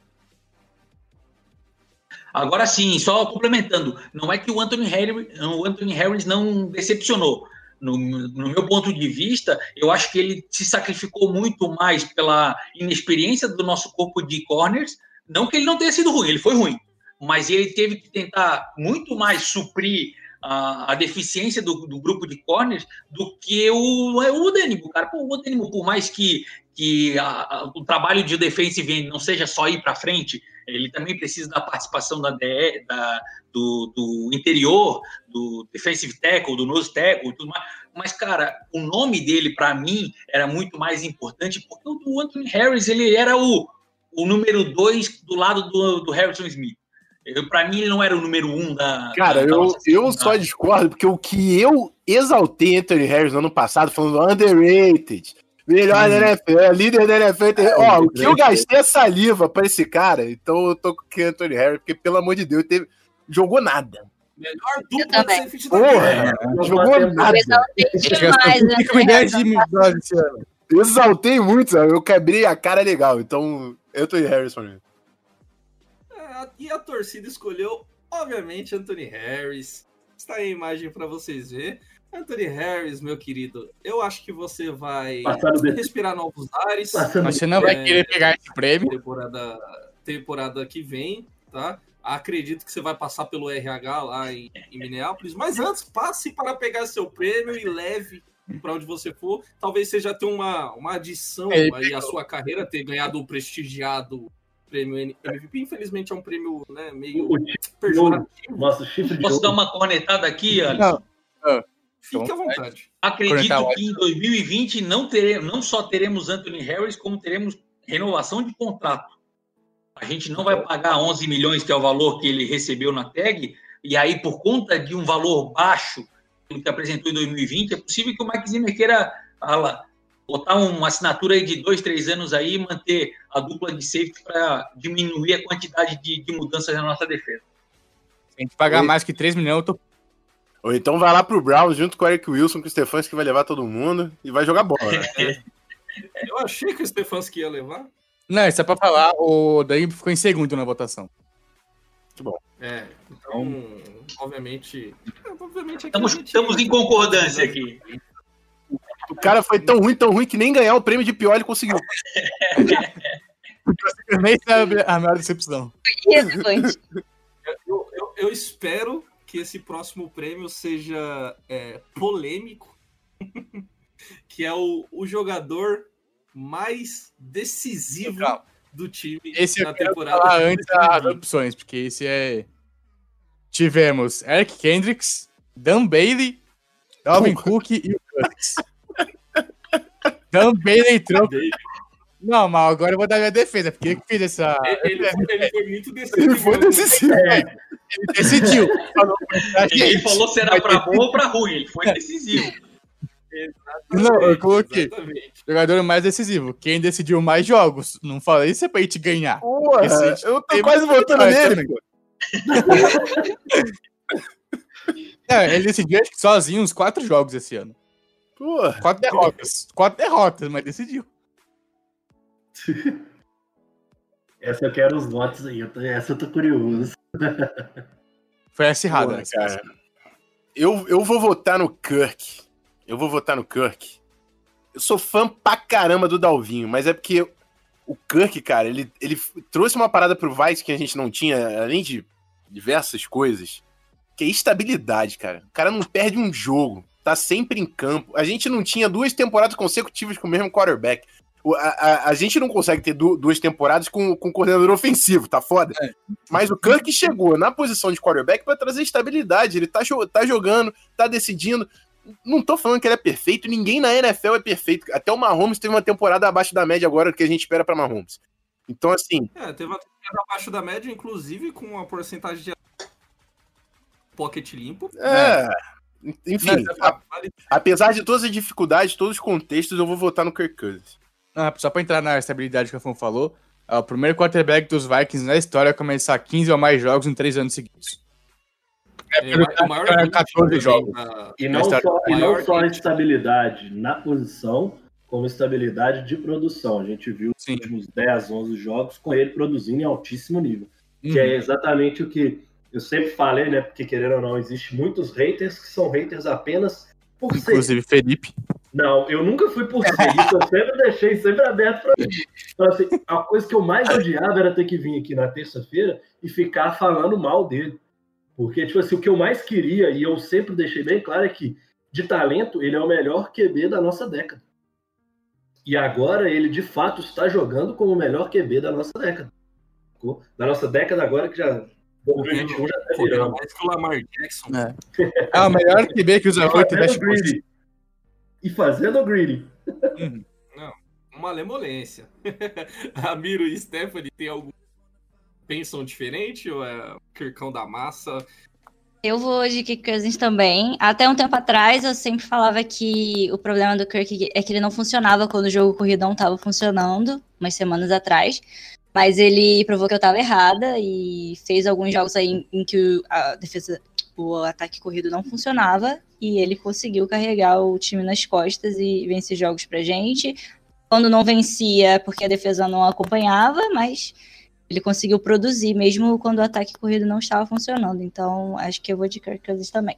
Agora sim, só complementando, não é que o Anthony Harris, o Anthony Harris não decepcionou. No, no meu ponto de vista, eu acho que ele se sacrificou muito mais pela inexperiência do nosso corpo de corners. Não que ele não tenha sido ruim, ele foi ruim, mas ele teve que tentar muito mais suprir a, a deficiência do, do grupo de corners do que o, o Odenigbo, cara. Pô, o Odenigbo, por mais que, que a, a, o trabalho de defensive end não seja só ir para frente, ele também precisa da participação da D E, da, do, do interior, do defensive tackle, do nose tackle, tudo mais. Mas, cara, o nome dele, para mim, era muito mais importante, porque o Anthony Harris, ele era o, o número dois do lado do, do Harrison Smith. Para mim, ele não era o número um da... Cara, da, eu, da eu só discordo, porque o que eu exaltei Anthony Harris no ano passado, falando underrated, melhor hum. da N F L, líder da N F L, é, ó, o que eu gastei é saliva pra esse cara, então eu tô com o Anthony Harris, porque, pelo amor de Deus, teve, jogou nada. Melhor dupla de safety da Porra, é, jogou nada. Eu exaltei muito, sabe? Eu quebrei a cara legal, então Anthony Harris pra mim. É, e a torcida escolheu, obviamente, Anthony Harris. Está aí a imagem para vocês verem. Anthony Harris, meu querido, eu acho que você vai respirar novos ares. Mas você não é, vai querer pegar esse prêmio. Temporada, temporada que vem, tá? Acredito que você vai passar pelo R H lá em, em Minneapolis, mas antes passe para pegar seu prêmio e leve para onde você for. Talvez seja ter uma, uma adição é, aí à sua carreira, ter ganhado o prestigiado prêmio M V P. Infelizmente é um prêmio, né, meio pejorativo. Nossa, chifre de Posso ouro. dar uma cornetada aqui, Alisson? Não. Fique à vontade. Acredito que em dois mil e vinte não, teremos, não só teremos Anthony Harris, como teremos renovação de contrato. A gente não vai pagar onze milhões, que é o valor que ele recebeu na tag, e aí, por conta de um valor baixo que apresentou em dois mil e vinte, é possível que o Mike Zimmer queira lá, botar uma assinatura aí de dois, três anos aí e manter a dupla de safety para diminuir a quantidade de, de mudanças na nossa defesa. Se a gente pagar Oi. mais que três milhões, eu tô... Ou então vai lá pro Browns junto com o Eric Wilson, com o Stefanski, que vai levar todo mundo e vai jogar bola. Né? Eu achei que o Stefanski ia levar. Não, isso é pra falar, o Daí ficou em segundo na votação. Muito bom. É, então, obviamente... obviamente estamos, estamos em concordância aqui. O cara foi tão ruim, tão ruim, que nem ganhar o prêmio de pior ele conseguiu. Nem sabe a maior decepção. Eu, eu, eu espero que esse próximo prêmio seja é, polêmico, que é o, o jogador mais decisivo Legal. do time esse na eu quero temporada. Falar antes das opções, porque esse é... Tivemos Eric Kendricks, Dan Bailey, Dalvin Cook e o Curtis. Dan Bailey entrou... Não, mas agora eu vou dar minha defesa, porque ele fez essa... Ele, ele, ele foi muito decisivo. Ele foi decisivo. É, ele decidiu. Ele falou se era pra bom ou pra ruim, ele foi decisivo. Exatamente, não, eu coloquei. Exatamente. Jogador mais decisivo. Quem decidiu mais jogos. Não falei isso é pra gente ganhar. Porra, eu tô quase votando nele. É, ele decidiu acho que sozinho uns quatro jogos esse ano. Porra. Quatro derrotas. Quatro derrotas, mas decidiu. Essa eu quero os votos aí. Essa eu tô curioso. Foi acirrada. Porra, cara. Eu, eu vou votar no Kirk. Eu vou votar no Kirk. eu sou fã pra caramba do Dalvinho, mas é porque o Kirk, cara, ele, ele trouxe uma parada pro Vice que a gente não tinha, além de diversas coisas, que é estabilidade, cara. O cara não perde um jogo, tá sempre em campo. A gente não tinha duas temporadas consecutivas com o mesmo quarterback. A, a, a gente não consegue ter du, duas temporadas com, com coordenador ofensivo, tá foda? É. Mas o Kirk chegou na posição de quarterback pra trazer estabilidade. Ele tá, tá jogando, tá decidindo. Não tô falando que ele é perfeito, ninguém na N F L é perfeito. Até o Mahomes teve uma temporada abaixo da média agora, que a gente espera pra Mahomes. Então, assim... É, teve uma temporada abaixo da média, inclusive com uma porcentagem de pocket limpo. É... Enfim, a, apesar de todas as dificuldades, todos os contextos, eu vou votar no Kirk Cousins. Ah, só pra entrar na estabilidade que o Afonso falou, é o primeiro quarterback dos Vikings na história a começar quinze ou mais jogos em três anos seguidos. É, é o maior catorze jogos. Na, e não só, e não só a estabilidade na posição, como estabilidade de produção. A gente viu Sim. os últimos dez, onze jogos com ele produzindo em altíssimo nível. Uhum. Que é exatamente o que eu sempre falei, né? Porque, querendo ou não, existe muitos haters que são haters apenas por ser. Inclusive Felipe. Não, eu nunca fui por ser isso, eu sempre deixei sempre aberto pra mim. Então, assim, a coisa que eu mais odiava era ter que vir aqui na terça-feira e ficar falando mal dele. Porque, tipo assim, o que eu mais queria, e eu sempre deixei bem claro, é que, de talento, ele é o melhor Q B da nossa década. E agora ele, de fato, está jogando como o melhor Q B da nossa década. Da nossa década agora, que já... dois mil e vinte e um já tá virando. Mais que o Lamar Jackson. É, é o melhor Q B que usa oito dash greedy. E fazendo o greedy. Uhum. Não, uma malemolência. A Miro e Stephanie tem algum pensam diferente ou é o Kirkão da massa? Eu vou de Kirk Cousins também. Até um tempo atrás eu sempre falava que o problema do Kirk é que ele não funcionava quando o jogo corrido não estava funcionando, umas semanas atrás. Mas ele provou que eu estava errada e fez alguns jogos aí em, em que a defesa, o ataque corrido não funcionava e ele conseguiu carregar o time nas costas e vencer jogos pra gente. Quando não vencia, porque a defesa não acompanhava, mas ele conseguiu produzir, mesmo quando o ataque corrido não estava funcionando. Então, acho que eu vou de Kirk Cousins também.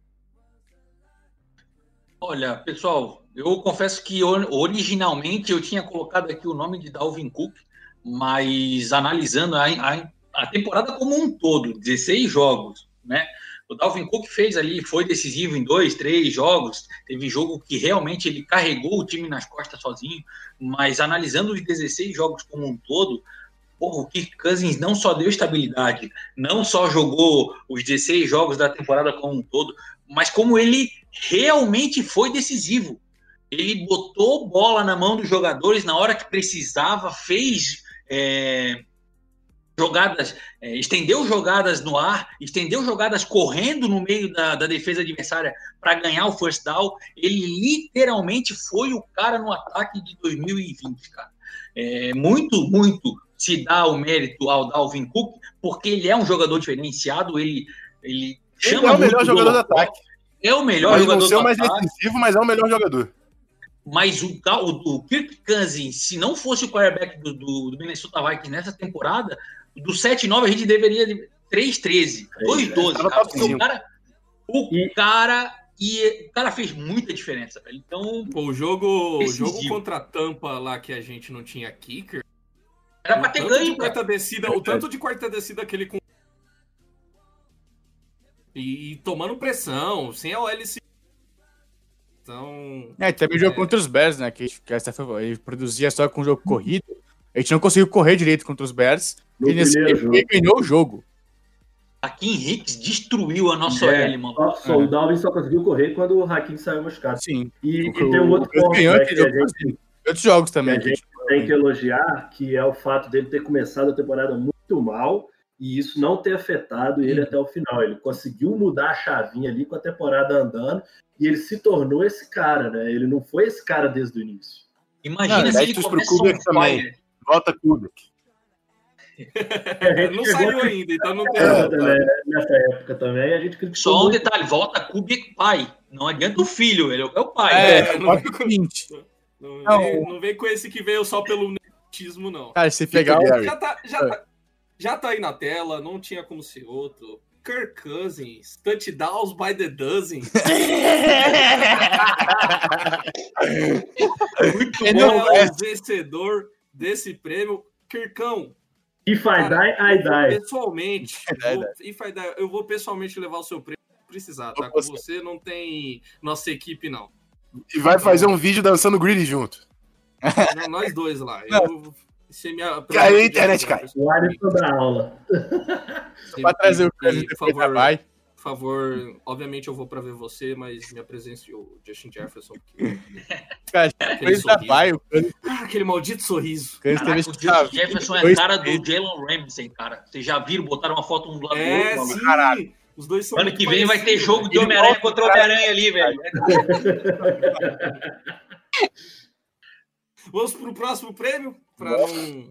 Olha, pessoal, eu confesso que originalmente eu tinha colocado aqui o nome de Dalvin Cook, mas analisando a, a, a temporada como um todo, dezesseis jogos, né? O Dalvin Cook fez ali, foi decisivo em dois, três jogos, teve jogo que realmente ele carregou o time nas costas sozinho, mas analisando os dezesseis jogos como um todo, porra, o Kirk Cousins não só deu estabilidade, não só jogou os dezesseis jogos da temporada como um todo, mas como ele realmente foi decisivo. Ele botou bola na mão dos jogadores na hora que precisava, fez é, jogadas, é, estendeu jogadas no ar, estendeu jogadas correndo no meio da, da defesa adversária para ganhar o first down. Ele literalmente foi o cara no ataque de dois mil e vinte, cara. É, muito, muito se dá o mérito ao Dalvin Cook, porque ele é um jogador diferenciado, ele, ele chama ele é o melhor jogador do ataque. É o melhor Pode jogador não ser do o mais ataque. decisivo, mas é o melhor jogador. Mas o, o, o Kirk Cousins, se não fosse o quarterback do, do, do Minnesota Vikings nessa temporada, do sete nove a gente deveria de três treze, dois doze, cara, porque o cara, o E- cara e o cara fez muita diferença, velho. Então, Pô, o jogo, o Decisivo. jogo contra a Tampa lá que a gente não tinha kicker, era pra o ter tanto de ganho, cara. quarta descida, o tanto de quarta descida que ele com... e, e tomando pressão, sem a O L C. Então, É, também o jogo contra os Bears, né? Que, que essa foi, ele produzia só com o jogo corrido. A gente não conseguiu correr direito contra os Bears. No E nesse primeiro ele ganhou o jogo. Aqui Henriques destruiu a nossa É, O L, mano. só- só É. O Dalvin só conseguiu correr quando o Hakim saiu machucado. Sim. E, O- e tem um outro o- ponto, ganhou né, aquele que a jogo, gente, Outros jogos que também. a que a gente gente- tem que elogiar, que é o fato dele ter começado a temporada muito mal e isso não ter afetado ele Sim. até o final. Ele conseguiu mudar a chavinha ali com a temporada andando e ele se tornou esse cara, né? Ele não foi esse cara desde o início. Imagina Não, se ele méritos pro começa on Kubrick também. fire. Volta Kubrick. não saiu ainda, então não tem. É, também, né? Nessa época também, a gente criticou Só um muito. detalhe, volta Kubrick pai. Não adianta o filho, ele é o pai. É, né? não, Pode ser vinte. não, Não. vem, não vem com esse que veio só pelo nepotismo, não. Cara, se pegar o... Gary. Já tá, já, tá, já tá aí na tela, não tinha como ser outro. Kirk Cousins, touchdowns by the dozen. Muito bom, é o vencedor desse prêmio. Kirkão. If I die, I die. Pessoalmente, vou, if I die, eu vou pessoalmente levar o seu prêmio se precisar, tá? Com você não tem nossa equipe, não. E vai fazer um vídeo dançando Greedy junto. Não, nós dois lá. Eu, se minha caiu a internet, cara. O Alisson da aula. Pra trazer o e, por favor, vai. Por favor, obviamente eu vou pra ver você, mas minha presença e o Justin Jefferson. Porque... Cara, aquele, vai, o ah, aquele maldito sorriso. Caraca, o Justin Jefferson é a cara do Jalen Ramsey, cara. Vocês já viram? Botaram uma foto um do lado é, do outro. Sim. Caralho. Os dois são ano que vem vai ter jogo de Homem-Aranha contra Homem-Aranha ali, velho. Vamos pro próximo prêmio? Pra não...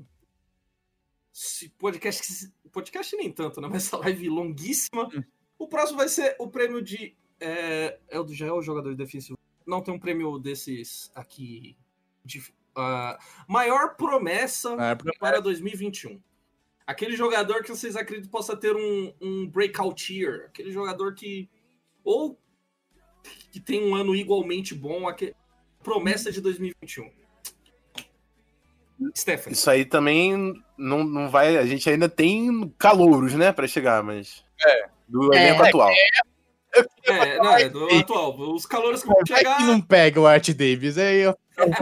Podcast, podcast nem tanto, né? Mas essa live longuíssima. O próximo vai ser o prêmio de... É, é o, já é o jogador defensivo. Não, tem um prêmio desses aqui. De, uh, maior promessa é, para dois mil e vinte e um. Aquele jogador que vocês acreditam possa ter um, um breakout year. Aquele jogador que... Ou que tem um ano igualmente bom. Aquele, promessa de dois mil e vinte e um. Stephanie. Isso aí também não, não vai... A gente ainda tem calouros, né? Para chegar, mas... É. Do elenco é, atual. É, é, não, é do atual. Os calouros que vão chegar... É que não pega o Art Davis, aí eu...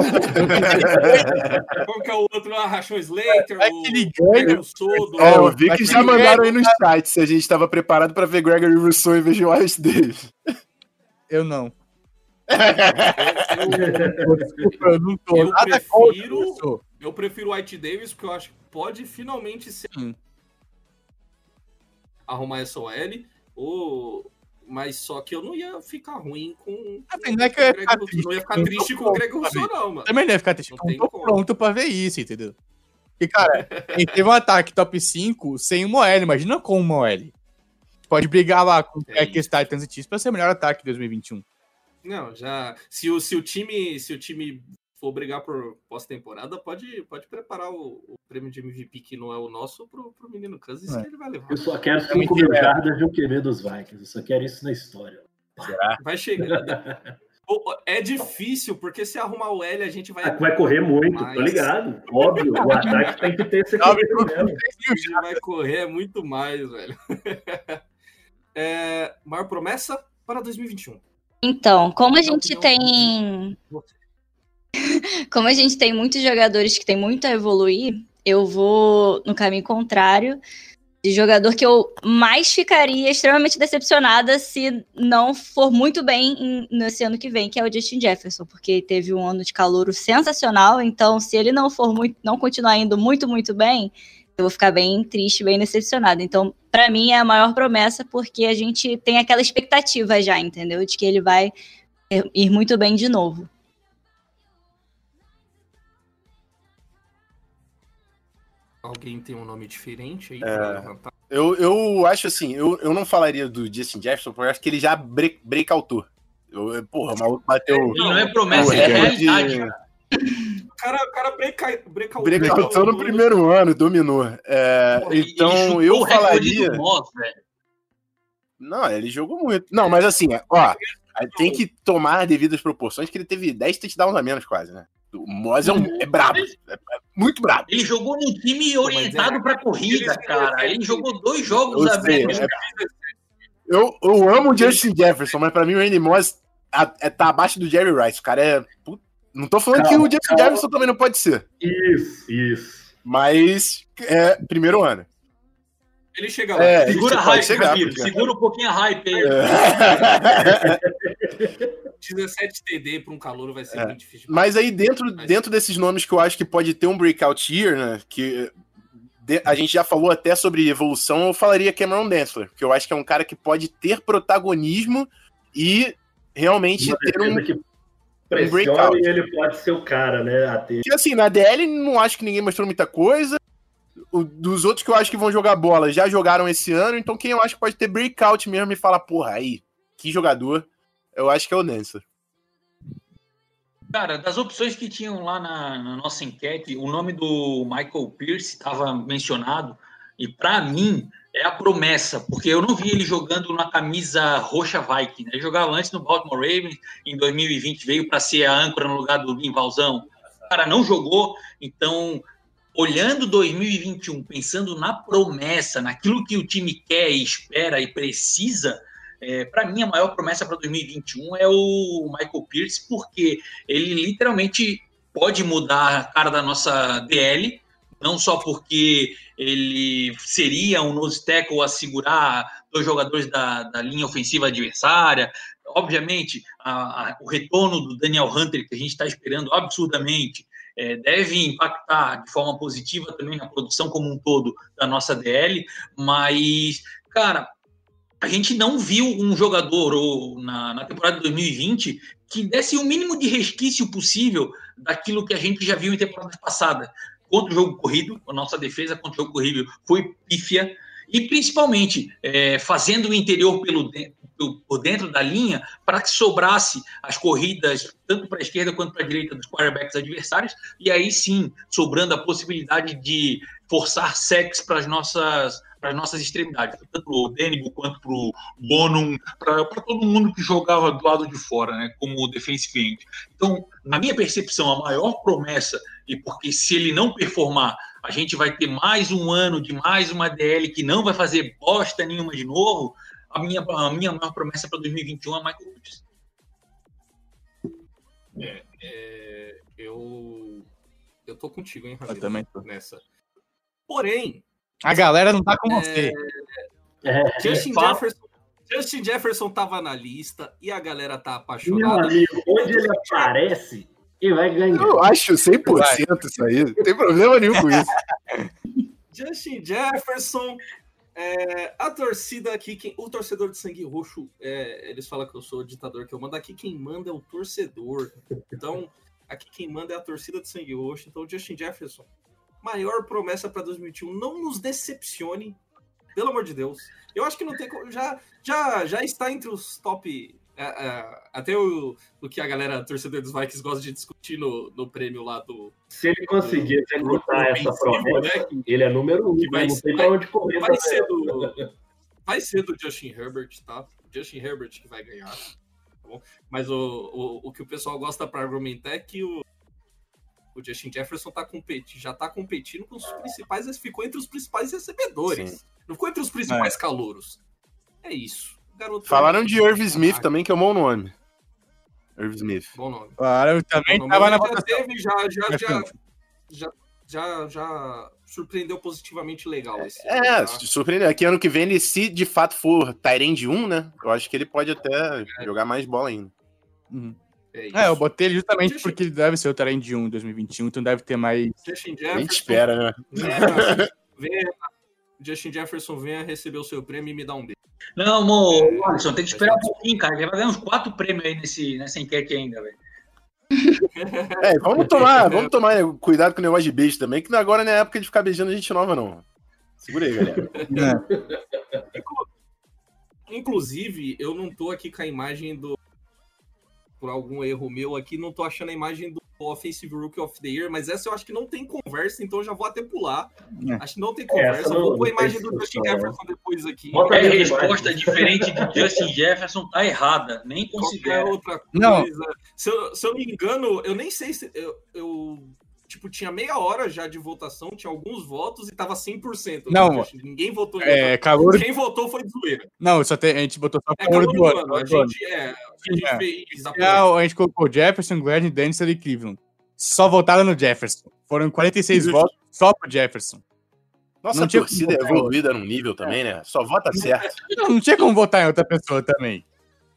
Como que é o outro lá? Rashon Slater, é que ele ganha. o Sodo. É, eu vi que já mandaram aí no chat se a gente estava preparado para ver Gregory Rousseau em vez de o Art Davis. Eu não. eu, eu não tô. Eu prefiro, eu prefiro o Art Davis, porque eu acho que pode finalmente ser... Hum. arrumar essa O L, ou... mas só que eu não ia ficar ruim com... Assim, não, é que eu ia ficar Greg, não ia ficar triste com o Greg Rousseau, não, mano. Também não ia ficar triste, não eu tô como. pronto pra ver isso, entendeu? E, cara, ele teve um ataque top cinco sem uma O L, imagina com uma O L. Pode brigar lá com o Packers, Titans e Chiefs pra ser o melhor ataque de dois mil e vinte e um. Não, já... Se o, se o time... Se o time... for brigar por pós-temporada, pode, pode preparar o, o prêmio de M V P, que não é o nosso, pro, pro menino Cousins, é. que ele vai levar. Eu só quero cinco mil jardas de um Q B dos Vikings. Eu só quero isso na história. Será? Vai chegar. É difícil, porque se arrumar o L, a gente vai... Ah, vai correr muito, tá ligado? Óbvio, o ataque tem que ter esse equilíbrio mesmo. Vai correr muito mais, velho. É, maior promessa para dois mil e vinte e um. Então, como a gente tem... Como a gente tem muitos jogadores que tem muito a evoluir, eu vou no caminho contrário de jogador que eu mais ficaria extremamente decepcionada se não for muito bem em, nesse ano que vem, que é o Justin Jefferson, porque teve um ano de calouro sensacional, então se ele não for muito, não continuar indo muito, muito bem, eu vou ficar bem triste, bem decepcionada. Então, pra mim, é a maior promessa, porque a gente tem aquela expectativa já, entendeu? De que ele vai ir muito bem de novo. Alguém tem um nome diferente aí? É, eu, eu acho assim, eu, eu não falaria do Justin Jefferson, porque eu acho que ele já break, breakoutou. Eu, porra, o maluco bateu... Não, não é promessa, é realidade. O cara, o cara breaka, breakoutou. Breakoutou no primeiro ano, dominou. É, porra, então, eu falaria... Moss, não, ele jogou muito. Não, mas assim, ó, tem que tomar devidas proporções, que ele teve dez touchdowns a menos quase, né? O Moss é, um, é brabo, é muito brabo. Ele jogou num time orientado é, pra corrida, ele, cara. Ele jogou dois jogos a menos. É, eu, eu amo o Justin Jefferson, mas pra mim o Randy Moss é, tá abaixo do Jerry Rice. O cara é... Não tô falando calma, que o Justin calma. Jefferson também não pode ser. Isso, isso. Mas é primeiro ano. Ele chega lá. É, segura a hype, chegar, Camilo. Porque... Segura um pouquinho a hype aí. É. dezessete T D para um calouro vai ser é. muito difícil. Mas aí, dentro, Mas... dentro desses nomes que eu acho que pode ter um breakout year, né? Que de, a gente já falou até sobre evolução, eu falaria Cameron Dantzler, que eu acho que é um cara que pode ter protagonismo e realmente Uma ter um, que um breakout. E ele pode ser o cara, né? A ter... Porque assim, na D L não acho que ninguém mostrou muita coisa. O, dos outros que eu acho que vão jogar bola já jogaram esse ano, então quem eu acho que pode ter breakout mesmo e falar, porra, aí, que jogador, eu acho que é o Dantzler. Cara, das opções que tinham lá na, na nossa enquete, o nome do Michael Pierce estava mencionado. E para mim é a promessa, porque eu não vi ele jogando na camisa roxa Viking, né? Ele jogava antes no Baltimore Ravens, em dois mil e vinte veio para ser a âncora no lugar do Linvalzão. O cara não jogou, então, olhando dois mil e vinte e um, pensando na promessa, naquilo que o time quer e espera e precisa, é, para mim a maior promessa para dois mil e vinte e um é o Michael Pierce, porque ele literalmente pode mudar a cara da nossa D L, não só porque ele seria um nose tackle a segurar dois jogadores da, da linha ofensiva adversária. Obviamente, a, a, o retorno do Daniel Hunter, que a gente está esperando absurdamente, é, deve impactar de forma positiva também na produção como um todo da nossa D L, mas, cara, a gente não viu um jogador ou, na, na temporada de dois mil e vinte que desse o mínimo de resquício possível daquilo que a gente já viu em temporada passada. Contra o jogo corrido, a nossa defesa contra o jogo corrido foi pífia, e principalmente é, fazendo o interior pelo, por dentro da linha para que sobrasse as corridas tanto para a esquerda quanto para a direita dos quarterbacks adversários, e aí sim, sobrando a possibilidade de forçar sacks para as nossas, para as nossas extremidades, tanto para o Denbo quanto para o Bonum, para todo mundo que jogava do lado de fora, né, como defensive end. Então, na minha percepção, a maior promessa, e porque se ele não performar, a gente vai ter mais um ano de mais uma D L que não vai fazer bosta nenhuma de novo, a minha, a minha maior promessa para dois mil e vinte e um é Michael Pierce. É, é, eu, eu tô contigo, hein, Ramiro, eu também tô. Nessa. Porém... A galera não tá com é, você. É, Justin, é Jefferson, Justin Jefferson tava na lista e a galera tá Meu apaixonada. amigo, onde ele aparece, ele vai ganhar. Eu acho cem por cento isso aí. Não tem problema nenhum com isso. Justin Jefferson, é, a torcida aqui, quem, o torcedor de sangue roxo, é, eles falam que eu sou o ditador que eu mando. Aqui quem manda é o torcedor. Então, aqui quem manda é a torcida de sangue roxo. Então, Justin Jefferson, maior promessa para dois mil e vinte e um, não nos decepcione, pelo amor de Deus. Eu acho que não tem como, já, já, já está entre os top, é, é, até o, o que a galera, torcedor dos Vikings, gosta de discutir no, no prêmio lá do... Se ele conseguir executar essa promessa, né, ele é número um, que vai, não tem para onde correr. Vai ser, do, vai ser do Justin Herbert, tá? Justin Herbert que vai ganhar, tá bom? Mas o, o, o que o pessoal gosta para argumentar é que o O Justin Jefferson tá competi- já tá competindo com os principais, ele ficou entre os principais recebedores. Sim. Não ficou entre os principais é. calouros. É isso. Garoto Falaram é... de Irv Smith ah, também, que é um bom nome. Irv Smith. Bom nome. Claro, eu também bom tava na já teve, já, já, já, já, já, já surpreendeu positivamente legal. Esse é, ano, tá? surpreendeu. Aqui ano que vem, ele, se de fato for Tyrande um, né? Eu acho que ele pode até é. jogar mais bola ainda. Uhum. É, é, eu botei ele justamente Justin... porque ele deve ser o Tyrande um em dois mil e vinte e um, então deve ter mais... Justin Jefferson... A gente espera, né? Venha, Justin Jefferson, venha receber o seu prêmio e me dá um beijo. Não, amor, Alisson, tem que esperar um pouquinho, cara. Ele vai ganhar uns quatro prêmios aí nesse, nessa enquete ainda, velho. É, vamos tomar, vamos tomar cuidado com o negócio de beijo também, que agora não é época de ficar beijando gente nova, não. Segura aí, galera. É. Inclusive, eu não tô aqui com a imagem do... Por algum erro meu aqui, não tô achando a imagem do Offensive Rookie of the Year, mas essa eu acho que não tem conversa, então eu já vou até pular. É. Acho que não tem conversa. É, eu vou pôr a imagem do Justin Jefferson depois aqui. Qualquer resposta diferente de Justin Jefferson tá errada, nem considera. Outra coisa. Não. Se eu, se eu me engano, eu nem sei se... Eu, eu, tipo, tinha meia hora já de votação, tinha alguns votos e tava cem por cento. Não, ninguém votou em é, calor... Quem votou foi de zoeira. Não, só tem, a gente botou só é calor do ano. A gente, é, a gente é. fez... A gente colocou Jefferson, Glenn, Denzel e Cleveland. Só votaram no Jefferson. Foram quarenta e seis votos só pro Jefferson. Nossa, não a torcida é evoluída num nível também, né? Só vota certo. Não, não tinha como votar em outra pessoa também.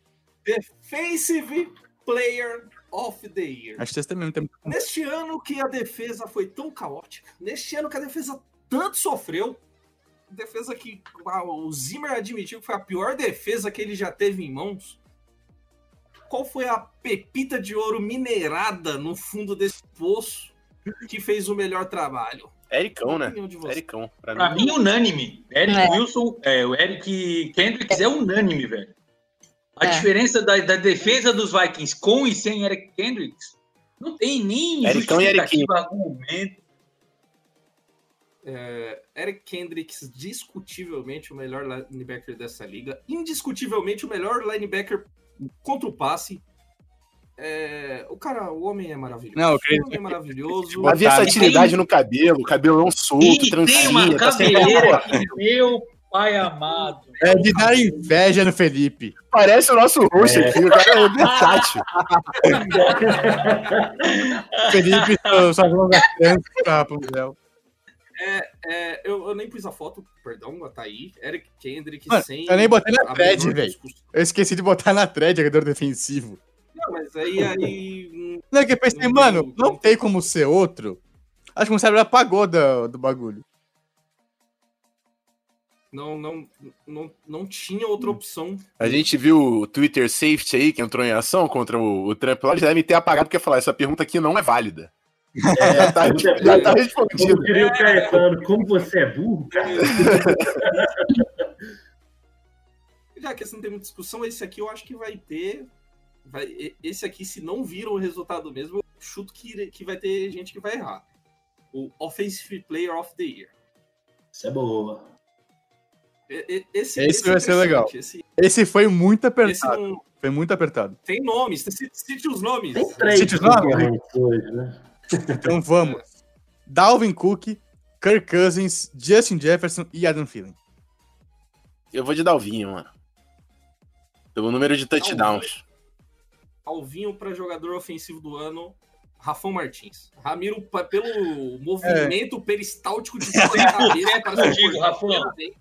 Defensive Player of the Year. Acho que vocês também tem... Neste ano que a defesa foi tão caótica, neste ano que a defesa tanto sofreu, defesa que o Zimmer admitiu que foi a pior defesa que ele já teve em mãos. Qual foi a pepita de ouro minerada no fundo desse poço que fez o melhor trabalho? Ericão, né? Ericão. Pra, pra mim, mim, unânime. Eric é. Wilson, é, o Eric Kendricks é unânime, velho. A é. diferença da, da defesa dos Vikings com e sem Eric Kendricks não tem nem Ericão justificativa, argumento. É, Eric Kendricks, discutivelmente o melhor linebacker dessa liga. Indiscutivelmente o melhor linebacker contra o passe. É, o cara, o homem é maravilhoso. Não, eu creio o homem é maravilhoso. A versatilidade no cabelo, cabelão solto, E trancinha. tem uma tá sempre- cabeleira que, meu pai amado. É de dar inveja no Felipe. Parece o nosso host É. aqui, o cara é versátil. Felipe só- só joga tanto pra Rapunzel. É, eu, eu nem pus a foto, perdão, tá aí. Eric Kendrick Mano, sem. eu nem botei na a thread, menor velho. discussão. Eu esqueci de botar na thread jogador defensivo. Não, mas aí. aí hum, Não, é que eu pensei, Não mano, tem- não tem como ser outro. Acho que o cérebro apagou do, do bagulho. não, não, não, não tinha outra opção. A gente viu o Twitter Safety aí, que entrou em ação contra o, o Trump lá, eles devem ter apagado porque falar, essa pergunta aqui não é válida. já, tá, já tá respondido. Como diria o Caetano, como você é burro, cara. Já que esse não tem muita discussão, esse aqui eu acho que vai ter. Vai, e- esse aqui, se não viram o resultado mesmo, eu chuto que, que vai ter gente que vai errar. O Offensive Player of the Year. Isso é boa. E- e- Esse, Esse vai ser é legal. interessante, Esse, Esse foi muito esse apertado. não, Foi muito apertado. tem nomes, cite, cite os nomes. Tem três Cite os nomes? concorrentes hoje, né? Então vamos. Dalvin Cook, Kirk Cousins, Justin Jefferson e Adam Thielen. Eu vou de Dalvinho, mano. Pelo número de touchdowns. Alvinho para jogador ofensivo do ano, Rafão Martins. Ramiro, pa- pelo movimento peristáltico de sua cabeça para se Contigo, Rafão.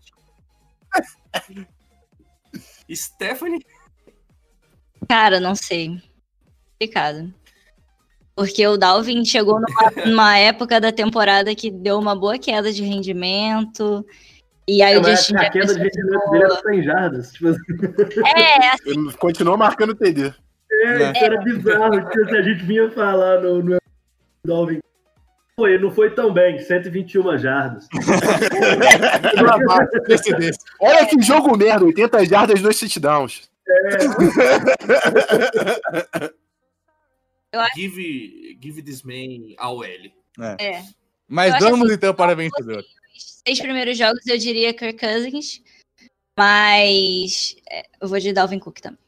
Stephanie, Cara, não sei. Complicado. Porque o Dalvin chegou numa, numa época da temporada que deu uma boa queda de rendimento. E aí É, o mas Justin a queda de Jefferson rendimento dele era cem jardas. Tipo assim, É, assim, Ele continuou marcando T D. é, isso era bizarro. Tipo, se a gente vinha falar no, no Dalvin. Pô, ele não foi tão bem, cento e vinte e uma jardas. Desse, desse. Olha que jogo merda, oitenta jardas, dois touchdowns. give, give this man a O L. é. Mas Eu acho vamos assim, então para a vencedora. Os seis primeiros jogos eu diria Kirk Cousins. Mas é, eu vou de Dalvin Cook também.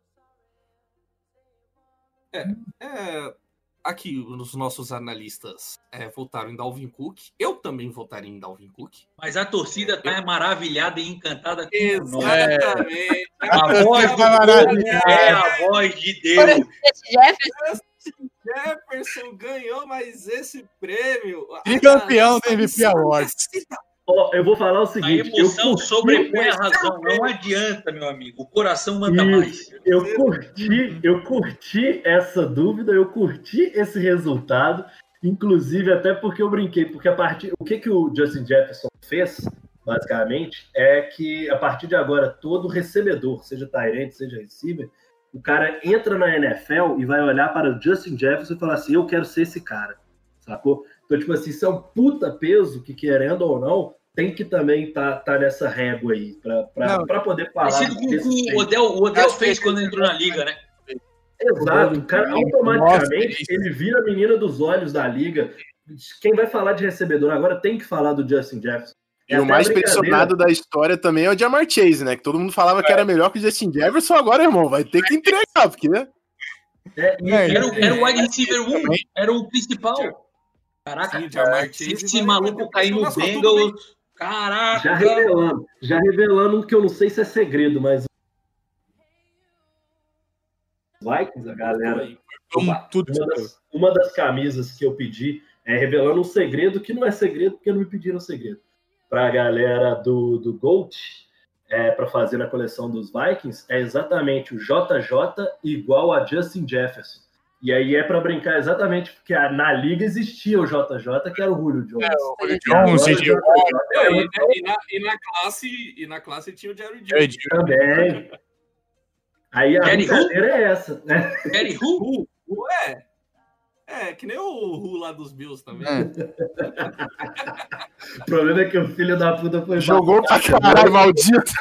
É, aqui, os nossos analistas é, votaram em Dalvin Cook. Eu também votaria em Dalvin Cook. Mas a torcida tá maravilhada e encantada com nós. Exatamente. A voz do povo é a voz de Deus. Justin Jefferson, Jefferson ganhou mais esse prêmio. Tricampeão do M V P Awards. Ó, eu vou falar o A seguinte. emoção eu curti, sobrepõe a razão. Não adianta, meu amigo. O coração manda mais. Eu curti, eu curti essa dúvida, eu curti esse resultado, inclusive até porque eu brinquei, porque a partir, o que, que o Justin Jefferson fez, basicamente, é que a partir de agora todo recebedor, seja tight end, seja receiver, o cara entra na N F L e vai olhar para o Justin Jefferson e falar assim, eu quero ser esse cara, sacou? Então, tipo assim, isso é um puta peso que, querendo ou não, tem que também tá, tá nessa régua aí, pra, pra, Não, pra poder falar. Parecido com o desse que jeito. o Odell, o Odell Acho que fez é- quando entrou na liga, né? Exato, o cara automaticamente Nossa, ele vira a menina dos olhos da liga. Quem vai falar de recebedor agora tem que falar do Justin Jefferson. E É o até mais brincadeira. pressionado da história também é o Jamar Chase, né? Que todo mundo falava que era melhor que o Justin Jefferson, agora, irmão, vai ter que entregar, porque, né? É, e- É, Era, o- era o wide receiver um, era o principal. Caraca, Sim, o Jamar se Chase esse vai- maluco vai- cair no vai- vai- tudo Bengals, caraca. já revelando, já revelando um que eu não sei se é segredo, mas Vikings, a galera. Como tudo Uma das, uma das camisas que eu pedi é revelando um segredo que não é segredo, porque não me pediram segredo. Para a galera do, do Gold, é, para fazer na coleção dos Vikings, é exatamente o J J igual a Justin Jefferson. E aí é para brincar exatamente porque a- na liga existia o J J, que era o Julio Jones. Jones, Agora o J J J É, é e, muito e na, e na classe, e na classe tinha o Jerry Jones. também. Aí a Jerry brincadeira é essa, né? Gary Who? Ué, é, que nem o Ru lá dos Bills também. O problema é que o filho da puta foi Jogou pra caralho, maldito.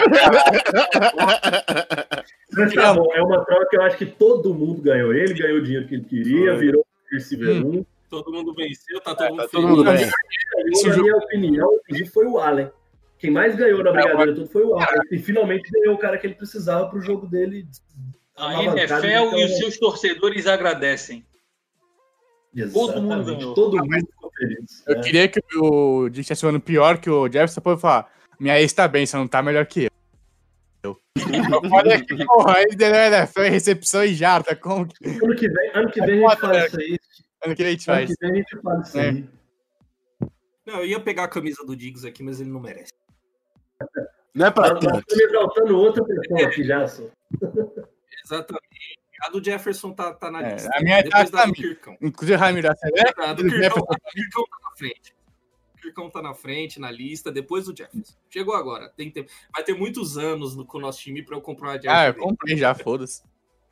Mas tá bom, é uma troca que eu acho que todo mundo ganhou. Ele ganhou o dinheiro que ele queria, Foi. virou receiver Hum. um. Todo mundo venceu, tá todo mundo Tá feliz. todo mundo bem. Na minha opinião, foi o Allen. Quem mais ganhou na brigadeira tudo foi o Allen. E finalmente ganhou o cara que ele precisava pro jogo dele. A N F L e os seus torcedores agradecem. Todo mundo ganhou. Todo mundo ficou feliz. Eu é. queria que o Dick tivesse um ano pior que o Jefferson pode falar. Minha ex tá bem, você não tá melhor que eu. Eu falei que, porra, ele deu N F L, recepção e jarda. Como que... Ano que vem, ano que vem a gente faz isso aí. Ano que vem a gente Ano faz. que vem a gente faz isso É. aí. Não, eu ia pegar a camisa do Diggs aqui, mas ele não merece. Não é pra Nós tanto. estamos exaltando outra pessoa aqui já, só. Exatamente. A do Jefferson tá, tá na É, lista. a minha Depois tá da na do minha. Kirkão. Inclusive, Ramiro, você vê? A do Kirkão, a do Kirkão tá na frente. O Kirkão tá na frente, na lista, depois do Jefferson. Chegou agora. Tem tempo. Vai ter muitos anos no, com o nosso time pra eu comprar uma Jefferson. Ah, eu comprei já, foda-se.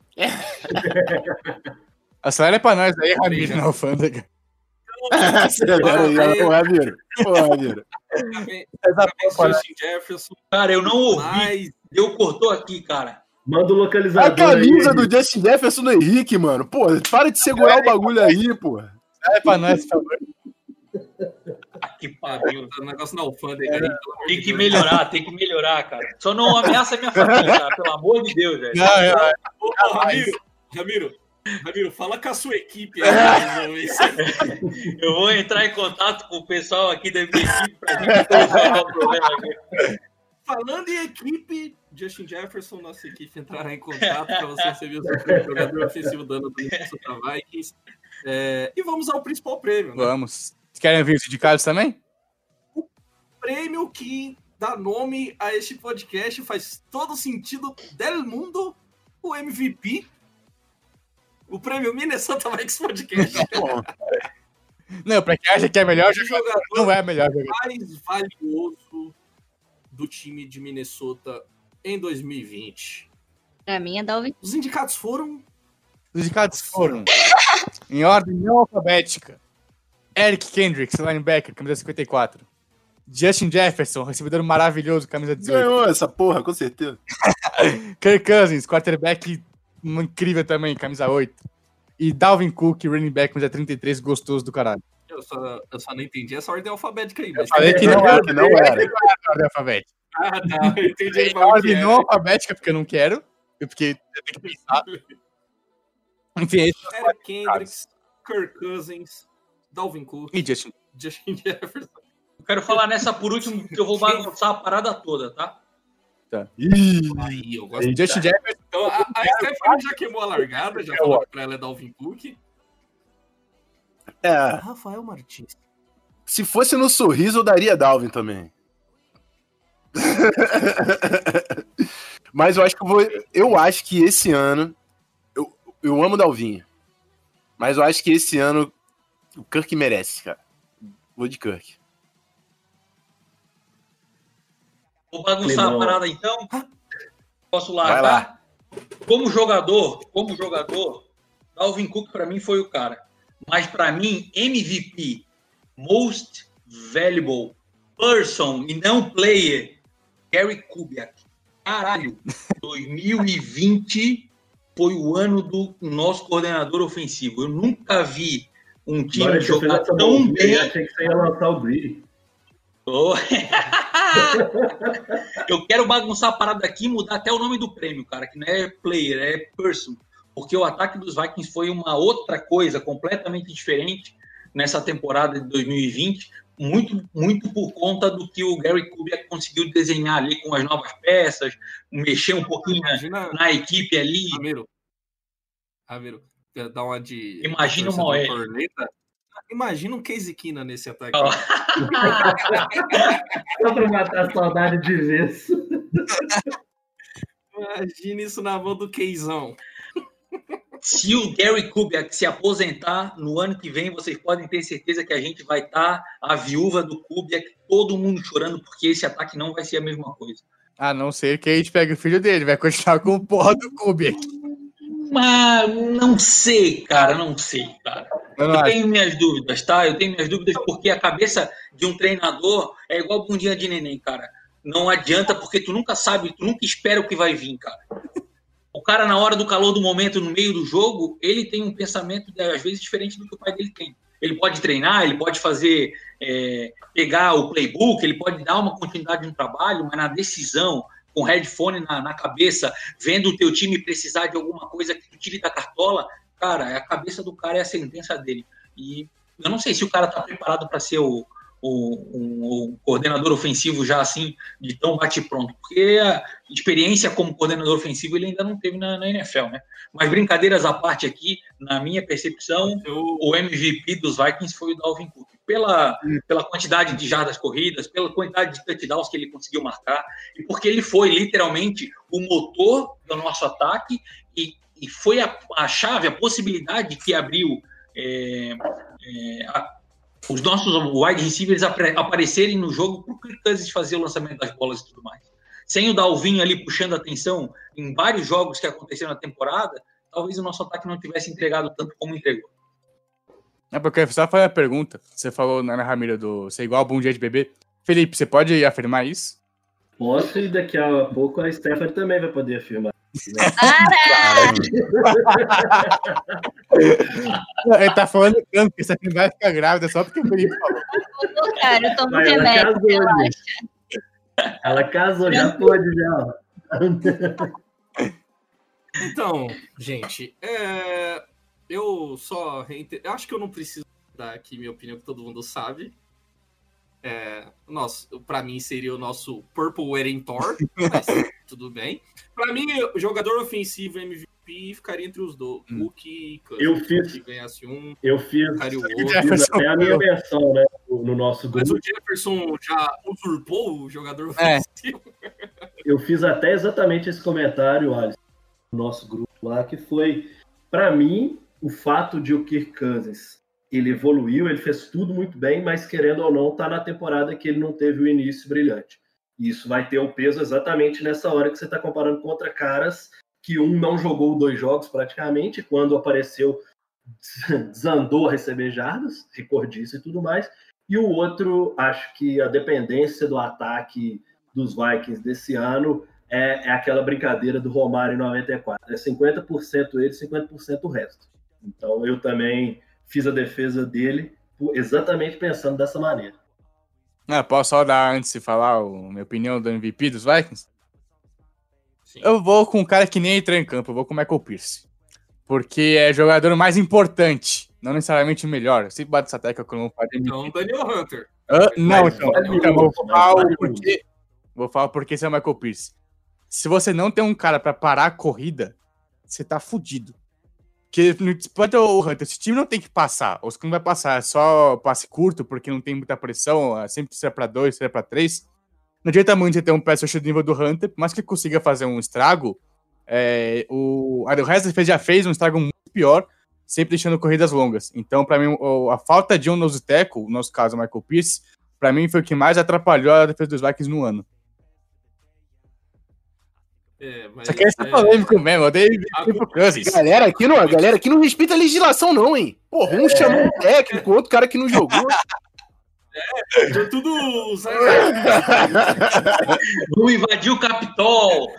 Acelera pra nós aí, Ramiro, na alfândega. Acelera aí, ô, Ramiro. Ô, Ramiro. Justin Jefferson. Cara, eu não ouvi. Mas Deu cortou aqui, cara. Manda o A localizador camisa aí. do Justin Jefferson do Henrique, mano. Pô, para de segurar o bagulho aí, pô. Acelera pra nós, por favor. Ah, que pariu. tá um negócio na alfândega aí. pelo amor Tem de que Deus. melhorar, tem que melhorar, cara. Só não ameaça minha família, cara. Pelo amor de Deus, velho. Não, eu, Ô, ô, Ramiro, Ramiro, Ramiro, fala com a sua equipe aí. pra resolver isso aí. Eu vou entrar em contato com o pessoal aqui da minha equipe pra gente resolver o problema aqui. Falando em equipe, Justin Jefferson, nossa equipe entrará em contato para você receber o seu jogador ofensivo do ano do Minnesota Vikings. É, e vamos ao principal prêmio, né? vamos. Vocês querem vir os indicados também? Prêmio que dá nome a este podcast, faz todo sentido del mundo, o M V P. O prêmio Minnesota Vikings Podcast. Não, pra quem acha que é melhor O jogador, jogador não é melhor jogador. mais valioso do time de Minnesota em dois mil e vinte. Pra mim é Dalvin. Os indicados foram Os indicados foram, em ordem não alfabética, Eric Kendricks, linebacker, camisa cinquenta e quatro. Justin Jefferson, recebedor maravilhoso, camisa dezoito. Ganhou essa porra, com certeza. Kirk Cousins, quarterback incrível também, camisa oito. E Dalvin Cook, running back, camisa trinta e três, gostoso do caralho. Eu só, eu só não entendi essa ordem alfabética aí. Mas... Falei que não Falei era, que não era. a ordem alfabética. Ah, tá. Eu entendi aí A pra onde ordem é. não alfabética, porque eu não quero, porque eu tenho que pensar. Enfim, esse Eric Kendricks, Kirk Cousins, Dalvin Cook, e Justin. Justin Jefferson. Eu quero falar nessa por último, que eu vou bagunçar a parada toda, tá? Ih, Aí, eu gosto. Justin Jefferson, Então, a, a Stephanie já queimou a largada, já falou que pra ela é Dalvin Cook. é, Rafael Martins. se fosse no sorriso, eu daria Dalvin também. Mas eu acho que eu vou. Eu acho que esse ano. Eu, eu amo Dalvin. Mas eu acho que esse ano o Kirk merece, cara. Vou de Kirk. Vou bagunçar Climão. a parada então. Posso Vai largar? lá. Como jogador, como jogador, Dalvin Cook pra mim foi o cara. Mas pra mim, M V P, Most Valuable Person e não Player, Gary Kubiak. Caralho, dois mil e vinte foi o ano do nosso coordenador ofensivo. Eu nunca vi um time Agora que você fez jogar essa tão mãozinha, bem. eu achei que você ia lançar o Greedy. Oh. Eu quero bagunçar a parada aqui e mudar até o nome do prêmio, cara, que não é player, é person. Porque o ataque dos Vikings foi uma outra coisa completamente diferente nessa temporada de dois mil e vinte, muito, muito por conta do que o Gary Kubiak conseguiu desenhar ali com as novas peças, mexer um pouquinho na, Imagina, na equipe ali. Ramiro. Ramiro, dá uma de. Imagina de uma O L. corneta. Imagina um Case Keenum nesse ataque. Ó. Só pra matar a saudade de vez. Imagina isso na mão do Keizão. Se o Gary Kubiak se aposentar no ano que vem, vocês podem ter certeza que a gente vai estar a viúva do Kubiak, todo mundo chorando, porque esse ataque não vai ser a mesma coisa. A não ser que a gente pegue o filho dele, vai continuar com o porra do Kubiak. Mas não sei, cara, não sei, cara. Eu não Eu acho. tenho minhas dúvidas, tá? Eu tenho minhas dúvidas porque a cabeça de um treinador é igual bundinha de neném, cara. Não adianta porque tu nunca sabe, tu nunca espera o que vai vir, cara. O cara, na hora do calor do momento, no meio do jogo, ele tem um pensamento, às vezes, diferente do que o pai dele tem. Ele pode treinar, ele pode fazer, é, pegar o playbook, ele pode dar uma continuidade no trabalho, mas na decisão, com o headphone na, na cabeça, vendo o teu time precisar de alguma coisa que tu tire da cartola, cara, a cabeça do cara é a sentença dele. E eu não sei se o cara tá preparado para ser o, o, o, o coordenador ofensivo já assim, de tão bate-pronto, porque a experiência como coordenador ofensivo ele ainda não teve na, na N F L, né? Mas brincadeiras à parte aqui, na minha percepção, o M V P dos Vikings foi o Dalvin Cook. Pela, pela quantidade de jardas corridas, pela quantidade de touchdowns que ele conseguiu marcar, e porque ele foi literalmente o motor do nosso ataque e, e foi a, a chave, a possibilidade que abriu é, é, a, os nossos wide receivers apre, aparecerem no jogo para o Kirk Cousins fazer o lançamento das bolas e tudo mais. Sem o Dalvin ali puxando a atenção em vários jogos que aconteceram na temporada, talvez o nosso ataque não tivesse entregado tanto como entregou. É porque eu só fazer a pergunta. Você falou, Ana Ramira, do ser igual a bom dia de bebê. Felipe, você pode afirmar isso? Posso, e daqui a pouco a Stephanie também vai poder afirmar. Ele tá falando tanto que Stephanie vai ficar grávida só porque o Felipe falou. Cara, eu tomo Mas ela remédio, casou, relaxa. Ela casou, já pode, já. Então, gente, é... eu só reiter... eu acho que eu não preciso dar aqui minha opinião, que todo mundo sabe. É... Nossa, pra mim seria o nosso Purple Wedding Thor, mas tudo bem. Pra mim, o jogador ofensivo M V P ficaria entre os dois. Hum. Cook e Cousins. Eu fiz. Se ganhasse um, eu fiz. ficaria o outro. Fiz até a minha versão, né? No nosso grupo. Mas o Jefferson já usurpou o jogador ofensivo. É. Eu fiz até exatamente esse comentário, Alisson, no nosso grupo lá, que foi, pra mim, o fato de o Kirk Cousins, ele evoluiu, ele fez tudo muito bem, mas querendo ou não, tá na temporada que ele não teve o início brilhante. E isso vai ter o peso exatamente nessa hora que você está comparando contra caras que um não jogou dois jogos praticamente, quando apareceu, desandou a receber jardas, recordista e tudo mais, e o outro, acho que a dependência do ataque dos Vikings desse ano é, é aquela brincadeira do Romário em noventa e quatro. É cinquenta por cento ele, cinquenta por cento o resto. Então eu também fiz a defesa dele exatamente pensando dessa maneira. Ah, posso só dar, antes de falar a minha opinião do M V P dos Vikings? Sim. Eu vou com um cara que nem entrou em campo, eu vou com o Michael Pierce. Porque é o jogador mais importante, não necessariamente o melhor. Eu sempre bato essa tecla quando eu falo de M V P. Então, Daniel Hunter. Ah, não, mas, então, vale então muito, vou falar vale porque... muito. Vou falar porque esse é o Michael Pierce. Se você não tem um cara pra parar a corrida, você tá fudido. Porque pode ter o Hunter, esse time não tem que passar. Os que não vai passar é só passe curto, porque não tem muita pressão, sempre será pra dois, será pra três. Não adianta muito você ter um pass rush do nível do Hunter, mas que consiga fazer um estrago. É, o, o resto da defesa já fez um estrago muito pior, sempre deixando corridas longas. Então, pra mim, a falta de um nose tackle, no nosso caso, o Michael Pierce, pra mim foi o que mais atrapalhou a defesa dos Vikings no ano. É, mas, Isso aqui é é... polêmico mesmo, eu dei pro Cousins. Galera aqui, não, a galera aqui não respeita a legislação, não, hein? Porra, um chamou um técnico, outro cara que não jogou. É, tudo. Não invadiu o Capitol.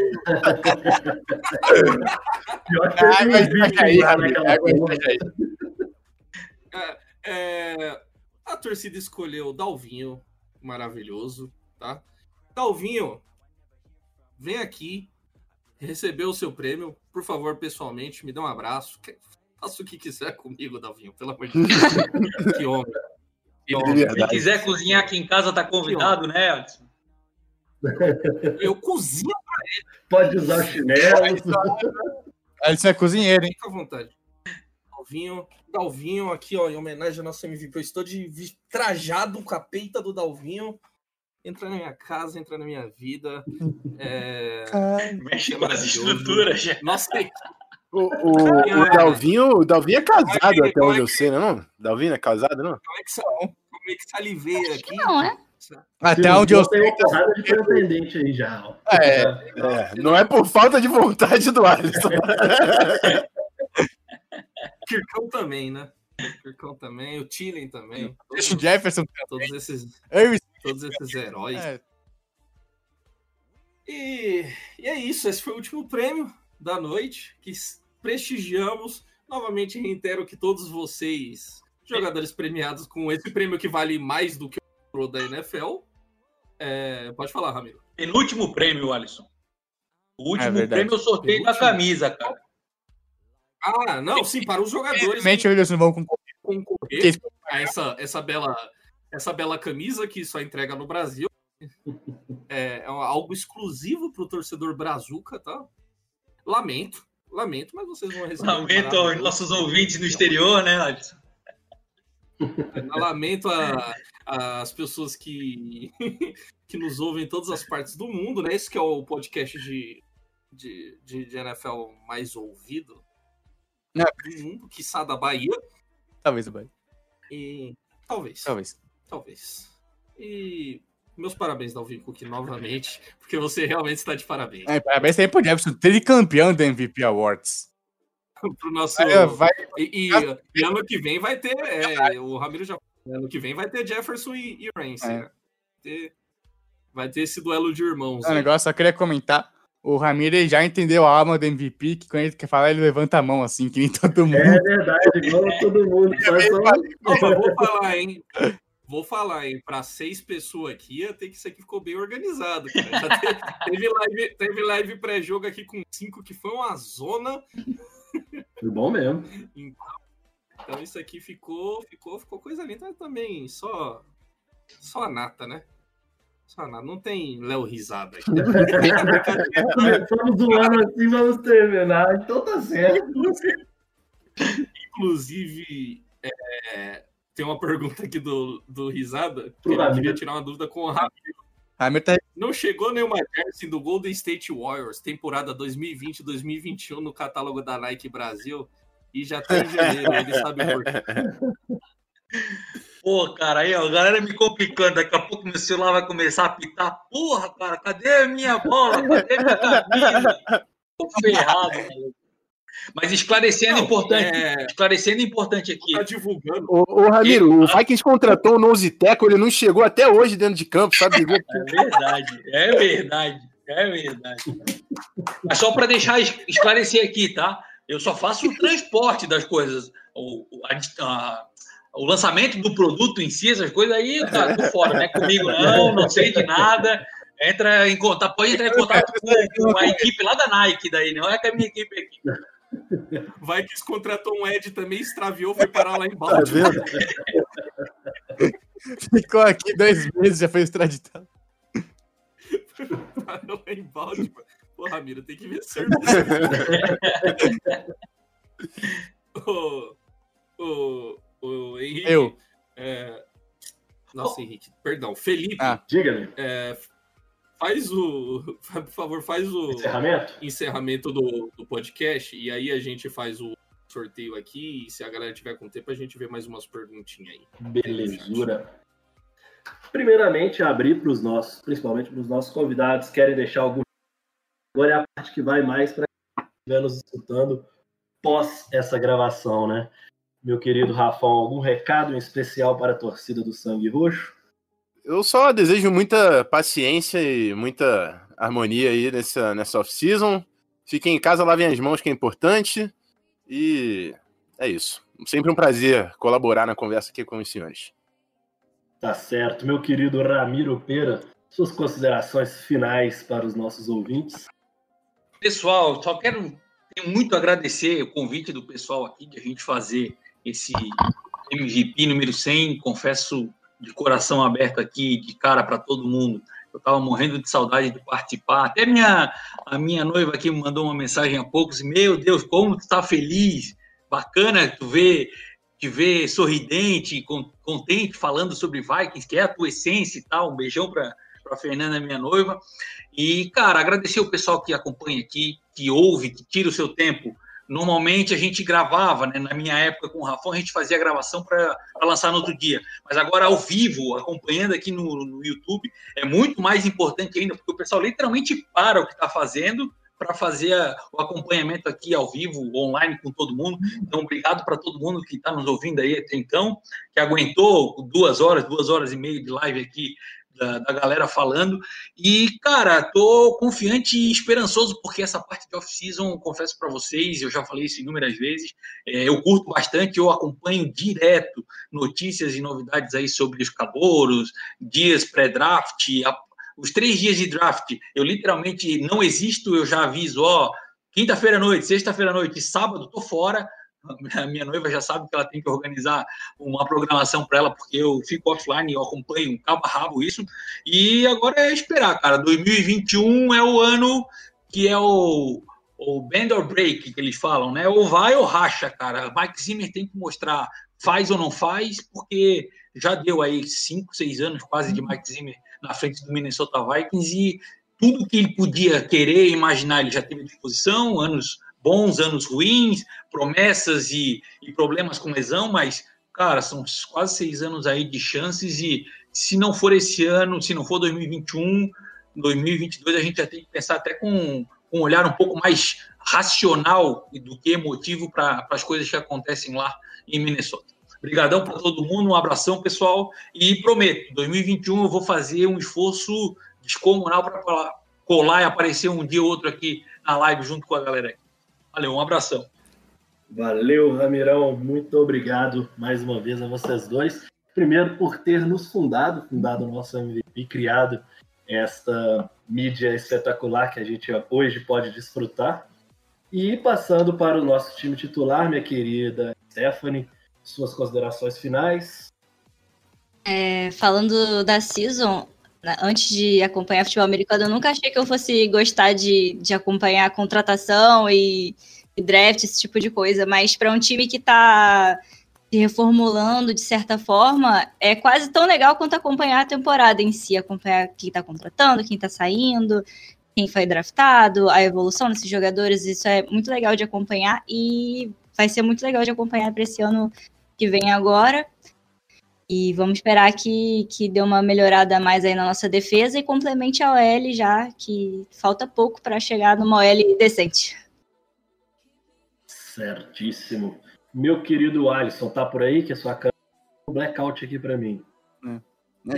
é, é, a torcida escolheu o Dalvinho, maravilhoso, tá? Dalvinho, vem aqui, receber o seu prêmio, por favor, pessoalmente, me dê um abraço. Faça o que quiser comigo, Dalvinho, pelo amor de Deus. Que homem. Que homem. Se quiser cozinhar aqui em casa, tá convidado, né, Alisson? Eu cozinho pra ele. Pode usar o chinelo. Alisson é cozinheiro, hein? Fica à vontade. Dalvinho, Dalvinho aqui, ó, em homenagem ao nosso M V P. Eu estou de trajado, capeta do Dalvinho. Entra na minha casa, entra na minha vida. É... Mexe com as estruturas, já. Nossa, o, o, o, Dalvinho, o Dalvinho é casado, é que, até onde é eu sei, não é? Dalvinho é casado, não? Como é que, como é que salivei aqui? Não, é? Até Sim, onde eu sei. Tem uma porrada de pretendente aí já. Ó. É, é, não é por falta de vontade do Alisson. Kirkão também, né? Kirkão também, o Thielen também. O Jefferson todos esses, todos esses heróis. É. E, e é isso, esse foi o último prêmio da noite que prestigiamos. Novamente reitero que todos vocês jogadores premiados com esse prêmio que vale mais do que o da N F L. É, pode falar, Ramiro. Penúltimo prêmio, Alisson. O último É prêmio eu sorteio da Penúltimo. camisa, cara. Ah, não, sim, para os jogadores Infelizmente, eles não vão concorrer. concorrer a essa, essa, bela, essa bela camisa que só entrega no Brasil. É, é algo exclusivo para o torcedor brazuca, tá? Lamento, lamento, mas vocês vão receber. Lamento aos nossos ouvintes no exterior, né, Alisson? Lamento a, a, as pessoas que, que nos ouvem em todas as partes do mundo, né? Esse que é o podcast de, de, de, de N F L mais ouvido Não. do mundo, quiçá da Bahia. Talvez, vai. E talvez. Talvez. Talvez. E meus parabéns, Dalvin Cook, novamente, porque você realmente está de parabéns. É, parabéns aí pro Jefferson, tricampeão do M V P Awards. Pro nosso... Vai, vai, E, e, e ano que vem vai ter, é, o Ramiro já ano que vem vai ter Jefferson e, e Ramsey, É. né? Ter- vai ter esse duelo de irmãos. um aí. negócio, só queria comentar. O Ramirez já entendeu a alma do M V P, que quando ele quer falar, ele levanta a mão, assim, que nem todo mundo. É verdade, igual a todo mundo. Só só- Não, mas vou falar, hein? Vou falar, hein? Para seis pessoas aqui, até que isso aqui ficou bem organizado, cara. Já teve, teve live, teve live pré-jogo aqui com cinco, que foi uma zona. Foi bom mesmo. Então isso aqui ficou, ficou, ficou coisa linda. Mas também só, só a nata, né? Só a nata. Não tem Léo Risada aqui. Começamos o ano assim, vamos terminar. Então tá certo. Inclusive, é, tem uma pergunta aqui do, do Risada, que Pro ele Ramiro. queria tirar uma dúvida com o Ramiro. Ramiro tá Não chegou nenhuma jersey do Golden State Warriors, temporada dois mil e vinte a dois mil e vinte e um no catálogo da Nike Brasil, e já tá em janeiro, ele sabe por quê. Pô, cara, aí, ó, a galera me complicando. Daqui a pouco meu celular vai começar a apitar. Porra, cara, cadê a minha bola? Cadê a minha camisa? Tô ferrado, maluco. Mas esclarecendo Não, importante, é- esclarecendo importante aqui. Tá divulgando. Ô, ô Ramiro, o Vikings contratou o nose tackle, ele não chegou até hoje dentro de campo, sabe? É verdade, é verdade, é verdade. Mas só para deixar es- esclarecer aqui, tá? Eu só faço o transporte das coisas. O, o- a- a- o lançamento do produto em si, essas coisas aí, eu tá, tô fora, né? Comigo não, não sei de nada. Entra em contato, pode entrar em contato com, com a equipe lá da Nike, daí, não é com a minha equipe aqui. Vikings contratou um Ed também, extraviou, foi parar lá em Tá Baltimore. vendo? ficou aqui dois meses, já foi extraditado. Parou lá em Baltimore. Pô, Ramiro, tem que ver serviço. Ô, ô, ô, Henrique. Eu. é, Nossa, Henrique, perdão. Felipe, Ah. Diga-me. é, faz o. Por favor, faz o Encerramento? encerramento do, do podcast e aí a gente faz o sorteio aqui. E se a galera tiver com tempo, a gente vê mais umas perguntinhas aí. Belezura. Primeiramente, abrir para os nossos, principalmente para os nossos convidados, querem deixar algum. Agora é a parte que vai mais para quem estiver nos escutando pós essa gravação, né? Meu querido Rafão, algum recado em especial para a torcida do Sangue Roxo? Eu só desejo muita paciência e muita harmonia aí nessa, nessa off-season. Fiquem em casa, lavem as mãos, que é importante. E é isso. Sempre um prazer colaborar na conversa aqui com os senhores. Tá certo. Meu querido Ramiro Pera, suas considerações finais para os nossos ouvintes. Pessoal, só quero tenho muito a agradecer o convite do pessoal aqui de a gente fazer esse M V P número cem. Confesso de coração aberto aqui, de cara para todo mundo. Eu estava morrendo de saudade de participar. Até minha, a minha noiva aqui me mandou uma mensagem há pouco. Assim, meu Deus, como tu tá feliz. Bacana tu ver, te ver sorridente, contente, falando sobre Vikings, que é a tua essência e tal. Um beijão para a Fernanda, minha noiva. E, cara, agradecer o pessoal que acompanha aqui, que ouve, que tira o seu tempo. Normalmente a gente gravava, né? Na minha época com o Rafão, a gente fazia a gravação para lançar no outro dia. Mas agora ao vivo, acompanhando aqui no, no YouTube, é muito mais importante ainda, porque o pessoal literalmente para o que está fazendo para fazer a, o acompanhamento aqui ao vivo, online com todo mundo. Então, obrigado para todo mundo que está nos ouvindo aí até então, que aguentou duas horas, duas horas e meia de live aqui da, da galera falando. E, cara, tô confiante e esperançoso, porque essa parte de off-season, confesso para vocês, eu já falei isso inúmeras vezes, é, eu curto bastante, eu acompanho direto notícias e novidades aí sobre os calouros, dias pré-draft, a, os três dias de draft. Eu literalmente não existo, eu já aviso, ó, quinta-feira à noite, sexta-feira à noite, sábado, tô fora. A minha noiva já sabe que ela tem que organizar uma programação para ela, porque eu fico offline e eu acompanho cabo a rabo isso. E agora é esperar, cara. dois mil e vinte e um é o ano que é o, o bend or break, que eles falam, né? Ou vai ou racha, cara. Mike Zimmer tem que mostrar faz ou não faz, porque já deu aí cinco, seis anos quase de Mike Zimmer na frente do Minnesota Vikings e tudo que ele podia querer, imaginar, ele já teve à disposição, anos bons, anos ruins, promessas e, e problemas com lesão, mas, cara, são quase seis anos aí de chances e se não for esse ano, se não for dois mil e vinte e um, dois mil e vinte e dois, a gente já tem que pensar até com, com um olhar um pouco mais racional do que emotivo para as coisas que acontecem lá em Minnesota. Obrigadão para todo mundo, um abração, pessoal, e prometo, dois mil e vinte e um eu vou fazer um esforço descomunal para colar e aparecer um dia ou outro aqui na live junto com a galera aí. Valeu, um abração. Valeu, Ramirão. Muito obrigado mais uma vez a vocês dois. Primeiro, por ter nos fundado, fundado o nosso M V P, criado esta mídia espetacular que a gente hoje pode desfrutar. E passando para o nosso time titular, minha querida Stephanie, suas considerações finais. É, falando da season, antes de acompanhar futebol americano, eu nunca achei que eu fosse gostar de, de acompanhar contratação e, e draft, esse tipo de coisa, mas para um time que está se reformulando de certa forma, é quase tão legal quanto acompanhar a temporada em si, acompanhar quem está contratando, quem está saindo, quem foi draftado, a evolução desses jogadores, isso é muito legal de acompanhar e vai ser muito legal de acompanhar para esse ano que vem agora. E vamos esperar que, que dê uma melhorada mais aí na nossa defesa e complemente a O L já, que falta pouco para chegar numa O L decente. Certíssimo. Meu querido Alisson, tá por aí? Que a sua câmera tá um blackout aqui para mim. É.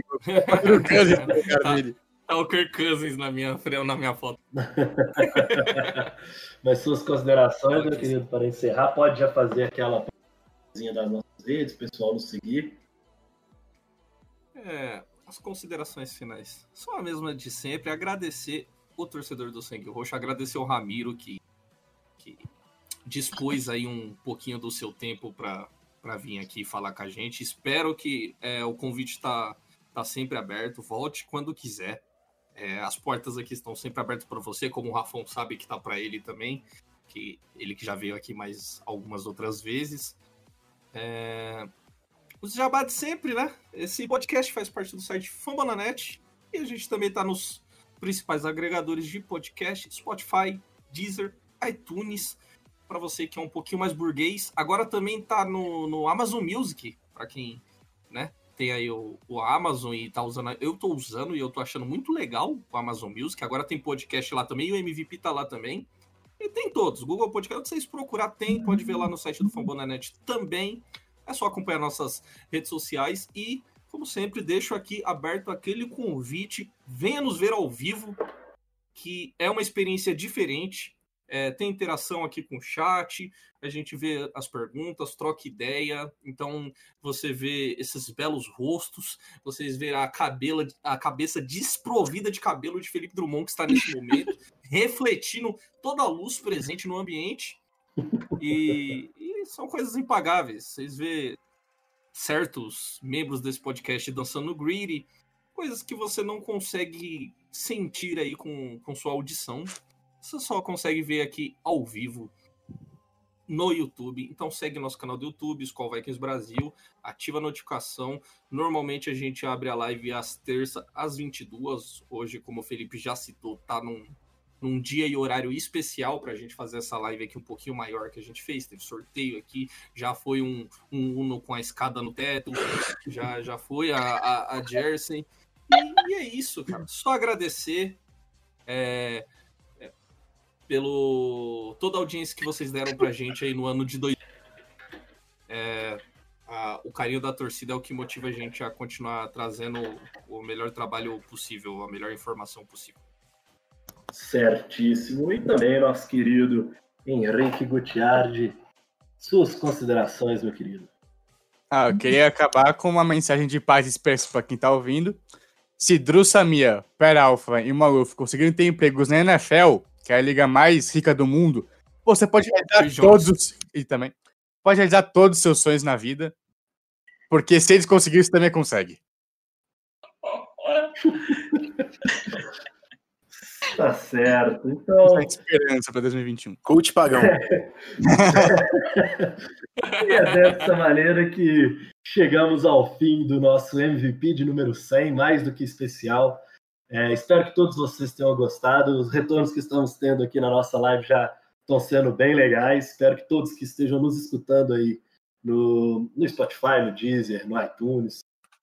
Tá o Kirk Cousins na minha, na minha foto. Mas suas considerações, meu querido, para encerrar, pode já fazer aquela coisinha das nossas redes, o pessoal nos seguir. É, as considerações finais são a mesma de sempre. Agradecer o torcedor do Sangue Roxo, agradecer o Ramiro que, que dispôs aí um pouquinho do seu tempo para vir aqui falar com a gente. Espero que é, o convite está tá sempre aberto. Volte quando quiser. É, as portas aqui estão sempre abertas para você, como o Rafão sabe que está para ele também, que ele que já veio aqui mais algumas outras vezes. É... Os jabá de sempre, né? Esse podcast faz parte do site Fambonanet e a gente também está nos principais agregadores de podcast, Spotify, Deezer, iTunes, para você que é um pouquinho mais burguês. Agora também está no, no Amazon Music, para quem, né, tem aí o, o Amazon e tá usando. Eu tô usando e eu tô achando muito legal o Amazon Music. Agora tem podcast lá também e o M V P tá lá também. E tem todos. Google Podcast, vocês procurar, tem. Pode ver lá no site do Fambonanet também. É só acompanhar nossas redes sociais e, como sempre, deixo aqui aberto aquele convite. Venha nos ver ao vivo, que é uma experiência diferente. É, tem interação aqui com o chat, a gente vê as perguntas, troca ideia. Então, você vê esses belos rostos, vocês vê a, cabela, a cabeça desprovida de cabelo de Felipe Drummond, que está nesse momento, refletindo toda a luz presente no ambiente. E, e são coisas impagáveis. Vocês vê certos membros desse podcast dançando no greedy, coisas que você não consegue sentir aí com, com sua audição. Você só consegue ver aqui ao vivo no YouTube. Então segue nosso canal do YouTube, Skol Vikings Brasil, ativa a notificação. Normalmente a gente abre a live às terças, às vinte e duas. Hoje, como o Felipe já citou, tá num, num dia e horário especial para a gente fazer essa live aqui um pouquinho maior que a gente fez. Teve sorteio aqui, já foi um, um Uno com a escada no teto, já, já foi a, a, a Jersey. E, e é isso, cara. Só agradecer é, é, pelo toda a audiência que vocês deram pra gente aí no ano de dois mil. É, a, o carinho da torcida é o que motiva a gente a continuar trazendo o melhor trabalho possível, a melhor informação possível. Certíssimo. E também nosso querido Henrique Gutiardi, suas considerações, meu querido. Ah, eu queria acabar com uma mensagem de paz dispersa para quem tá ouvindo. Se Drew Samia, Per Alpha e Maluf conseguirem ter empregos na N F L, que é a liga mais rica do mundo, você pode realizar todos os... E também pode realizar todos os seus sonhos na vida, porque se eles conseguirem, você também consegue. Tá certo. Então... esperança para dois mil e vinte e um. Coach Pagão. E é dessa maneira que chegamos ao fim do nosso M V P de número cem, mais do que especial. É, espero que todos vocês tenham gostado. Os retornos que estamos tendo aqui na nossa live já estão sendo bem legais. Espero que todos que estejam nos escutando aí no, no Spotify, no Deezer, no iTunes.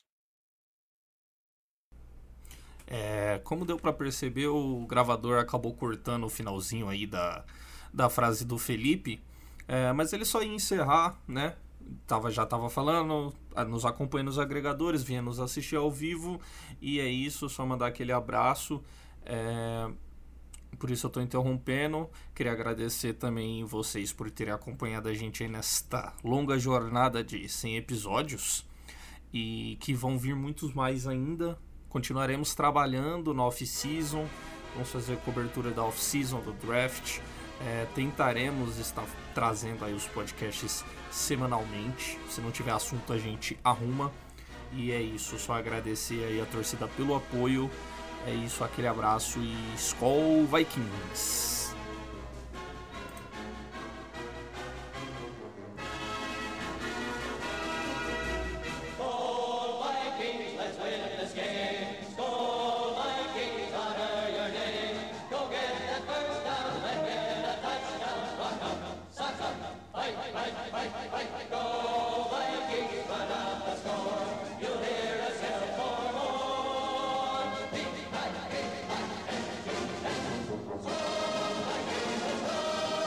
É, como deu para perceber, o gravador acabou cortando o finalzinho aí da, da frase do Felipe, é, mas ele só ia encerrar, né? Tava, já estava falando, nos acompanha nos agregadores, vinha nos assistir ao vivo, e é isso, só mandar aquele abraço. É, por isso eu estou interrompendo. Queria agradecer também vocês por terem acompanhado a gente aí nesta longa jornada de cem episódios, e que vão vir muitos mais ainda. Continuaremos trabalhando na off-season, vamos fazer cobertura da off-season, do draft, é, tentaremos estar trazendo aí os podcasts semanalmente, se não tiver assunto a gente arruma, e é isso, só agradecer aí a torcida pelo apoio, é isso, aquele abraço e Skol Vikings!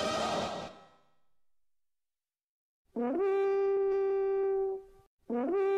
Mm-hmm.